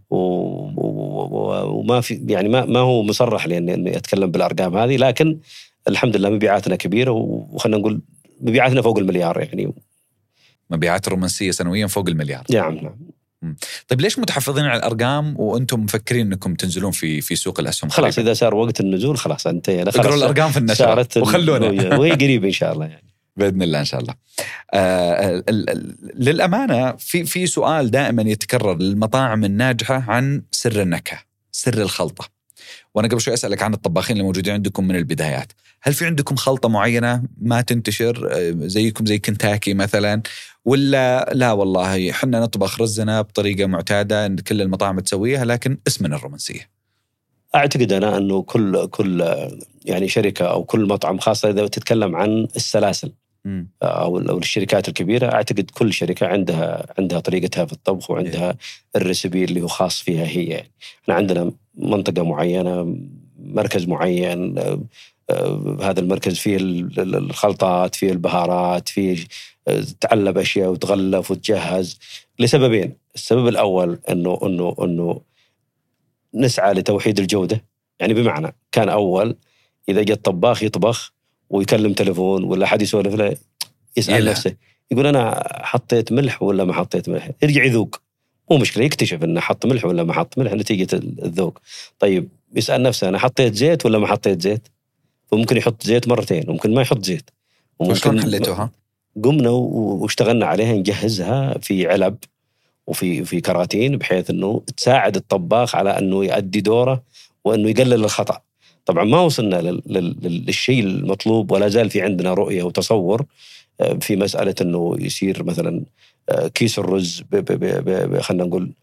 وما في يعني ما ما هو مصرح لي إني أتكلم بالأرقام هذه، لكن الحمد لله مبيعاتنا كبيرة وخلنا نقول مبيعاتنا فوق المليار. يعني مبيعات الرومانسية سنويا فوق المليار. نعم نعم. طيب ليش متحفظين على الأرقام وأنتم مفكرين أنكم تنزلون في في سوق الأسهم؟ خلاص إذا صار وقت النزول خلاص انتهينا، اقروا الأرقام في النشرة وخلونا وهي قريب إن شاء الله يعني. بإذن الله إن شاء الله. آه للأمانة في في سؤال دائما يتكرر للمطاعم الناجحة عن سر النكهة، سر الخلطة. وأنا قبل شوي أسألك عن الطباخين اللي موجودين عندكم من البدايات، هل في عندكم خلطة معينة ما تنتشر زيكم زي كنتاكي مثلا، ولا لا والله حنا نطبخ رزنا بطريقة معتادة إن كل المطاعم تسويها لكن اسمنا الرومانسية؟ أعتقد أنا أنه كل كل يعني شركة أو كل مطعم، خاصة إذا تتكلم عن السلاسل م. أو أو الشركات الكبيرة، أعتقد كل شركة عندها عندها طريقتها في الطبخ وعندها الريسبي اللي هو خاص فيها هي. يعني إحنا عندنا منطقة معينة، مركز معين، هذا المركز فيه الخلطات، فيه البهارات، فيه تعلب أشياء وتغلف وتجهز لسببين. السبب الأول أنه أنه أنه نسعى لتوحيد الجودة، يعني بمعنى كان أول إذا جاء الطباخ يطبخ ويكلم تلفون ولا حد يسولف له يسأل يلا. نفسه يقول أنا حطيت ملح ولا ما حطيت ملح، يرجع يذوق، مو مشكلة يكتشف أنه حط ملح ولا ما حط ملح نتيجة الذوق. طيب يسأل نفسه أنا حطيت زيت ولا ما حطيت زيت، وممكن يحط زيت مرتين وممكن ما يحط زيت. وممكن حليتوها؟ قمنا واشتغلنا عليها نجهزها في علب وفي في كراتين بحيث أنه تساعد الطباخ على أنه يؤدي دوره وأنه يقلل الخطأ. طبعا ما وصلنا للشيء المطلوب ولا زال في عندنا رؤية وتصور في مسألة أنه يصير مثلا كيس الرز خلنا نقول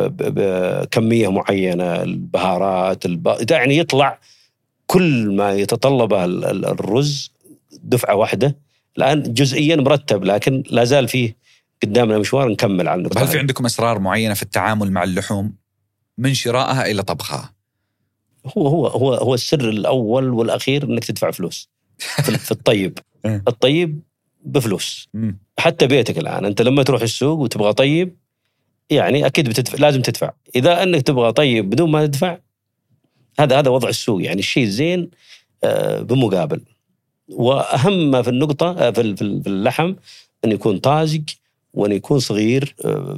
بكمية معينة، البهارات الب... يعني يطلع كل ما يتطلبه الرز دفعة واحدة. الآن جزئيا مرتب لكن لا زال فيه قدامنا مشوار نكمل على النقطة. هل في عندكم أسرار معينة في التعامل مع اللحوم من شرائها إلى طبخها؟ هو هو هو هو السر الأول والأخير إنك تدفع فلوس في الطيب. الطيب بفلوس. حتى بيتك الآن أنت لما تروح السوق وتبغى طيب يعني أكيد بتدفع، لازم تدفع. إذا أنك تبغى طيب بدون ما تدفع هذا هذا وضع السوق، يعني الشيء زين بمقابل. وأهم ما في النقطة في اللحم أن يكون طازج وأن يكون صغير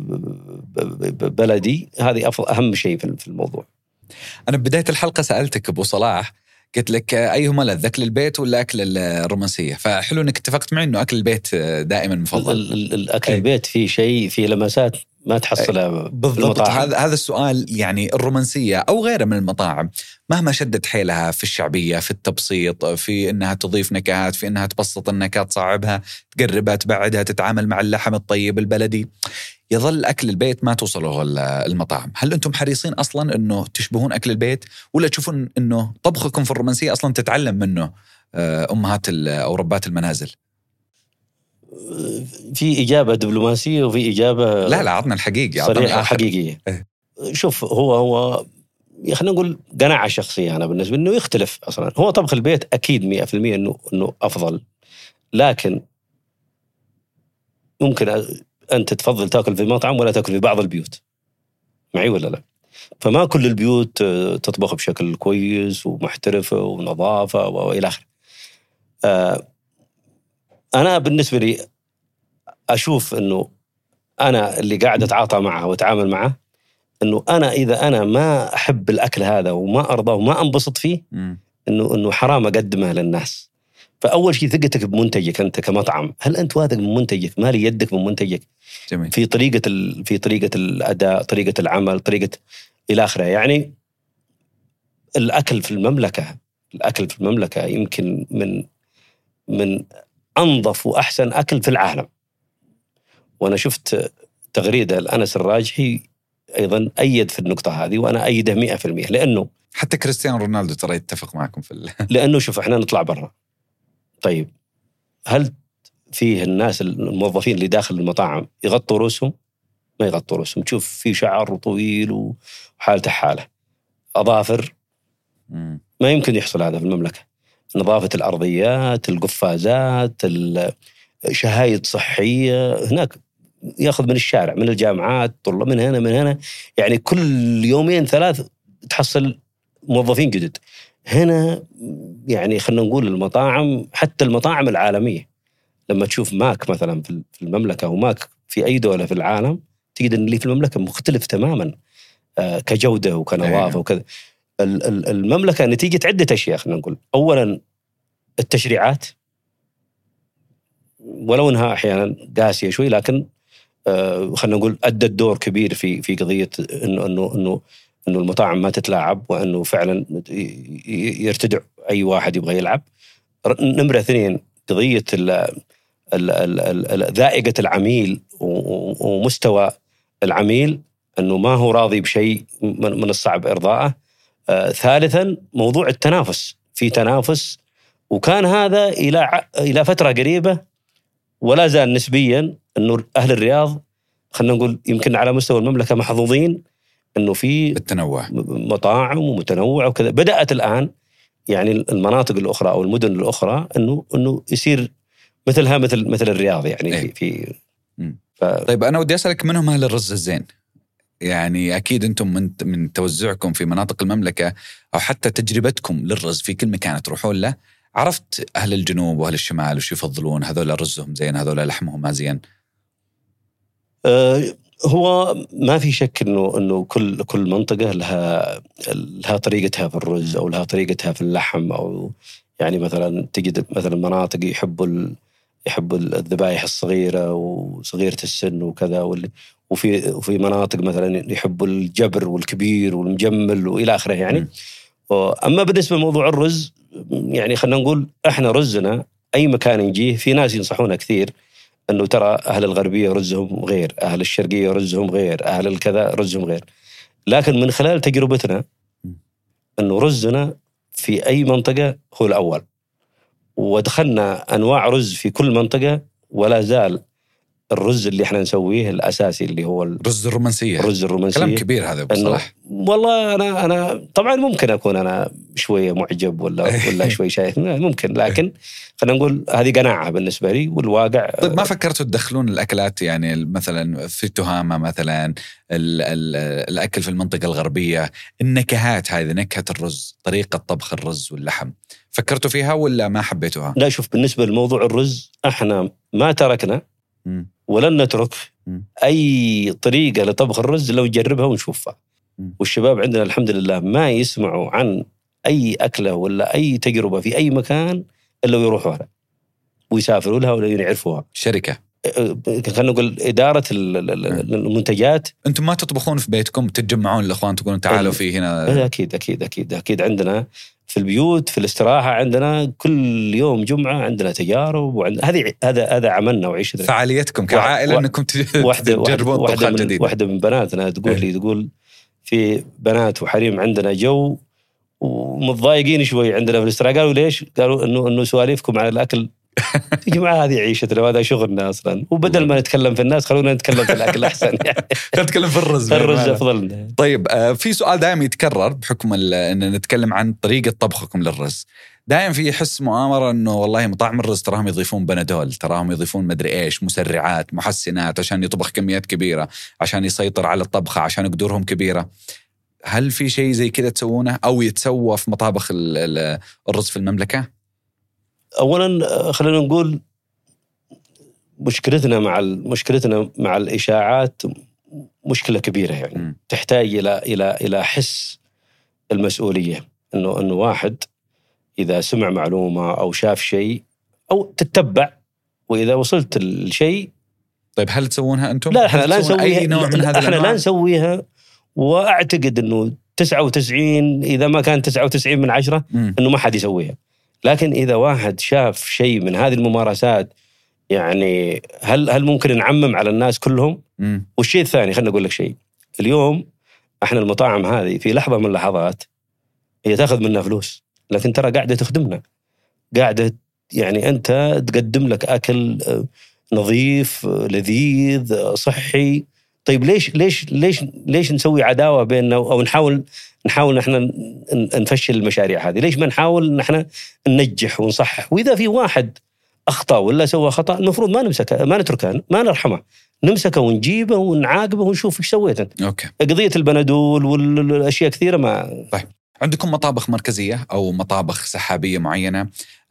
بلدي، هذه أهم شيء في الموضوع. أنا ببداية الحلقة سألتك أبو صلاح قلت لك أيهما لذ، أكل البيت ولا أكل الرومانسية؟ فحلو أنك اتفقت معي إنه أكل البيت دائما مفضل. الأكل البيت فيه شيء، فيه لمسات ما تحصلها بالضبط. هذا هذا السؤال. يعني الرومانسية أو غيرها من المطاعم مهما شدت حيلها في الشعبية، في التبسيط، في إنها تضيف نكهات، في إنها تبسط النكهات، تصعبها، تقربها، تبعدها، تتعامل مع اللحم الطيب البلدي، يظل أكل البيت ما توصله المطاعم. هل أنتم حريصين أصلاً إنه تشبهون أكل البيت، ولا تشوفون إنه طبخكم في الرومانسية أصلاً تتعلم منه أمهات أو ربات المنازل؟ في إجابة دبلوماسية وفي إجابة لا لا عطنا الحقيقة، صريحة حقيقية. إيه؟ شوف هو هو خلينا نقول قناعة شخصية أنا بالنسبة إنه يختلف أصلاً. هو طبخ البيت أكيد مئة في المئة إنه إنه أفضل، لكن ممكن أنت تفضل تأكل في مطعم ولا تأكل في بعض البيوت، معي ولا لا؟ فما كل البيوت تطبخ بشكل كويس ومحترفة ونظافة وإلى آخره. آه أنا بالنسبة لي أشوف أنه أنا اللي قاعد أتعاطى معه وأتعامل معه، أنه أنا إذا أنا ما أحب الأكل هذا وما أرضاه وما أنبسط فيه، أنه أنه حرام أقدمه للناس. فأول شيء ثقتك بمنتجك أنت كمطعم، هل أنت واثق من منتجك؟ مالي يدك من منتجك جميل. في طريقة ال... في طريقة الأداء، طريقة العمل، طريقة إلى آخره. يعني الأكل في المملكة الأكل في المملكة يمكن من من أنظف وأحسن أكل في العالم. وأنا شفت تغريدة لأنس الراجحي أيضا أيد في النقطة هذه، وأنا أيده مئة في المئة، لأنه حتى كريستيانو رونالدو ترى يتفق معكم في ال... لأنه شوف إحنا نطلع برا، طيب هل فيه الناس الموظفين اللي داخل المطاعم يغطوا رؤوسهم؟ ما يغطوا رؤوسهم. تشوف في شعر طويل وحالته حالة، أظافر، ما يمكن يحصل هذا في المملكة. نظافة الأرضيات، القفازات، الشهايد صحية، هناك يأخذ من الشارع، من الجامعات، طلاب من هنا من هنا، يعني كل يومين ثلاث تحصل موظفين جدد. هنا يعني خلنا نقول المطاعم، حتى المطاعم العالمية، لما تشوف ماك مثلا في المملكة وماك في أي دولة في العالم، تجد أن اللي في المملكة مختلف تماما كجودة وكنظافة وكذا. المملكة نتيجة عدة أشياء، خلنا نقول أولا التشريعات، ولو أنها أحيانا قاسية شوي، لكن خلنا نقول أدت دور كبير في في قضية إنه إنه إنه إنه المطاعم ما تتلاعب، وإنه فعلا يرتدع أي واحد يبغى يلعب. نمرة اثنين قضية ذائقة العميل ومستوى العميل، أنه ما هو راضي بشيء من الصعب إرضاءه. آه، ثالثا موضوع التنافس، في تنافس، وكان هذا إلى إلى فترة قريبة ولا زال نسبيا، أنه أهل الرياض خلنا نقول يمكن على مستوى المملكة محظوظين أنه في التنوع، مطاعم ومتنوع وكذا. بدأت الآن يعني المناطق الأخرى أو المدن الأخرى أنه أنه يصير مثلها مثل مثل الرياض يعني. إيه؟ في ف... طيب أنا ودي أسألك، منهم أهل الرز الزين؟ يعني أكيد أنتم من من توزعكم في مناطق المملكة أو حتى تجربتكم للرز في كل مكان تروحون له، عرفت أهل الجنوب وأهل الشمال وش يفضلون؟ هذول رزهم زين، هذول لحمهم ما زين؟ أه هو ما في شك إنه إنه كل كل منطقة لها لها طريقتها في الرز أو لها طريقتها في اللحم. أو يعني مثلا تجد مثلا مناطق يحبوا ال يحبوا الذبائح الصغيرة وصغيرة السن وكذا، وفي وفي مناطق مثلا يحبوا الجبر والكبير والمجمل وإلى آخره يعني. أما بالنسبة لموضوع الرز، يعني خلنا نقول إحنا رزنا أي مكان نجيه، في ناس ينصحونا كثير أنه ترى أهل الغربية رزهم غير، أهل الشرقية رزهم غير، أهل الكذا رزهم غير. لكن من خلال تجربتنا أنه رزنا في أي منطقة هو الأول، ودخلنا أنواع رز في كل منطقة، ولا زال الرز اللي احنا نسويه الأساسي اللي هو الرز الرومانسية. الرز الرومانسية كلام كبير هذا بصراحة. والله أنا أنا طبعا ممكن أكون أنا شوية معجب ولا ولا شوي شايف ممكن، لكن خلينا نقول هذه قناعة بالنسبة لي والواقع. طيب ما فكرتوا تدخلون الأكلات يعني مثلا في التهامة مثلا ال ال الأكل في المنطقة الغربية، النكهات هذه، نكهة الرز، طريقة طبخ الرز واللحم، فكرتوا فيها ولا ما حبيتوها؟ لا شوف، بالنسبة لموضوع الرز احنا ما تركنا م. ولن نترك م. أي طريقة لطبخ الرز لو نجربها ونشوفها. م. والشباب عندنا الحمد لله ما يسمعوا عن أي أكلة ولا أي تجربة في أي مكان إلا ويروحوا لها ويسافروا لها ولا يعرفوها. شركة خلينا نقول إدارة المنتجات. أنتم ما تطبخون في بيتكم، تتجمعون الأخوان تقولون تعالوا في هنا؟ أكيد أكيد أكيد أكيد عندنا في البيوت، في الاستراحة عندنا كل يوم جمعة عندنا تجارب، وعند هذه هذا هذا عملنا وعيشتنا، فعاليتكم كعائلة، و... أنكم تجربون طبخات جديدة. واحدة من بناتنا تقول لي تقول في بنات وحريم عندنا جو ومتضايقين شوي عندنا في الاستراحة. قالوا ليش؟ قالوا إنه إنه سواليفكم عن الأكل يا جماعة هذه عيشتنا وهذا شغلنا أصلا، وبدل ما نتكلم في الناس خلونا نتكلم في الأكل أحسن يعني. خلينا نتكلم في الرز. الرز أفضل. طيب في سؤال دائما يتكرر بحكم أن نتكلم عن طريقة طبخكم للرز، دائما في حس مؤامرة أنه والله مطاعم الرز تراهم يضيفون بنادول، تراهم يضيفون مدري إيش، مسرعات، محسنات عشان يطبخ كميات كبيرة، عشان يسيطر على الطبخة، عشان قدورهم كبيرة. هل في شيء زي كذا تسوونه أو يتسوى في مطابخ الرز في المملكة؟ أولاً خلينا نقول مشكلتنا مع مشكلتنا مع الإشاعات مشكلة كبيرة يعني م. تحتاج إلى إلى إلى حس المسؤولية، إنه إنه واحد إذا سمع معلومة أو شاف شيء أو تتبع، وإذا وصلت الشيء. طيب هل تسوونها أنتم؟ لا إحنا لا نسويها، أي نوع من هذا إحنا لا نسويها، وأعتقد إنه تسعة وتسعين إذا ما كان تسعة وتسعين من عشرة م. إنه ما حد يسويها. لكن إذا واحد شاف شيء من هذه الممارسات، يعني هل هل ممكن نعمم على الناس كلهم؟ م. والشيء الثاني، خلنا أقول لك شيء. اليوم إحنا المطاعم هذه في لحظة من اللحظات هي تأخذ منا فلوس، لكن ترى قاعدة تخدمنا، قاعدة يعني أنت تقدم لك أكل نظيف لذيذ صحي. طيب ليش ليش ليش ليش نسوي عداوة بيننا أو نحاول نحاول نحن نفشل المشاريع هذه؟ ليش ما نحاول نحن ننجح ونصحح؟ وإذا في واحد أخطأ ولا سوى خطأ، المفروض ما نمسكه، ما نتركه، ما نرحمه، نمسكه ونجيبه ونعاقبه ونشوف إيش سويت أنت. أوكي. قضية البنادول والأشياء كثيرة ما. طيب عندكم مطابخ مركزية أو مطابخ سحابية معينة؟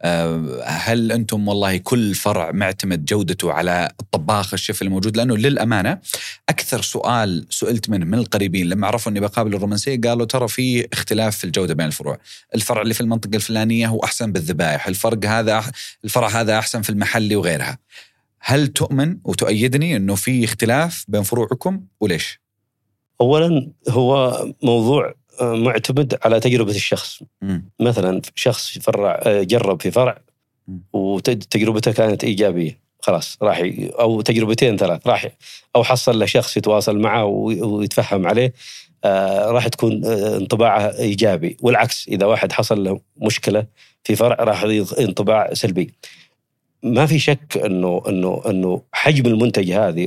هل أنتم والله كل فرع معتمد جودته على الطباخ الشيف الموجود؟ لأنه للأمانة أكثر سؤال سئلت منه من القريبين لما عرفوا أني بقابل الرومانسية، قالوا ترى في اختلاف في الجودة بين الفروع. الفرع اللي في المنطقة الفلانية هو أحسن بالذبائح، الفرق هذا الفرع هذا أحسن في المحلي وغيرها. هل تؤمن وتؤيدني أنه في اختلاف بين فروعكم وليش؟ أولا هو موضوع معتمد على تجربة الشخص. م. مثلا شخص فرع جرب في فرع وتجربته كانت إيجابية، خلاص راح ي... أو تجربتين ثلاث راح ي... أو حصل له شخص يتواصل معه ويتفهم عليه، آه راح تكون انطباعه إيجابي. والعكس، إذا واحد حصل له مشكلة في فرع راح انطباع سلبي. ما في شك انه انه انه حجم المنتج هذه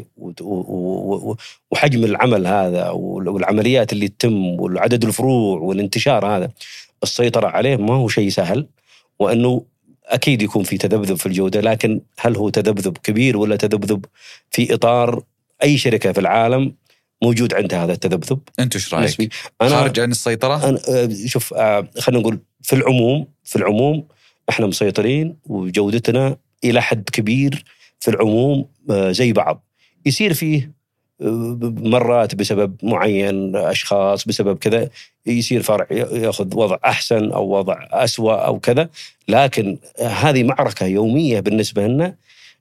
وحجم العمل هذا والعمليات اللي تتم والعدد الفروع والانتشار هذا، السيطرة عليه ما هو شيء سهل، وانه اكيد يكون في تذبذب في الجودة. لكن هل هو تذبذب كبير ولا تذبذب في اطار اي شركة في العالم موجود عندها هذا التذبذب؟ انت ايش رايك؟ خارج عن السيطرة؟ أنا شوف، خلينا نقول في العموم في العموم احنا مسيطرين، وجودتنا إلى حد كبير في العموم زي بعض. يصير فيه مرات بسبب معين، أشخاص بسبب كذا يصير فرع يأخذ وضع أحسن أو وضع أسوأ أو كذا، لكن هذه معركة يومية بالنسبة لنا.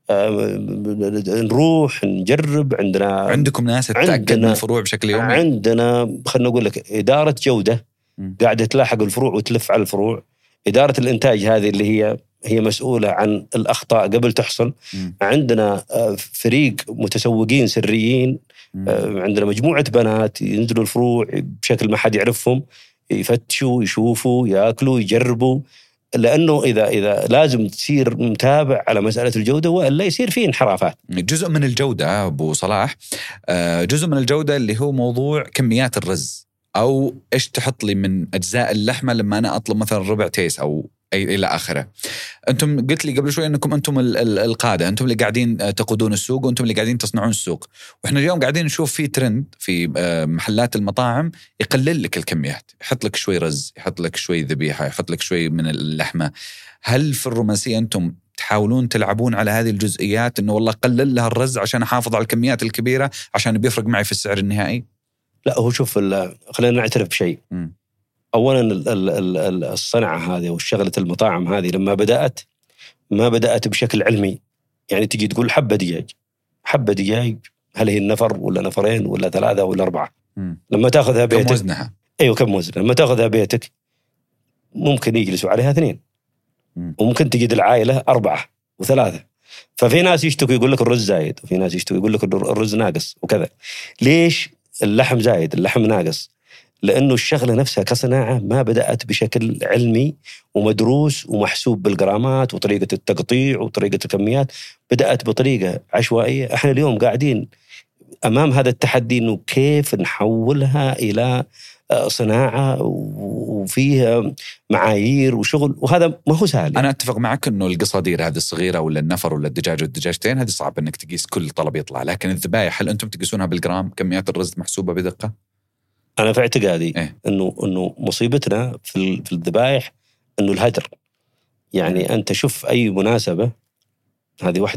نروح نجرب، عندنا عندكم ناس تتأكد من الفروع بشكل يومي؟ عندنا خلنا نقول لك إدارة جودة قاعدة تلاحق الفروع وتلف على الفروع. إدارة الإنتاج هذه اللي هي هي مسؤولة عن الأخطاء قبل تحصل. م. عندنا فريق متسوقين سريين، م. عندنا مجموعة بنات ينزلوا الفروع بشكل ما حد يعرفهم، يفتشوا يشوفوا يأكلوا يجربوا، لأنه إذا إذا لازم تصير متابع على مسألة الجودة وإلا يصير فيه انحرافات. جزء من الجودة أبو صلاح، جزء من الجودة اللي هو موضوع كميات الرز، أو إيش تحط لي من أجزاء اللحمة لما أنا أطلب مثلا ربع تيس أو أي إلى آخره. أنتم قلت لي قبل شوي أنكم أنتم القادة، أنتم اللي قاعدين تقودون السوق وأنتم اللي قاعدين تصنعون السوق. وإحنا اليوم قاعدين نشوف في ترند في محلات المطاعم يقلل لك الكميات، يحط لك شوي رز، يحط لك شوي ذبيحة، يحط لك شوي من اللحمة. هل في الرومانسية أنتم تحاولون تلعبون على هذه الجزئيات، إنه والله قلل لها الرز عشان أحافظ على الكميات الكبيرة عشان بيفرق معي في السعر النهائي؟ لا، هو شوف، خلينا نعترف بشيء. م. أولاً الصنعة هذه والشغلة المطاعم هذه لما بدأت ما بدأت بشكل علمي. يعني تجي تقول حبة دجاج حبة دجاج هل هي النفر ولا نفرين ولا ثلاثة ولا أربعة؟ م. لما تأخذها بيتك كم وزنها؟ أيوة كم وزنها. لما تأخذها بيتك ممكن يجلسوا عليها اثنين، م. وممكن تجد العائلة أربعة وثلاثة. ففي ناس يشتكوا يقول لك الرز زايد، وفي ناس يشتكوا يقول لك الرز ناقص وكذا. ليش اللحم زايد اللحم ناقص؟ لأنه الشغلة نفسها كصناعة ما بدأت بشكل علمي ومدروس ومحسوب بالجرامات وطريقة التقطيع وطريقة الكميات، بدأت بطريقة عشوائية. احنا اليوم قاعدين أمام هذا التحدي، إنه كيف نحولها إلى صناعة وفيها معايير وشغل، وهذا ما هو سهل. أنا أتفق معك إنه القصادير هذه الصغيرة ولا النفر ولا الدجاج والدجاجتين هذه صعب إنك تقيس كل طلب يطلع، لكن الذبايح هل أنتم تقيسونها بالجرام؟ كميات الرز محسوبة بدقة؟ أنا في اعتقادي إيه؟ إنه إنه مصيبتنا في في الذبائح إنه الهدر. يعني أنت شوف أي مناسبة، هذه واحدة،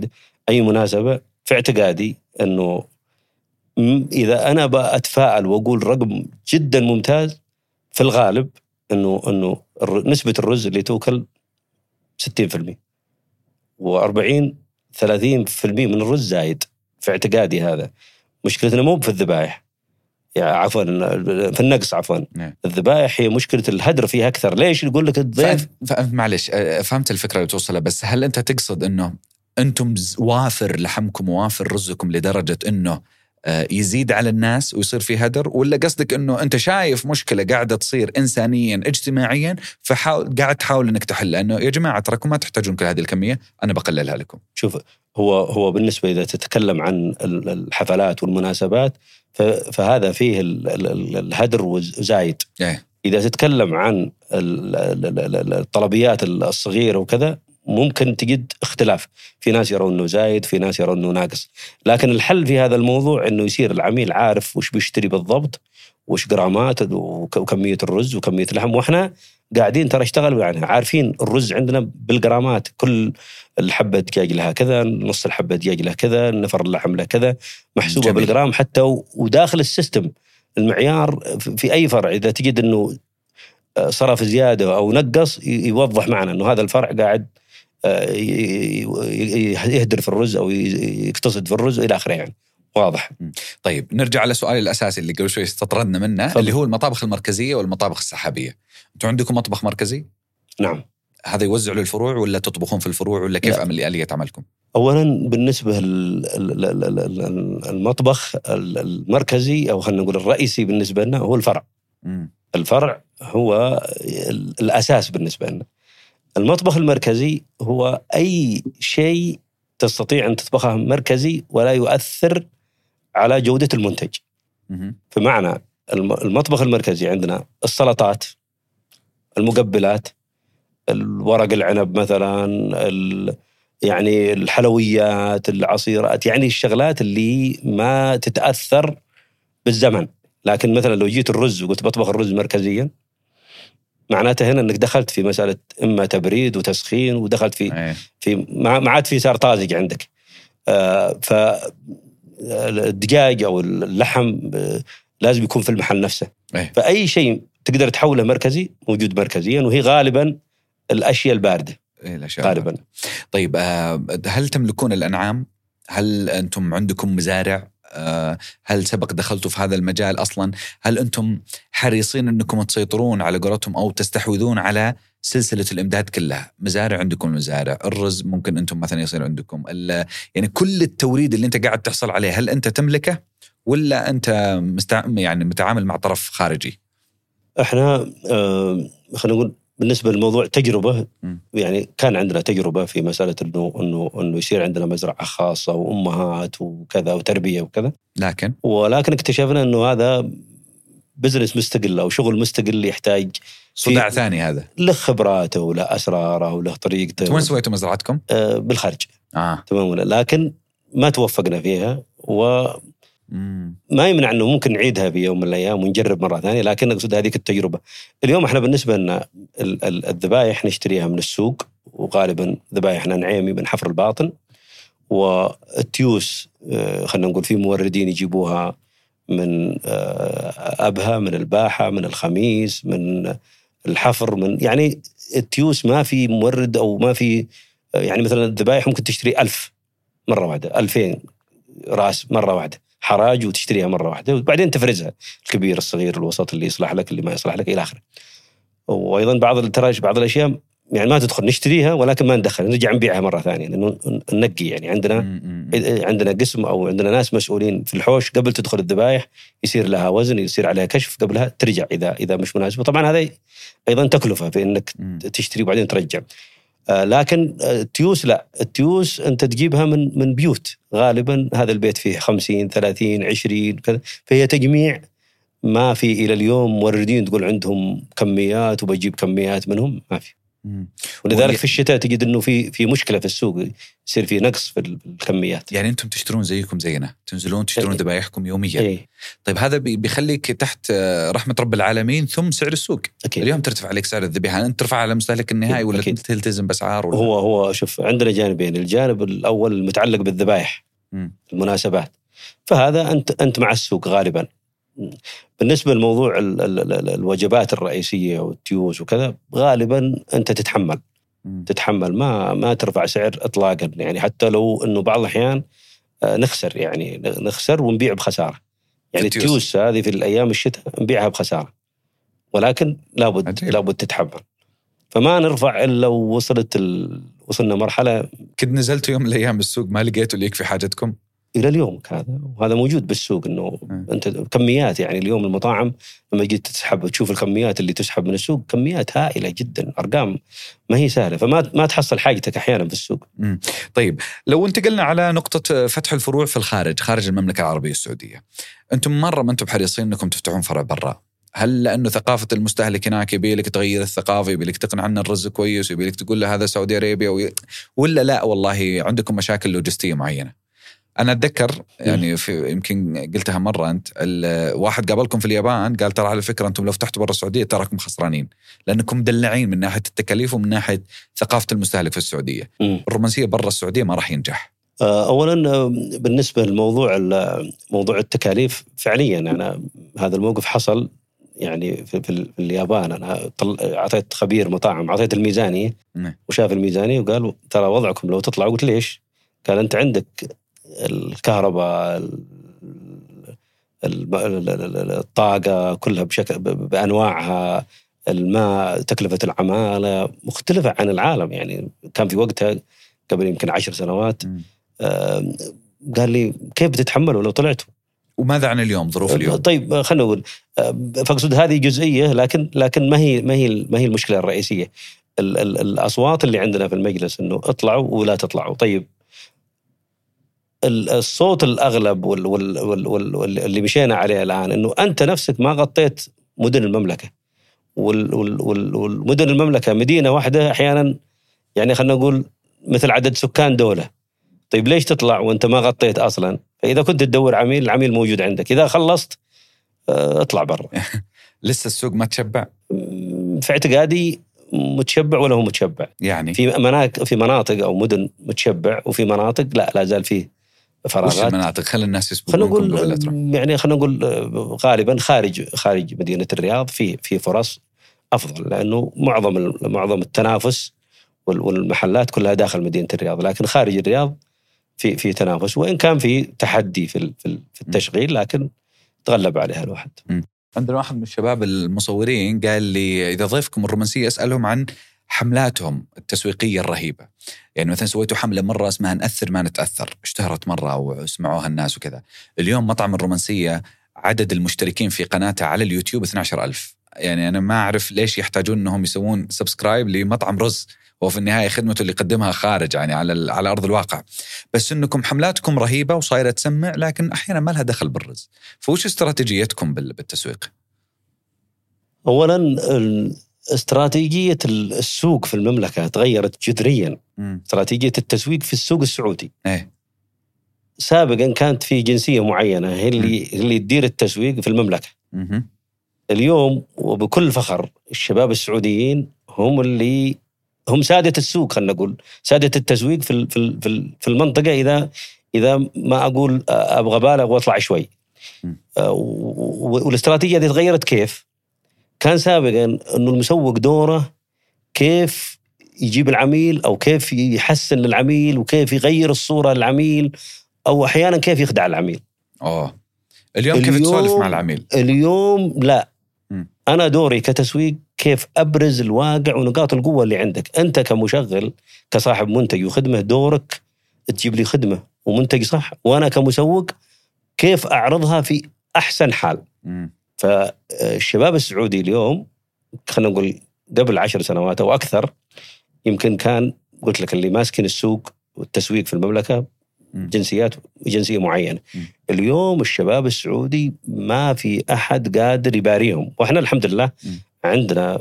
أي مناسبة، في اعتقادي أنه إذا أنا بأتفاعل وأقول رقم جدا ممتاز، في الغالب أنه أنه نسبة الرز اللي توكل ستين بالمئة وأربعين ثلاثين بالمئة من الرز زايد. في اعتقادي هذا مشكلتنا مو في الذبائح، يعني عفوا في النقص، عفوا الذبائح هي مشكلة الهدر فيها أكثر. ليش يقول لك الضيف؟ معلش فهمت الفكرة اللي توصلها، بس هل أنت تقصد أنه أنتم وافر لحمكم ووافر رزكم لدرجة أنه يزيد على الناس ويصير في هدر، ولا قصدك أنه أنت شايف مشكلة قاعدة تصير إنسانيا اجتماعيا فحاول قاعد تحاول أنك تحلها، أنه يا جماعة تراكم ما تحتاجون كل هذه الكمية، أنا بقللها لكم؟ شوف، هو هو بالنسبة إذا تتكلم عن الحفلات والمناسبات فهذا فيه الهدر وزايد. إذا تتكلم عن الطلبيات الصغيرة وكذا ممكن تجد اختلاف، في ناس يرون انه زايد، في ناس يرون انه ناقص. لكن الحل في هذا الموضوع انه يصير العميل عارف وش بيشتري بالضبط، وش جرامات وكمية الرز وكمية اللحم. واحنا قاعدين ترى اشتغل يعني عارفين الرز عندنا بالجرامات، كل الحبة دجاج لها كذا، نص الحبة دجاج لها كذا، نفر اللحم له كذا، محسوبة جميل. بالجرام حتى، وداخل السيستم المعيار في أي فرع إذا تجد إنه صرف زيادة أو نقص يوضح معنا إنه هذا الفرع قاعد يهدر في الرز أو يقتصد في الرز إلى آخره، يعني واضح. طيب نرجع على سؤالي الأساسي اللي قبل شوي استطردنا منه، فضل. اللي هو المطابخ المركزية والمطابخ السحابية. أنتوا عندكم مطبخ مركزي؟ نعم. هذا يوزع للفروع ولا تطبخون في الفروع ولا كيف عمل آلية عملكم؟ أولا بالنسبة للمطبخ المركزي أو خلينا نقول الرئيسي بالنسبة لنا هو الفرع. م. الفرع هو الأساس بالنسبة لنا. المطبخ المركزي هو أي شيء تستطيع أن تطبخه مركزي ولا يؤثر على جودة المنتج. م. فمعنى المطبخ المركزي عندنا السلطات، المقبلات، الورق العنب مثلا، يعني الحلويات، العصيرات، يعني الشغلات اللي ما تتأثر بالزمن. لكن مثلا لو جيت الرز وقلت بطبخ الرز مركزيا، معناته هنا انك دخلت في مسألة اما تبريد وتسخين، ودخلت في في ما عاد في صار طازج عندك. آه فالدجاج او اللحم لازم يكون في المحل نفسه. فأي شيء تقدر تحوله مركزي موجود مركزيا، وهي غالبا الأشياء الباردة الأشياء غالبا. الباردة. طيب هل تملكون الأنعام؟ هل أنتم عندكم مزارع؟ هل سبق دخلتوا في هذا المجال أصلا؟ هل أنتم حريصين أنكم تسيطرون على قولتهم أو تستحوذون على سلسلة الإمداد كلها؟ مزارع عندكم، مزارع الرز ممكن أنتم مثلا يصير عندكم، يعني كل التوريد اللي أنت قاعد تحصل عليه هل أنت تملكه ولا أنت مستع... يعني متعامل مع طرف خارجي؟ احنا آه خلينا نقول بالنسبة للموضوع تجربة، م. يعني كان عندنا تجربة في مسألة إنه إنه إنه يصير عندنا مزرعة خاصة وأمهات وكذا وتربية وكذا، لكن ولكن اكتشفنا إنه هذا بزنس مستقل أو شغل مستقل يحتاج صداع ثاني، هذا له خبراته وله أسراره وله طريقته. وين سويتوا مزرعتكم؟ آه بالخارج. آه. تمام. لكن ما توفقنا فيها، و ما يمنع أنه ممكن نعيدها في يوم من الأيام ونجرب مرة ثانية، لكن أقصد هذه التجربة. اليوم إحنا بالنسبة لنا الذبائح نشتريها من السوق، وغالبا ذبائحنا نعيمي من حفر الباطن، والتيوس خلنا نقول في موردين يجيبوها من أبها، من الباحة، من الخميس، من الحفر، من يعني التيوس ما في مورد أو ما في، يعني مثلا الذبائح ممكن تشتري ألف مرة واحدة، ألفين راس مرة واحدة حراج وتشتريها مرة واحدة، وبعدين تفرزها الكبير الصغير الوسط اللي يصلح لك اللي ما يصلح لك إلى آخره. وأيضا بعض التراج بعض الأشياء يعني ما تدخل نشتريها ولكن ما ندخل، نرجع نبيعها مرة ثانية لأنه ننقي. يعني عندنا عندنا قسم أو عندنا ناس مسؤولين في الحوش قبل تدخل الذبائح يصير لها وزن، يصير عليها كشف قبلها، ترجع إذا إذا مش مناسبة. طبعا هذا أيضا تكلفة في إنك تشتري وبعدين ترجع. آه لكن التيوس لا، التيوس أنت تجيبها من من بيوت، غالبا هذا البيت فيه خمسين ثلاثين عشرين كذا، فهي تجميع. ما في إلى اليوم موردين تقول عندهم كميات وبجيب كميات منهم، ما في. ولذلك في الشتاء تجد انه في في مشكله في السوق، يصير في نقص في الكميات. يعني انتم تشترون زيكم زينا، تنزلون تشترون إيه. ذبايحكم يوميا. إيه. طيب هذا بيخليك تحت رحمه رب العالمين ثم سعر السوق. أكيد. اليوم ترتفع عليك سعر الذبيحه، انت ترفع على المستهلك النهائي ولا أكيد. تلتزم باسعار ولا؟ هو هو شوف، عندنا جانبين. الجانب الاول المتعلق بالذبائح، المناسبات، فهذا انت انت مع السوق غالبا. بالنسبه لموضوع ال ال ال الوجبات الرئيسيه والتيوز وكذا، غالبا انت تتحمل تتحمل ما ما ترفع سعر اطلاقا، يعني حتى لو انه بعض الاحيان نخسر، يعني نخسر ونبيع بخساره. يعني التيوز هذه في الايام الشتاء نبيعها بخساره، ولكن لابد عجيب. لابد تتحمل. فما نرفع الا لو وصلت ال... وصلنا مرحله. كد نزلتوا يوم من الايام بالسوق ما لقيتوا اللي يكفي حاجتكم؟ الى اليوم هذا وهذا موجود بالسوق، انه م. انت كميات، يعني اليوم المطاعم لما جيت تسحب وتشوف الكميات اللي تسحب من السوق، كميات هائله جدا، ارقام ما هي سهله، فما ما تحصل حاجتك احيانا في السوق. م. طيب لو انتقلنا على نقطه فتح الفروع في الخارج، خارج المملكه العربيه السعوديه، انتم مره ما انتم حريصين انكم تفتحون فرع برا؟ هل لأنه ثقافة المستهلك هناك يبي لك تغير الثقافة، يبي لك تقنع عن الرز كويس، يبي لك تقول له هذا سعودي أرابيا وي... ولا لا والله عندكم مشاكل لوجستية معينة؟ أنا أتذكر يعني في يمكن قلتها مرة أنت، الواحد قابلكم في اليابان قال ترى على فكرة أنتم لو فتحتوا برا السعودية تراكم خسرانين، لأنكم مدلعين من ناحية التكاليف ومن ناحية ثقافة المستهلك في السعودية. م. الرومانسية برا السعودية ما راح ينجح. أولا بالنسبة لموضوع موضوع التكاليف، فعليا أنا هذا الموقف حصل يعني في, في اليابان. أنا أعطيت خبير مطاعم، أعطيت الميزانية وشاف الميزانية وقال ترى وضعكم لو تطلع. قلت ليش؟ قال أنت عندك الكهرباء، الطاقة كلها بشكل بأنواعها، الماء، تكلفة العمالة مختلفة عن العالم. يعني كان في وقتها قبل يمكن عشر سنوات آه قال لي كيف بتتحملوا لو طلعتوا؟ وماذا عن اليوم، ظروف اليوم؟ طيب خلنا نقول، فاقصد هذه جزئيه، لكن لكن ما هي ما هي ما هي المشكله الرئيسيه. ال ال الاصوات اللي عندنا في المجلس انه اطلعوا ولا تطلعوا. طيب الصوت الاغلب وال وال وال وال واللي مشينا عليه الان انه انت نفسك ما غطيت مدن المملكه، وال وال وال والمدن المملكه مدينه واحده احيانا، يعني خلنا نقول مثل عدد سكان دوله. طيب ليش تطلع وانت ما غطيت اصلا؟ فاذا كنت تدور عميل، العميل موجود عندك، اذا خلصت اطلع برا. لسه السوق ما تشبع؟ في اعتقادي متشبع ولا هو متشبع؟ يعني في مناطق في مناطق او مدن متشبع، وفي مناطق لا لا زال فيه فراغات. وش المناطق؟ خلي الناس يسبقونكم قبل تروح. يعني خلينا نقول غالبا خارج خارج مدينه الرياض في في فرص افضل، لانه معظم معظم التنافس والمحلات كلها داخل مدينه الرياض، لكن خارج الرياض في في تنافس، وإن كان في تحدي في في التشغيل، لكن تغلب عليها الواحد. م. عندنا واحد من الشباب المصورين قال لي إذا ضيفكم الرومانسية أسألهم عن حملاتهم التسويقية الرهيبة. يعني مثلا سويتوا حملة مرة اسمها نأثر ما نتأثر، اشتهرت مرة وسمعوها الناس وكذا. اليوم مطعم الرومانسية عدد المشتركين في قناته على اليوتيوب اثنا عشر ألف. يعني أنا ما أعرف ليش يحتاجون أنهم يسوون سبسكرايب لمطعم رز، وفي النهاية خدمته اللي يقدمها خارج يعني على على أرض الواقع. بس إنكم حملاتكم رهيبة وصايرة تسمع، لكن أحيانا ما لها دخل بالرز. فوش استراتيجيتكم بالتسويق؟ أولا استراتيجية السوق في المملكة تغيرت جذريا. م. استراتيجية التسويق في السوق السعودي. ايه. سابقا كانت في جنسية معينة هي اللي م. اللي تدير التسويق في المملكة. م. اليوم وبكل فخر الشباب السعوديين هم اللي هم سادة السوق، خلنا نقول سادة التسويق في في في المنطقة. إذا إذا ما أقول أبغى بالغ وأطلع شوي. والاستراتيجية دي تغيرت كيف؟ كان سابقا إنه المسوق دوره كيف يجيب العميل، أو كيف يحسن للعميل، وكيف يغير الصورة للعميل، أو أحيانا كيف يخدع العميل. أوه. اليوم, اليوم كيف تسولف مع العميل؟ اليوم لا. م. أنا دوري كتسويق كيف أبرز الواقع ونقاط القوة اللي عندك. أنت كمشغل كصاحب منتج وخدمة، دورك تجيب لي خدمة ومنتج صح، وأنا كمسوق كيف أعرضها في أحسن حال. م. فالشباب السعودي اليوم خلينا نقول قبل عشر سنوات أو أكثر، يمكن كان قلت لك اللي ماسكين السوق والتسويق في المملكة جنسيات جنسية معينة. م. اليوم الشباب السعودي ما في أحد قادر يباريهم، وإحنا الحمد لله م. عندنا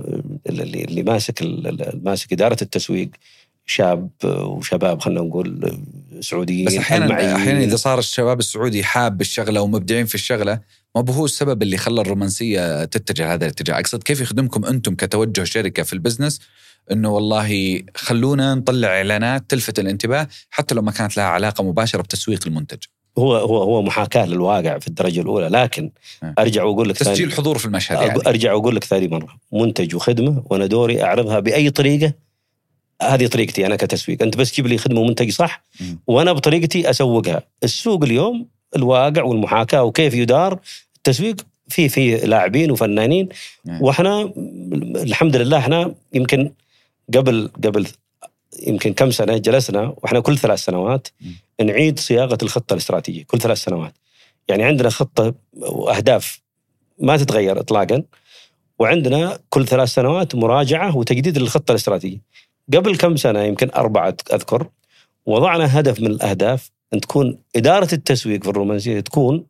اللي اللي ماسك ماسك إدارة التسويق شاب وشباب خلنا نقول سعوديين. بس أحيانا أحيانا إذا صار الشباب السعودي حاب الشغلة ومبدعين في الشغلة، ما هو السبب اللي خلى الرومانسية تتجه هذا الاتجاه. أقصد كيف يخدمكم أنتم كتوجه شركة في البزنس إنه والله خلونا نطلع إعلانات تلفت الانتباه حتى لو ما كانت لها علاقة مباشرة بتسويق المنتج. هو هو هو محاكاة للواقع في الدرجة الأولى، لكن أرجع وأقول لك تسجيل حضور في المشهد يعني. أرجع وأقول لك ثاني مرة، منتج وخدمة وأنا دوري أعرضها بأي طريقة. هذه طريقتي أنا كتسويق. أنت بس جيب لي خدمة ومنتج صح م. وأنا بطريقتي أسوقها. السوق اليوم الواقع والمحاكاة وكيف يدار التسويق في في لاعبين وفنانين م. وإحنا الحمد لله إحنا يمكن قبل قبل يمكن كم سنة جلسنا وإحنا كل ثلاث سنوات م. نعيد صياغة الخطة الاستراتيجية كل ثلاث سنوات. يعني عندنا خطة وأهداف ما تتغير إطلاقا، وعندنا كل ثلاث سنوات مراجعة وتجديد للخطة الاستراتيجية. قبل كم سنة يمكن أربعة أذكر وضعنا هدف من الأهداف أن تكون إدارة التسويق في الرومانسية تكون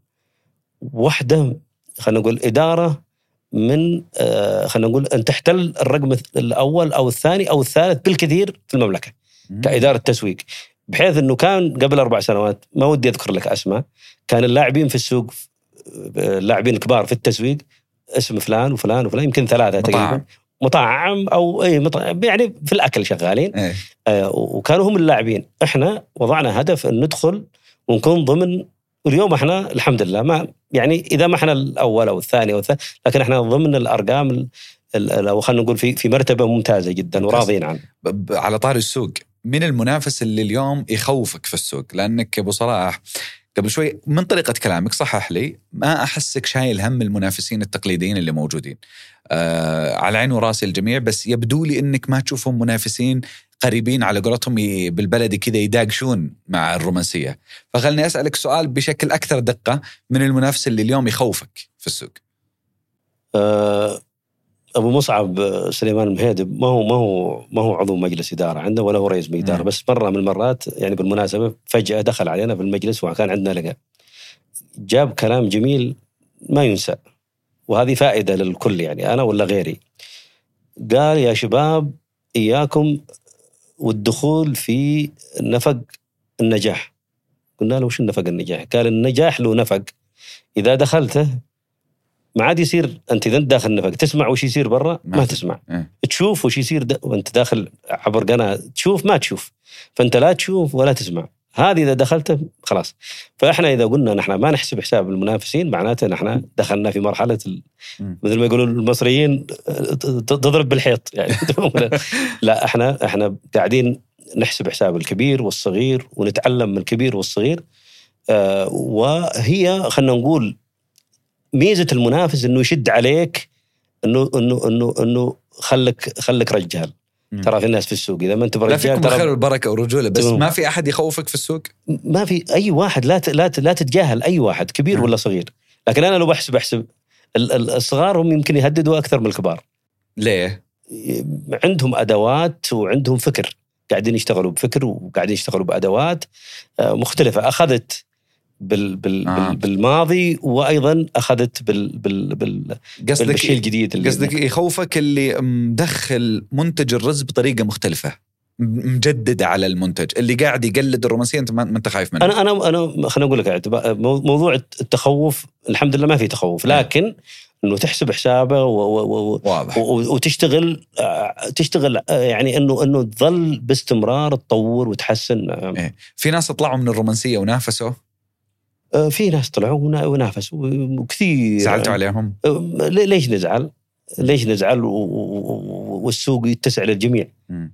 واحدة خلينا نقول إدارة من آه خلينا نقول أن تحتل الرقم الأول أو الثاني أو الثالث بالكثير في المملكة كإدارة تسويق، بحيث أنه كان قبل أربع سنوات ما ودي أذكر لك أسماء، كان اللاعبين في السوق اللاعبين الكبار في التسويق اسم فلان وفلان وفلان يمكن ثلاثة تقريبا مطاعم أو أي مطاعم يعني في الأكل شغالين أيه. آه وكانوا هم اللاعبين. إحنا وضعنا هدف أن ندخل ونكون ضمن، واليوم إحنا الحمد لله ما يعني إذا ما إحنا الأول أو الثاني أو الثالث لكن إحنا ضمن الأرقام أو خلينا نقول في في مرتبة ممتازة جدا وراضين عنه. على طار السوق، من المنافس اللي اليوم يخوفك في السوق؟ لأنك أبو صلاح قبل شوي من طريقة كلامك صحح لي ما أحسك شايل هم المنافسين التقليديين اللي موجودين. آه على عين وراسي الجميع، بس يبدو لي إنك ما تشوفهم منافسين قريبين على قولتهم بالبلدي كذا يداقشون مع الرومانسية. فخلني أسألك سؤال بشكل أكثر دقة، من المنافس اللي اليوم يخوفك في السوق؟ آه أبو مصعب سليمان المهيدب ما هو ما هو ما هو عضو مجلس إدارة عندنا ولا هو رئيس إدارة، بس مرة من المرات يعني بالمناسبة فجأة دخل علينا في المجلس وكان عندنا لقاء، جاب كلام جميل ما ينسى، وهذه فائدة للكل يعني أنا ولا غيري. قال يا شباب إياكم والدخول في نفق النجاح. قلنا له وش النفق النجاح؟ قال النجاح له نفق إذا دخلته ما عاد يصير أنت إذا داخل النفق تسمع وش يصير برا ما, ما تسمع اه. تشوف وش يصير د... وأنت داخل عبر قناة تشوف ما تشوف، فأنت لا تشوف ولا تسمع. هذه إذا دخلته خلاص. فإحنا إذا قلنا نحن ما نحسب حساب المنافسين معناته نحن دخلنا في مرحلة ال... مثل ما يقولون المصريين تضرب بالحيط يعني. لا إحنا إحنا قاعدين نحسب حساب الكبير والصغير ونتعلم من الكبير والصغير. آه وهي خلنا نقول ميزة المنافس إنه يشد عليك إنه إنه إنه إنه خلك خلك رجال. ترى في الناس في السوق إذا ما أنت برجال لا فيكم الخير والبركة والرجولة، بس ما في أحد يخوفك في السوق. ما في أي واحد، لا لا لا تتجاهل أي واحد كبير م. ولا صغير. لكن أنا لو بحسب أحسب الصغار هم يمكن يهددوا أكثر من الكبار. ليه؟ عندهم أدوات وعندهم فكر، قاعدين يشتغلوا بفكر وقاعدين يشتغلوا بأدوات مختلفة أخذت بال بال آه. بالماضي وأيضا أخذت بال بال بال بالشيء الجديد. اللي قصدك يخوفك اللي مدخل منتج الرز بطريقة مختلفة مجددة على المنتج اللي قاعد يقلد الرومانسية أنت ما أنت خايف منه. أنا أنا أنا خلنا أقول لك موضوع التخوف الحمد لله ما في تخوف، لكن إنه تحسب حسابه وتشتغل تشتغل يعني إنه إنه تظل باستمرار تطور وتحسن. إيه. في ناس طلعوا من الرومانسية ونافسوا، في ناس طلعوا ونافسوا وكثير. زعلتوا عليهم؟ ليش نزعل؟ ليش نزعل والسوق يتسع للجميع.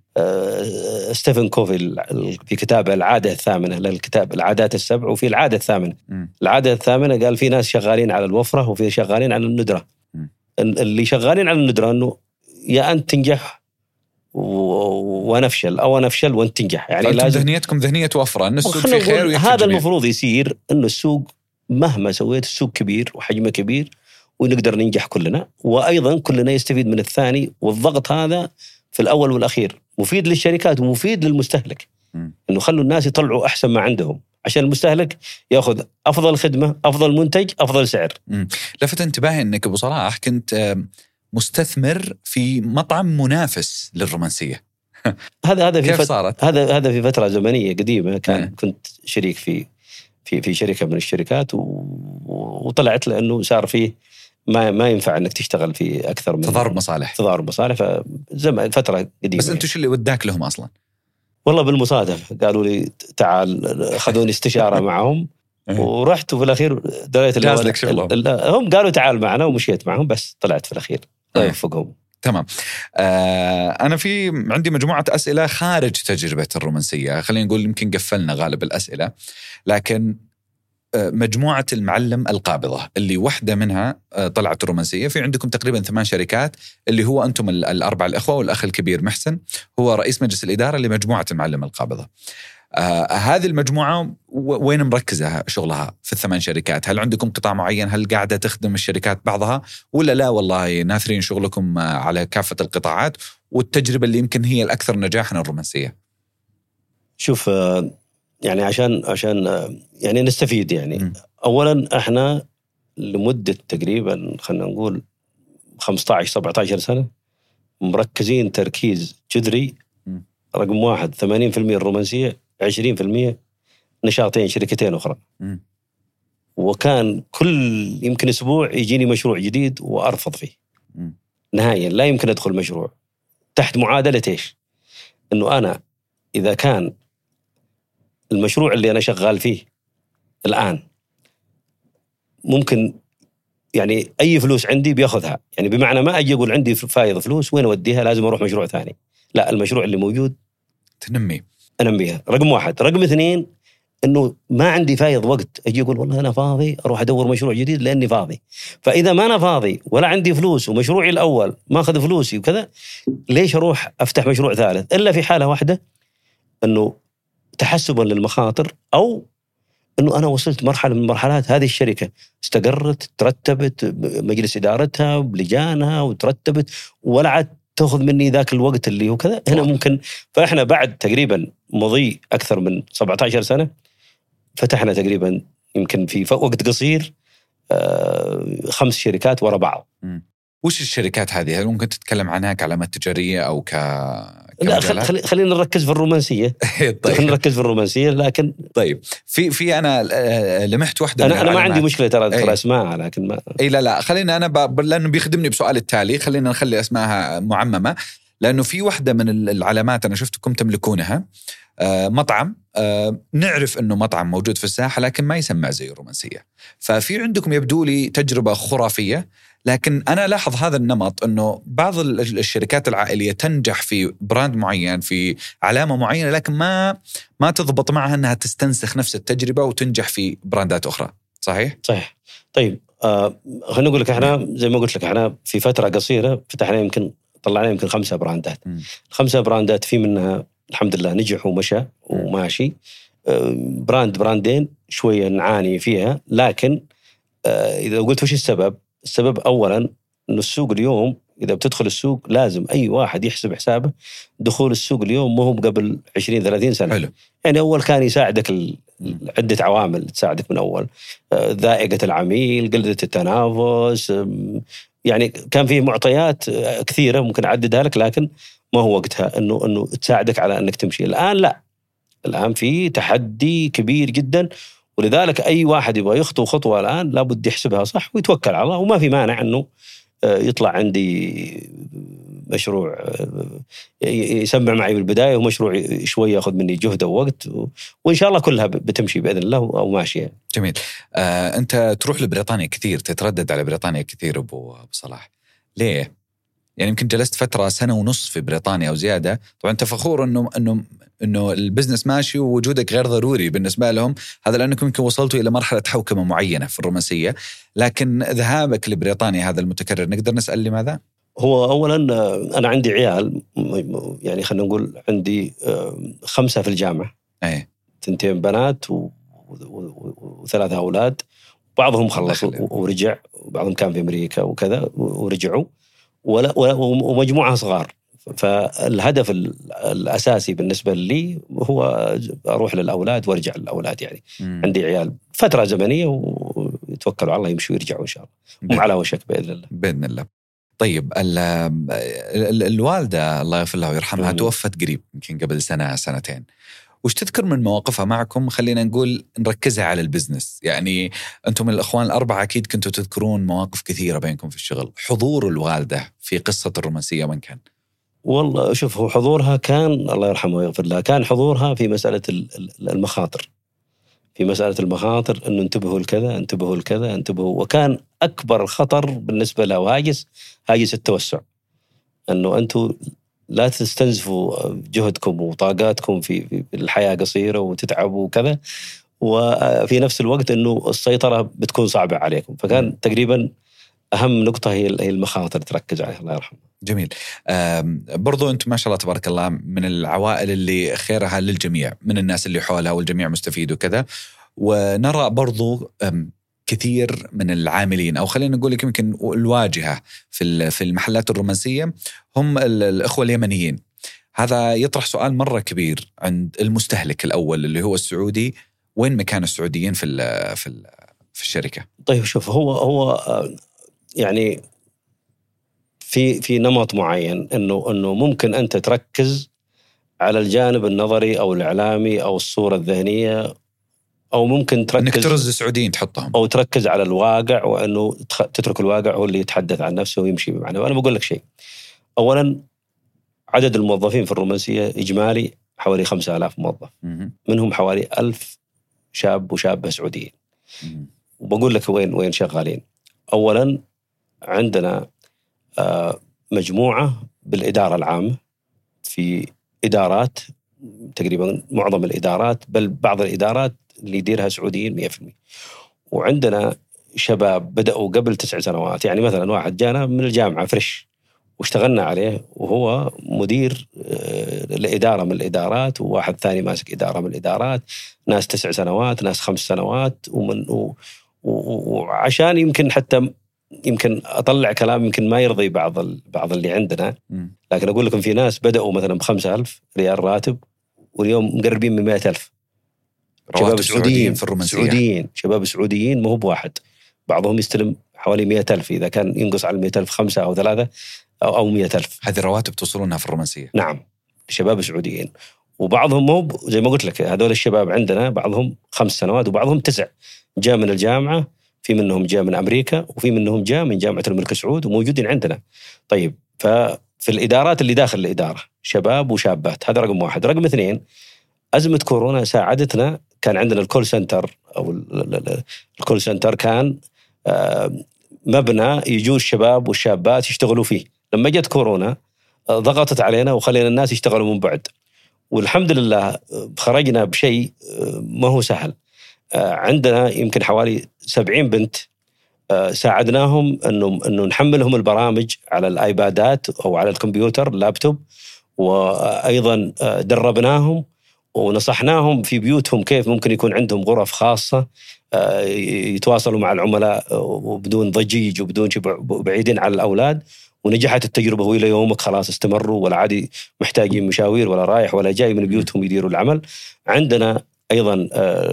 أه ستيفن كوفي في كتابه العادة الثامنة للكتاب العادات السبع، وفي العادة الثامنة م. العادة الثامنة قال في ناس شغالين على الوفرة وفي شغالين على الندرة. م. اللي شغالين على الندرة أنه يا أنت تنجح ونفشل أو نفشل وأنت تنجح، يعني لازم ذهنيتكم ذهنية وفرة أن السوق في خير ويكفي. هذا المفروض يصير، أنه السوق مهما سويت السوق كبير وحجمه كبير ونقدر ننجح كلنا، وأيضا كلنا يستفيد من الثاني. والضغط هذا في الأول والأخير مفيد للشركات ومفيد للمستهلك، م. إنه خلوا الناس يطلعوا أحسن ما عندهم عشان المستهلك يأخذ أفضل خدمة أفضل منتج أفضل سعر. م. لفت انتباهي أنك أبو صلاح كنت مستثمر في مطعم منافس للرومانسية. هذا هذا في كيف فت... صارت؟ هذا هذا في فترة زمنية قديمة كان م. كنت شريك في في في شركة من الشركات و... وطلعت لأنه صار فيه ما ما ينفع انك تشتغل في اكثر من تضارب مصالح تضارب مصالح فزمان فتره قديمه. بس انتم شو اللي وداك لهم اصلا؟ والله بالمصادفه قالوا لي تعال، اخذوني استشاره معهم ورحت، وفي الاخير دريت جاز لك شغلهم. هم قالوا تعال معنا ومشيت معهم، بس طلعت في الاخير الله يوفقهم. تمام. آه أنا في عندي مجموعة أسئلة خارج تجربة الرومانسية، خلينا نقول يمكن قفلنا غالب الأسئلة، لكن مجموعة المعلم القابضة اللي واحدة منها طلعت رومانسية. في عندكم تقريبا ثمان شركات، اللي هو أنتم الأربع الأخوة والأخ الكبير محسن هو رئيس مجلس الإدارة لمجموعة المعلم القابضة. آه هذه المجموعة وين مركزة شغلها في الثمان شركات؟ هل عندكم قطاع معين؟ هل قاعدة تخدم الشركات بعضها ولا لا والله ناثرين شغلكم على كافة القطاعات؟ والتجربة اللي يمكن هي الأكثر نجاحا الرومانسية. شوف يعني عشان عشان يعني نستفيد يعني م. أولا احنا لمدة تقريبا خلنا نقول خمسة عشر سبعة عشر سنة مركزين تركيز جذري. م. رقم واحد ثمانين بالمئة الرومانسية، عشرين بالمئة نشاطين شركتين أخرى. م. وكان كل يمكن أسبوع يجيني مشروع جديد وأرفض فيه م. نهائيا. لا يمكن أدخل مشروع تحت معادلة إيش؟ إنه أنا إذا كان المشروع اللي أنا شغال فيه الآن ممكن يعني أي فلوس عندي بياخذها، يعني بمعنى ما أجي أقول عندي فايض فلوس وين أوديها، لازم أروح مشروع ثاني. لا، المشروع اللي موجود تنمي أنميها. رقم واحد. رقم اثنين إنه ما عندي فايض وقت أجي أقول والله أنا فاضي أروح أدور مشروع جديد لأني فاضي. فإذا ما أنا فاضي ولا عندي فلوس ومشروعي الأول ما أخذ فلوسي وكذا، ليش أروح أفتح مشروع ثالث؟ إلا في حالة واحدة، إنه تحسبا للمخاطر، أو أنه أنا وصلت مرحلة من مرحلات هذه الشركة استقرت، ترتبت مجلس إدارتها بلجانها وترتبت ولا عاد تأخذ مني ذاك الوقت اللي هو كذا. هنا ممكن. فإحنا بعد تقريبا مضي أكثر من سبعة عشر سنة فتحنا تقريبا يمكن في وقت قصير خمس شركات وراء بعض. م. وش الشركات هذه؟ هل ممكن تتكلم عنها كعلامات تجارية أو ك لا خلي خلينا نركز في الرومانسية. طيب. خلينا نركز في الرومانسية. لكن طيب في في أنا لمحت واحدة أنا أنا ما عندي مشكلة ترى أذكر أسماءها، لكن ما أي لا لا خلينا أنا ب... لأنه بيخدمني بسؤال التالي، خلينا نخلي أسماءها معممة، لأنه في واحدة من العلامات أنا شفتكم تملكونها آه مطعم آه نعرف أنه مطعم موجود في الساحة لكن ما يسمع زي الرومانسية. ففي عندكم يبدو لي تجربة خرافية، لكن أنا لاحظ هذا النمط أنه بعض الشركات العائلية تنجح في براند معين في علامة معينة، لكن ما ما تضبط معها أنها تستنسخ نفس التجربة وتنجح في براندات أخرى. صحيح؟ صحيح. طيب آه خلينا نقول لك إحنا زي ما قلت لك إحنا في فترة قصيرة فتحنا يمكن طلعنا يمكن خمسة براندات. م. خمسة براندات في منها الحمد لله نجح ومشى وماشي. آه براند براندين شوية نعاني فيها، لكن آه إذا قلت وش السبب؟ السبب أولاً إنه السوق اليوم إذا بتدخل السوق لازم أي واحد يحسب حسابه دخول السوق اليوم مو قبل عشرين ثلاثين سنة. حلو. يعني أول كان يساعدك عدة عوامل تساعدك من أول، ذائقة العميل، قلة التنافس، يعني كان فيه معطيات كثيرة ممكن أعددها لك، لكن ما هو وقتها إنه إنه تساعدك على أنك تمشي. الآن لا، الآن في تحدي كبير جداً، ولذلك أي واحد يبغى يخطو خطوة الآن لابد يحسبها صح ويتوكل على الله. وما في مانع أنه يطلع عندي مشروع يسمع معي بالبداية ومشروع شوية يأخذ مني جهد ووقت، وإن شاء الله كلها بتمشي بإذن الله أو ماشية. جميل. آه، أنت تروح لبريطانيا كثير، تتردد على بريطانيا كثير أبو صلاح، ليه؟ يعني يمكن جلست فترة سنة ونص في بريطانيا أو زيادة. طبعا أنت فخور إنه إنه إنه البزنس ماشي ووجودك غير ضروري بالنسبة لهم، هذا لأنكم يمكن وصلتوا إلى مرحلة حوكمة معينة في الرومانسية، لكن ذهابك لبريطانيا هذا المتكرر نقدر نسأل لماذا؟ هو أولاً أنا عندي عيال، يعني خلينا نقول عندي خمسة في الجامعة، أي تنتين بنات وثلاثة أولاد، بعضهم خلصوا ورجع، وبعضهم كان في أمريكا وكذا ورجعوا، ولا ومجموعة صغار. فالهدف الأساسي بالنسبة لي هو أروح للأولاد وارجع للأولاد. يعني م. عندي عيال فترة زمنية ويتوكلوا على الله يمشوا ويرجعوا إن شاء الله، هم على وشك بإذن الله. بإذن الله. طيب ال ال الوالدة الله يغفر لها ويرحمها مم. توفت قريب يمكن قبل سنة سنتين، وش تذكر من مواقفها معكم؟ خلينا نقول نركزها على البزنس، يعني أنتم الأخوان الأربعة أكيد كنتوا تذكرون مواقف كثيرة بينكم في الشغل. حضور الوالدة في قصة الرومانسية من كان؟ والله شوف، هو حضورها كان الله يرحمه ويغفر لها، كان حضورها في مسألة المخاطر، في مسألة المخاطر أنه انتبهوا لكذا انتبهوا لكذا انتبهوا. وكان أكبر خطر بالنسبة له هاجس هاجس التوسع، أنه أنتم لا تستنزفوا جهدكم وطاقاتكم في في الحياة قصيرة وتتعبوا وكذا، وفي نفس الوقت أنه السيطرة بتكون صعبة عليكم. فكان تقريبا أهم نقطة هي المخاطر تركز عليها الله يرحمه. جميل. برضو أنتم ما شاء الله تبارك الله من العوائل اللي خيرها للجميع، من الناس اللي حولها والجميع مستفيد وكذا. ونرى برضو كثير من العاملين، أو خلينا نقول لك يمكن الواجهة في في المحلات الرومانسية هم الأخوة اليمنيين. هذا يطرح سؤال مرة كبير عند المستهلك الأول اللي هو السعودي، وين مكان السعوديين في ال في ال في الشركة؟ طيب شوف، هو هو يعني في في نمط معين، انه انه ممكن انت تركز على الجانب النظري او الاعلامي او الصورة الذهنية، او ممكن تركز انك ترز السعوديين تحطهم، او تركز على الواقع، وانه تترك الواقع هو اللي يتحدث عن نفسه ويمشي بمعنى. وانا بقول لك شيء، اولا عدد الموظفين في الرومانسية اجمالي حوالي خمسة آلاف موظف، منهم حوالي ألف شاب وشابة سعوديين. وبقول لك وين وين شغالين. اولا عندنا مجموعة بالإدارة العامة، في إدارات تقريبا معظم الإدارات، بل بعض الإدارات اللي يديرها سعوديين مئة بالمئة. وعندنا شباب بدأوا قبل تسع سنوات، يعني مثلا واحد جانا من الجامعة فريش واشتغلنا عليه وهو مدير الإدارة من الإدارات، وواحد ثاني ماسك إدارة من الإدارات، ناس تسع سنوات ناس خمس سنوات. ومن و وعشان يمكن حتى يمكن أطلع كلام يمكن ما يرضي بعض بعض اللي عندنا، لكن أقول لكم في ناس بدأوا مثلا بخمسة ألف ريال راتب واليوم مقربين من مئة ألف. شباب سعوديين في الرومانسية، سعوديين شباب سعوديين، ما هو بواحد، بعضهم يستلم حوالي مئة ألف، إذا كان ينقص على مئة ألف خمسة أو ثلاثة أو أو مئة ألف. هذه رواتب توصلونها في الرومانسية؟ نعم، شباب سعوديين. وبعضهم مو زي ما قلت لك، هذول الشباب عندنا بعضهم خمس سنوات وبعضهم تسع، جاء من الجامعة، في منهم جاء من أمريكا، وفي منهم جاء من جامعة الملك سعود وموجودين عندنا. طيب، ففي الإدارات اللي داخل الإدارة شباب وشابات، هذا رقم واحد. رقم اثنين، أزمة كورونا ساعدتنا. كان عندنا الكول سنتر أو الكول سنتر كان مبنى يجوا الشباب والشابات يشتغلوا فيه. لما جت كورونا ضغطت علينا وخلينا الناس يشتغلوا من بعد، والحمد لله خرجنا بشيء ما هو سهل. عندنا يمكن حوالي سبعين بنت ساعدناهم أنه أنه نحملهم البرامج على الآيبادات أو على الكمبيوتر اللابتوب، وأيضا دربناهم ونصحناهم في بيوتهم كيف ممكن يكون عندهم غرف خاصة يتواصلوا مع العملاء وبدون ضجيج وبدون بعيدين على الأولاد. ونجحت التجربة، وإلى يومك خلاص استمروا ولا عادي محتاجين مشاوير ولا رايح ولا جاي من بيوتهم يديروا العمل. عندنا أيضا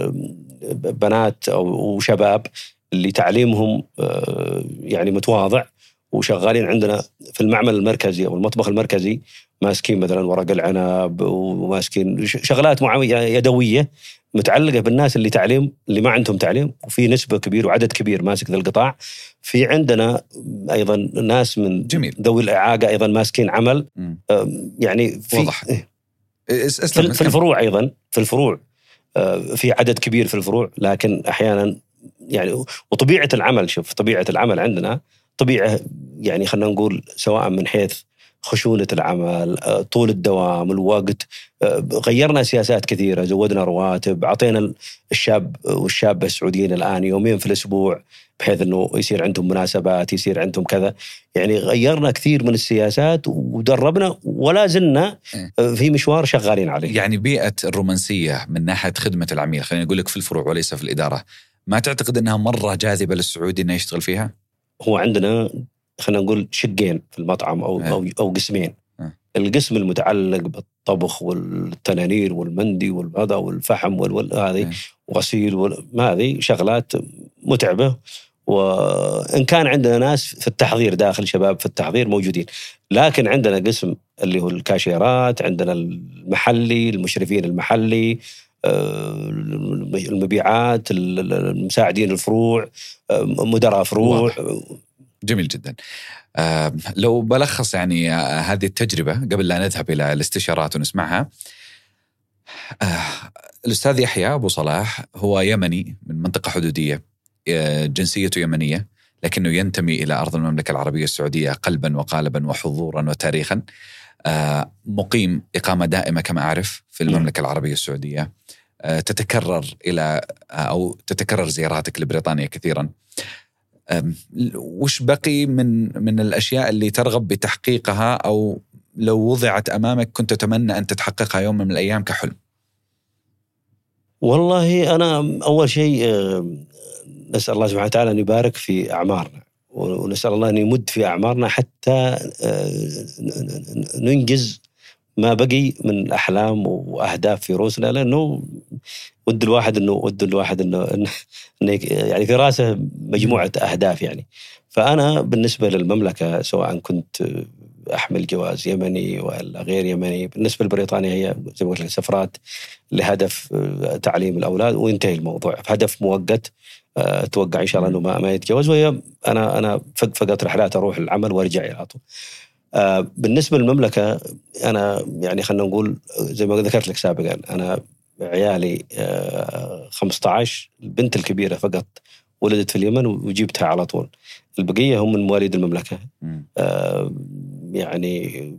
بنات أو شباب اللي تعليمهم يعني متواضع وشغالين عندنا في المعمل المركزي أو المطبخ المركزي، ماسكين مثلا ورق العنب وماسكين شغلات يدوية متعلقة بالناس اللي تعليم اللي ما عندهم تعليم، وفي نسبة كبير وعدد كبير ماسك ذا القطاع. في عندنا أيضا ناس من جميل. ذوي الإعاقة أيضا ماسكين عمل. يعني في واضح. في, في الفروع أيضا في الفروع في عدد كبير في الفروع، لكن أحيانا يعني وطبيعة العمل، شوف طبيعة العمل عندنا طبيعة يعني خلنا نقول سواء من حيث خشونة العمل، طول الدوام، الوقت، غيرنا سياسات كثيرة، زودنا رواتب، عطينا الشاب والشابة السعوديين الآن يومين في الأسبوع بحيث أنه يصير عندهم مناسبات، يصير عندهم كذا. يعني غيرنا كثير من السياسات ودربنا ولا زلنا في مشوار شغالين عليه. يعني بيئة الرومانسية من ناحية خدمة العميل، خلينا نقول لك في الفروع وليس في الإدارة، ما تعتقد أنها مرة جاذبة للسعودي أنه يشتغل فيها؟ هو عندنا خلينا نقول شقين في المطعم أو أه. أو أو قسمين. أه. القسم المتعلق بالطبخ والتنانير والمندي والهذا والفحم والهذه أه. وغسيل وما هذه شغلات متعبة وإن كان عندنا ناس في التحضير داخل، شباب في التحضير موجودين، لكن عندنا قسم اللي هو الكاشيرات، عندنا المحلي، المشرفين المحلي، المبيعات، المساعدين الفروع، مدراء فروع. واضح. جميل جدا. آه لو بلخص يعني آه هذه التجربة قبل لا نذهب إلى الاستشارات ونسمعها. آه الأستاذ يحيى أبو صلاح هو يمني من منطقة حدودية، آه جنسيته يمنية، لكنه ينتمي إلى أرض المملكة العربية السعودية قلبا وقالبا وحضورا وتاريخا. آه مقيم إقامة دائمة كما أعرف في المملكة العربية السعودية. آه تتكرر إلى آه أو تتكرر زياراتك لبريطانيا كثيرا. وش بقي من من الأشياء اللي ترغب بتحقيقها، أو لو وضعت أمامك كنت تتمنى أن تتحققها يوم من الأيام كحلم؟ والله أنا أول شيء نسأل الله سبحانه وتعالى أن يبارك في أعمارنا، ونسأل الله أن يمد في أعمارنا حتى ننجز ما بقي من أحلام وأهداف في رؤوسنا، لأنه ود الواحد إنه ود الواحد إنه إنه يعني في رأسه مجموعة أهداف يعني. فأنا بالنسبة للمملكة سواء كنت أحمل جواز يمني ولا غير يمني، بالنسبة لبريطانيا هي زي ما قلت لك سفرات لهدف تعليم الأولاد وينتهي الموضوع، هدف مؤقت أتوقع إن شاء الله إنه ما ما يتجاوز، وهي أنا أنا فقط رحلات أروح العمل وأرجع على طول. بالنسبة للمملكة أنا يعني خلنا نقول زي ما ذكرت لك سابقا، أنا عيالي خمسة عشر، البنت الكبيرة فقط ولدت في اليمن وجبتها على طول، البقية هم من مواليد المملكة. يعني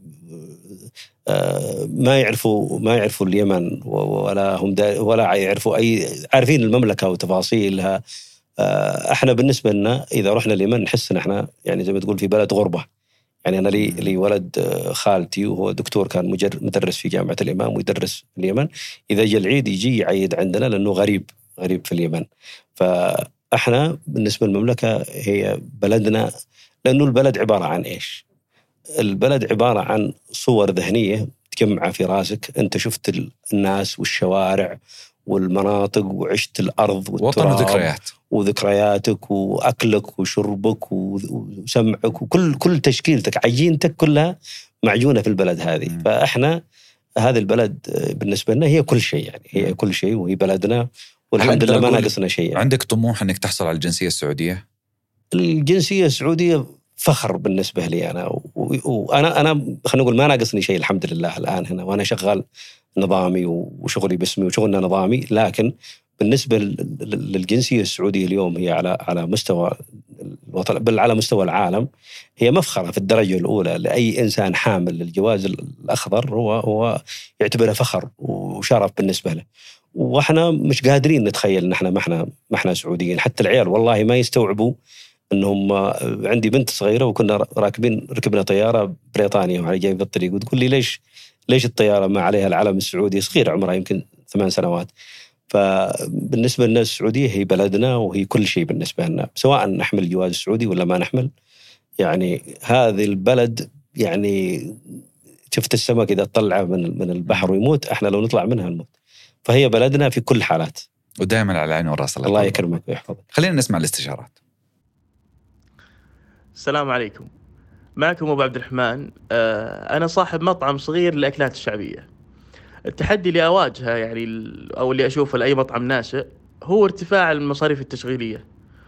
ما يعرفوا ما يعرفوا اليمن ولا هم ولا يعرفوا أي عارفين المملكة وتفاصيلها. احنا بالنسبة لنا إذا رحنا اليمن نحس إن احنا يعني زي ما تقول في بلد غربة. يعني أنا لي لي ولد خالتي وهو دكتور كان مدرس في جامعة الإمام ويدرس في اليمن، إذا جاء العيد يجي يعيد عندنا لأنه غريب غريب في اليمن. فإحنا بالنسبة للمملكة هي بلدنا، لأنه البلد عبارة عن إيش؟ البلد عبارة عن صور ذهنية تجمعها في راسك، أنت شفت الناس والشوارع والمناطق وعشت الأرض والتراب وذكريات وذكرياتك وأكلك وشربك وسمعك وكل كل تشكيلتك عجينتك كلها معجونة في البلد هذه. م. فإحنا هذا البلد بالنسبة لنا هي كل شيء، يعني هي كل شيء وهي بلدنا والحمد لله ما ناقصنا شيء يعني. عندك طموح أنك تحصل على الجنسية السعودية؟ الجنسية السعودية فخر بالنسبة لي أنا، وأنا أنا خلينا نقول ما ناقصني شيء الحمد لله الآن هنا، وأنا شغال نظامي وشغلي باسمي وشغلنا نظامي. لكن بالنسبة للجنسية السعودية اليوم هي على على مستوى الوطن بل على مستوى العالم هي مفخرة في الدرجة الأولى لأي إنسان حامل للجواز الأخضر، هو هو يعتبره فخر وشرف بالنسبة له. وإحنا مش قادرين نتخيل إن إحنا ما إحنا ما إحنا سعوديين، حتى العيال والله ما يستوعبوا إنهم. عندي بنت صغيرة وكنا راكبين ركبنا طيارة بريطانيا وعلى جاي في الطريق وتقول لي ليش ليش الطيارة ما عليها العلم السعودي؟ صغير عمرها يمكن ثمان سنوات. فبالنسبة للناس السعودية هي بلدنا وهي كل شيء بالنسبة لنا، سواء نحمل الجواز السعودي ولا ما نحمل. يعني هذه البلد يعني شفت السمك إذا طلع من من البحر ويموت، احنا لو نطلع منها نموت. فهي بلدنا في كل حالات ودائما على العين والراس. الله, الله يكرمك ويحفظك. خلينا نسمع الاستشارات. السلام عليكم، معكم أبو عبد الرحمن. أنا صاحب مطعم صغير للأكلات الشعبية. التحدي اللي أواجهه يعني أو اللي أشوفه لأي مطعم ناشئ هو ارتفاع المصاريف التشغيلية،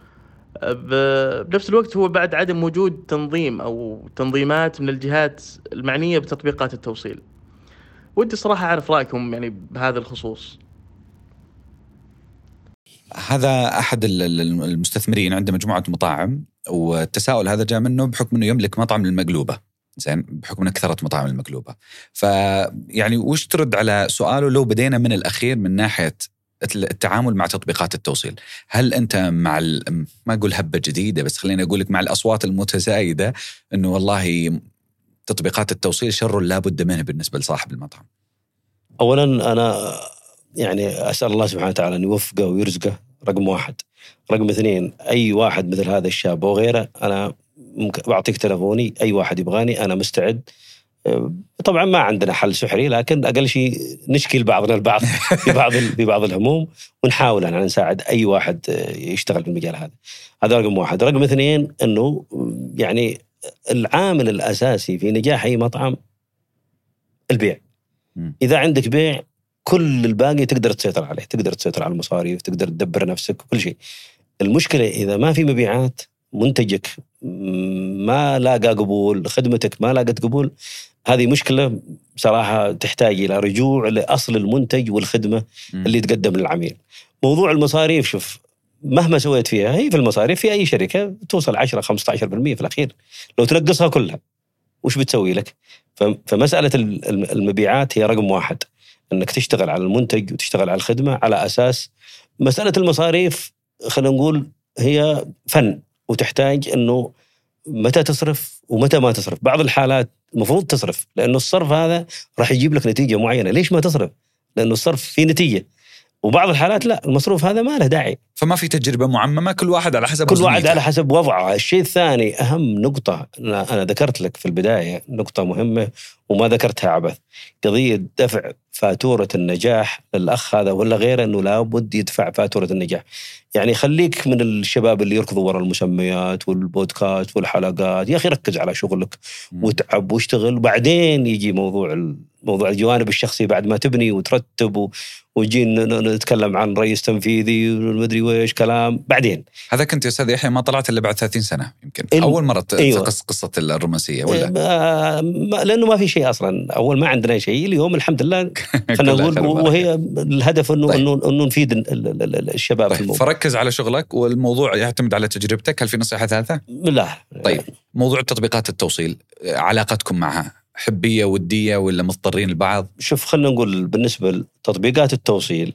بنفس الوقت هو بعد عدم وجود تنظيم أو تنظيمات من الجهات المعنية بتطبيقات التوصيل. ودي صراحة أعرف رأيكم يعني بهذا الخصوص. هذا أحد المستثمرين عنده مجموعة مطاعم، والتساؤل هذا جاء منه بحكم أنه يملك مطعم للمقلوبة، زين، بحكم أنه كثرت مطاعم المقلوبة. فيعني وش ترد على سؤاله لو بدينا من الأخير من ناحية التعامل مع تطبيقات التوصيل؟ هل أنت مع ما أقول هبة جديدة، بس خلينا أقول لك مع الأصوات المتزايدة أنه والله تطبيقات التوصيل شر لا بد منه بالنسبة لصاحب المطعم؟ أولا أنا يعني أسأل الله سبحانه وتعالى أن يوفقه ويرزقه، رقم واحد. رقم اثنين، أي واحد مثل هذا الشاب وغيره أنا بعطيك تلفوني، أي واحد يبغاني أنا مستعد طبعا ما عندنا حل سحري، لكن أقل شيء نشكي لبعضنا البعض ببعض ببعض الهموم، ونحاول أن نساعد أي واحد يشتغل بالمجال هذا. هذا رقم واحد. رقم اثنين، أنه يعني العامل الأساسي في نجاح أي مطعم البيع. إذا عندك بيع كل الباقي تقدر تسيطر عليه، تقدر تسيطر على المصاريف، تقدر تدبر نفسك وكل شيء. المشكلة إذا ما في مبيعات، منتجك ما لاقى قبول، خدمتك ما لاقت قبول، هذه مشكلة بصراحة تحتاج إلى رجوع لأصل المنتج والخدمة م. اللي تقدم للعميل. موضوع المصاريف، شوف مهما سويت فيها، هي في المصاريف في أي شركة توصل عشرة خمسة عشر بالمئة في الأخير، لو تنقصها كلها وش بتسوي لك؟ فمسألة المبيعات هي رقم واحد، أنك تشتغل على المنتج وتشتغل على الخدمة على أساس. مسألة المصاريف خلينا نقول هي فن، وتحتاج أنه متى تصرف ومتى ما تصرف. بعض الحالات المفروض تصرف، لأنه الصرف هذا راح يجيب لك نتيجة معينة. ليش ما تصرف؟ لأنه الصرف فيه نتيجة. وبعض الحالات لا، المصروف هذا ما له داعي. فما في تجربة معممة، كل واحد على حسب كل واحد على حسب وضعه. الشيء الثاني، أهم نقطة أنا ذكرت لك في البداية، نقطة مهمة وما ذكرتها عبث، قضية دفع فاتورة النجاح للأخ هذا ولا غيره، أنه لابد يدفع فاتورة النجاح. يعني خليك من الشباب اللي يركضوا وراء المسميات والبودكاست والحلقات، يا أخي ركز على شغلك وتعب واشتغل، وبعدين يجي موضوع موضوع الجوانب الشخصي بعد ما تبني وترتب و... وجي نتكلم عن رئيس تنفيذي ومدري ويش كلام بعدين. هذا كنت يا أستاذ يحيى ما طلعت إلا بعد ثلاثين سنة يمكن ال... أول مرة أيوة. تقص قصة الرومانسية ولا؟ ما... لأنه ما في شيء أصلا، أول ما عندنا شيء، اليوم الحمد لله خلنا نقول، وهي الهدف إنه طيب. إنه إنه نفيد الشباب طيب. في الموضوع. فركز على شغلك والموضوع يعتمد على تجربتك. هل في نصيحة ثالثة؟ لا. طيب موضوع تطبيقات التوصيل، علاقتكم معها حبية ودية ولا مضطرين البعض؟ شوف خلنا نقول بالنسبة لتطبيقات التوصيل،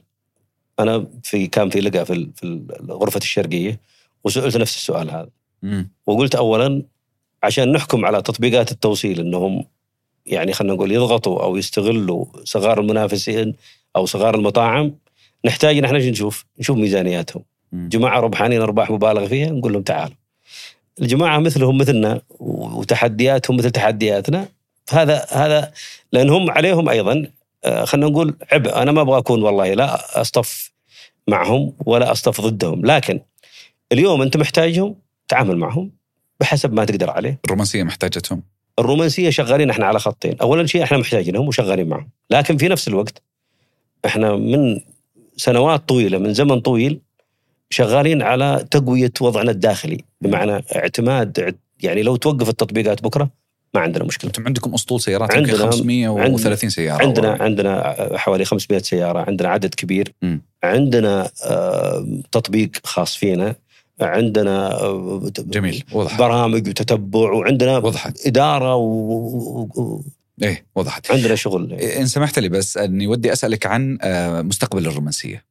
أنا في كان في لقاء في في غرفة الشرقية وسألت نفس السؤال هذا م. وقلت أولا عشان نحكم على تطبيقات التوصيل أنهم يعني خلنا نقول يضغطوا أو يستغلوا صغار المنافسين أو صغار المطاعم، نحتاج نحن نشوف نشوف ميزانياتهم. م. جماعة ربحانين أرباح مبالغ فيها، نقول لهم تعالوا. الجماعة مثلهم مثلنا وتحدياتهم مثل تحدياتنا، هذا هذا لأنهم عليهم أيضا خلنا نقول عبء. أنا ما أبغى أكون والله لا أصطف معهم ولا أصطف ضدهم، لكن اليوم أنت محتاجهم، تعامل معهم بحسب ما تقدر عليه. الرومانسية محتاجتهم، الرومانسية شغالين إحنا على خطين. أولا شيء إحنا محتاجينهم وشغالين معهم، لكن في نفس الوقت إحنا من سنوات طويلة من زمن طويل شغالين على تقوية وضعنا الداخلي، بمعنى اعتماد. يعني لو توقف التطبيقات بكرة ما عندنا مشكلة. أنتم عندكم أسطول سيارات، عندنا خمسمئة وثلاثين سيارة، عندنا و... عندنا حوالي خمسمئة سيارة، عندنا عدد كبير. م. عندنا آه تطبيق خاص فينا، عندنا آه جميل وضحت. برامج وتتبع، وعندنا وضحت. إدارة و... و... إيه وضحت. عندنا شغل. إن سمحت لي بس أني ودي أسألك عن آه مستقبل الرومانسية.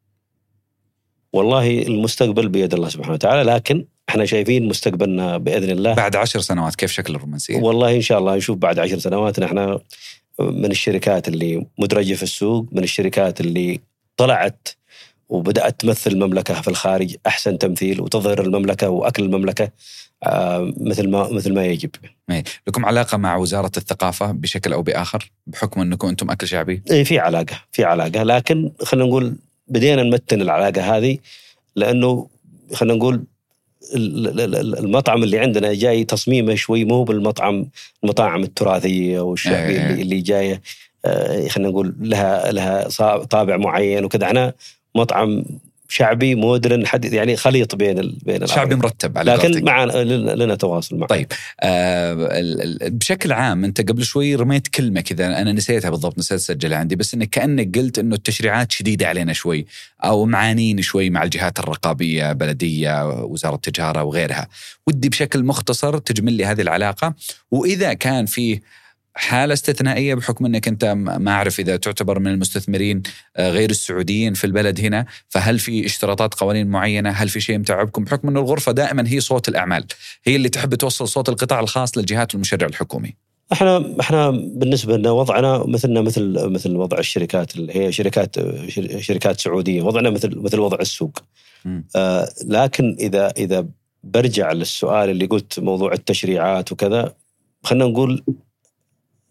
والله المستقبل بيد الله سبحانه وتعالى، لكن احنا شايفين مستقبلنا بإذن الله بعد عشر سنوات كيف شكل الرومانسية؟ والله إن شاء الله نشوف بعد عشر سنوات نحن من الشركات اللي مدرجة في السوق، من الشركات اللي طلعت وبدأت تمثل المملكة في الخارج أحسن تمثيل، وتظهر المملكة وأكل المملكة مثل ما مثل ما يجب. لكم علاقة مع وزارة الثقافة بشكل أو بآخر بحكم أنكم أنتم أكل شعبي؟ إيه في علاقة في علاقة لكن خلينا نقول بدينا نمتن العلاقة هذه، لأنه خلينا نقول المطعم اللي عندنا جاي تصميمه شوي مو بالمطعم المطاعم التراثية والشعبية اللي, اللي جاية خلينا نقول لها لها طابع معين وكذا. احنا مطعم شعبي مودرن حد يعني خليط بين ال... بين شعبي مرتب على لكن معنا لنا تواصل معه. طيب آه بشكل عام انت قبل شوي رميت كلمه كذا انا نسيتها بالضبط، نسيت اسجلها عندي، بس انك كانك قلت انه التشريعات شديده علينا شوي او معانين شوي مع الجهات الرقابيه، بلديه، وزاره التجاره وغيرها. ودي بشكل مختصر تجمل لي هذه العلاقه، واذا كان فيه حالة استثنائية بحكم أنك أنت ما أعرف إذا تعتبر من المستثمرين غير السعوديين في البلد هنا، فهل في اشتراطات قوانين معينة؟ هل في شيء متعبكم بحكم أن الغرفة دائما هي صوت الأعمال، هي اللي تحب توصل صوت القطاع الخاص للجهات والمشرع الحكومي؟ احنا احنا بالنسبة لنا وضعنا مثلنا مثل مثل وضع الشركات اللي هي شركات شركات سعودية، وضعنا مثل مثل وضع السوق. آه لكن إذا إذا برجع للسؤال اللي قلت موضوع التشريعات وكذا، خلنا نقول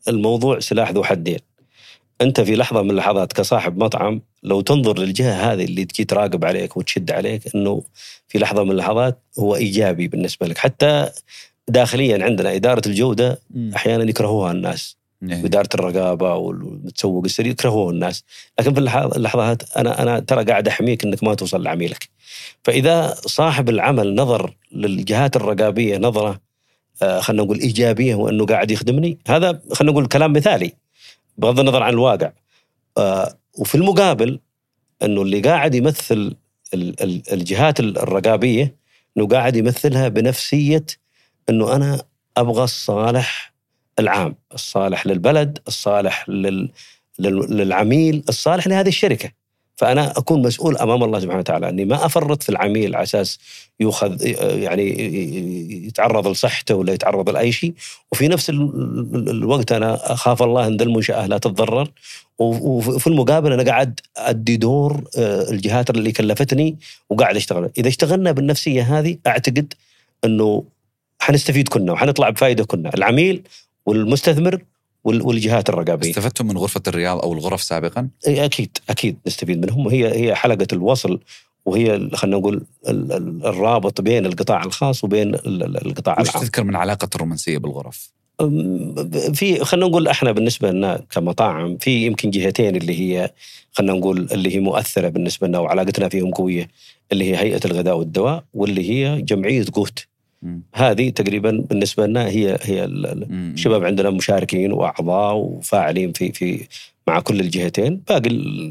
الموضوع سلاح ذو حدين. أنت في لحظة من اللحظات كصاحب مطعم لو تنظر للجهة هذه اللي تجي تراقب عليك وتشد عليك، أنه في لحظة من اللحظات هو إيجابي بالنسبة لك. حتى داخليا عندنا إدارة الجودة أحيانا يكرهوها الناس، إدارة الرقابة والمتسوق السري يكرهوها الناس، لكن في اللحظات أنا أنا ترى قاعد أحميك أنك ما توصل لعميلك. فإذا صاحب العمل نظر للجهات الرقابية نظرة آه خلنا نقول إيجابية، وأنه قاعد يخدمني، هذا خلنا نقول كلام مثالي بغض النظر عن الواقع. آه وفي المقابل أنه اللي قاعد يمثل الجهات الرقابية أنه قاعد يمثلها بنفسية أنه أنا أبغى الصالح العام، الصالح للبلد، الصالح لل... للعميل، الصالح لهذه الشركة. فأنا أكون مسؤول أمام الله سبحانه وتعالى أني ما أفرط في العميل على أساس يأخذ يعني يتعرض لصحته ولا يتعرض لأي شيء، وفي نفس الوقت أنا أخاف الله أن ذا المنشأة لا تتضرر، وفي المقابل أنا قاعد أدي دور الجهات اللي كلفتني وقاعد أشتغل. إذا اشتغلنا بالنفسية هذه أعتقد أنه حنستفيد كنا وحنطلع بفائدة كنا، العميل والمستثمر والجهات الرقابية. استفدتم من غرفة الرياض أو الغرف سابقا؟ أكيد أكيد نستفيد منهم، هي هي حلقة الوصل، وهي خلنا نقول الرابط بين القطاع الخاص وبين القطاع العام. وش تذكر من علاقة الرومانسية بالغرف؟ في خلنا نقول احنا بالنسبة لنا كمطاعم في يمكن جهتين اللي هي خلنا نقول اللي هي مؤثرة بالنسبة لنا وعلاقتنا فيهم قوية، اللي هي هيئة الغذاء والدواء، واللي هي جمعية قوت. هذه تقريبا بالنسبة لنا هي هي الشباب عندنا مشاركين وأعضاء وفاعلين في في مع كل الجهتين. باقي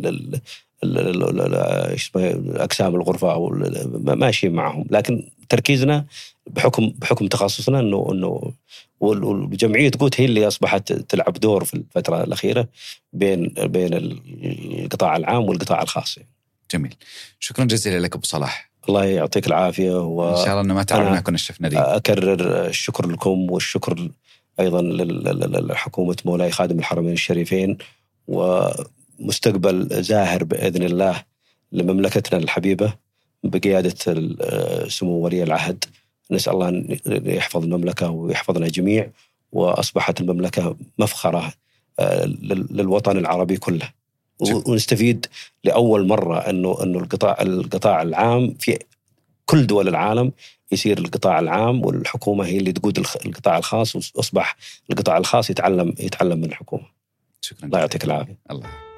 أقسام الغرفة أو ماشيين معهم، لكن تركيزنا بحكم بحكم تخصصنا إنه إنه والجمعية قوت هي اللي أصبحت تلعب دور في الفترة الأخيرة بين بين القطاع العام والقطاع الخاص. جميل، شكرا جزيلا لك أبو صلاح. الله يعطيك العافية، وإن شاء الله أنه ما تعبنا كنا الشيف نريد. أكرر الشكر لكم والشكر أيضا لحكومة مولاي خادم الحرمين الشريفين، ومستقبل زاهر بإذن الله لمملكتنا الحبيبة بقيادة سمو ولي العهد. نسأل الله أن يحفظ المملكة ويحفظنا جميع، وأصبحت المملكة مفخرة للوطن العربي كله، ونستفيد لأول مرة أنه أنه القطاع القطاع العام في كل دول العالم يصير القطاع العام والحكومة هي اللي تقود القطاع الخاص، وأصبح القطاع الخاص يتعلم يتعلم من الحكومة. شكرا. الله يعطيك العافية. الله.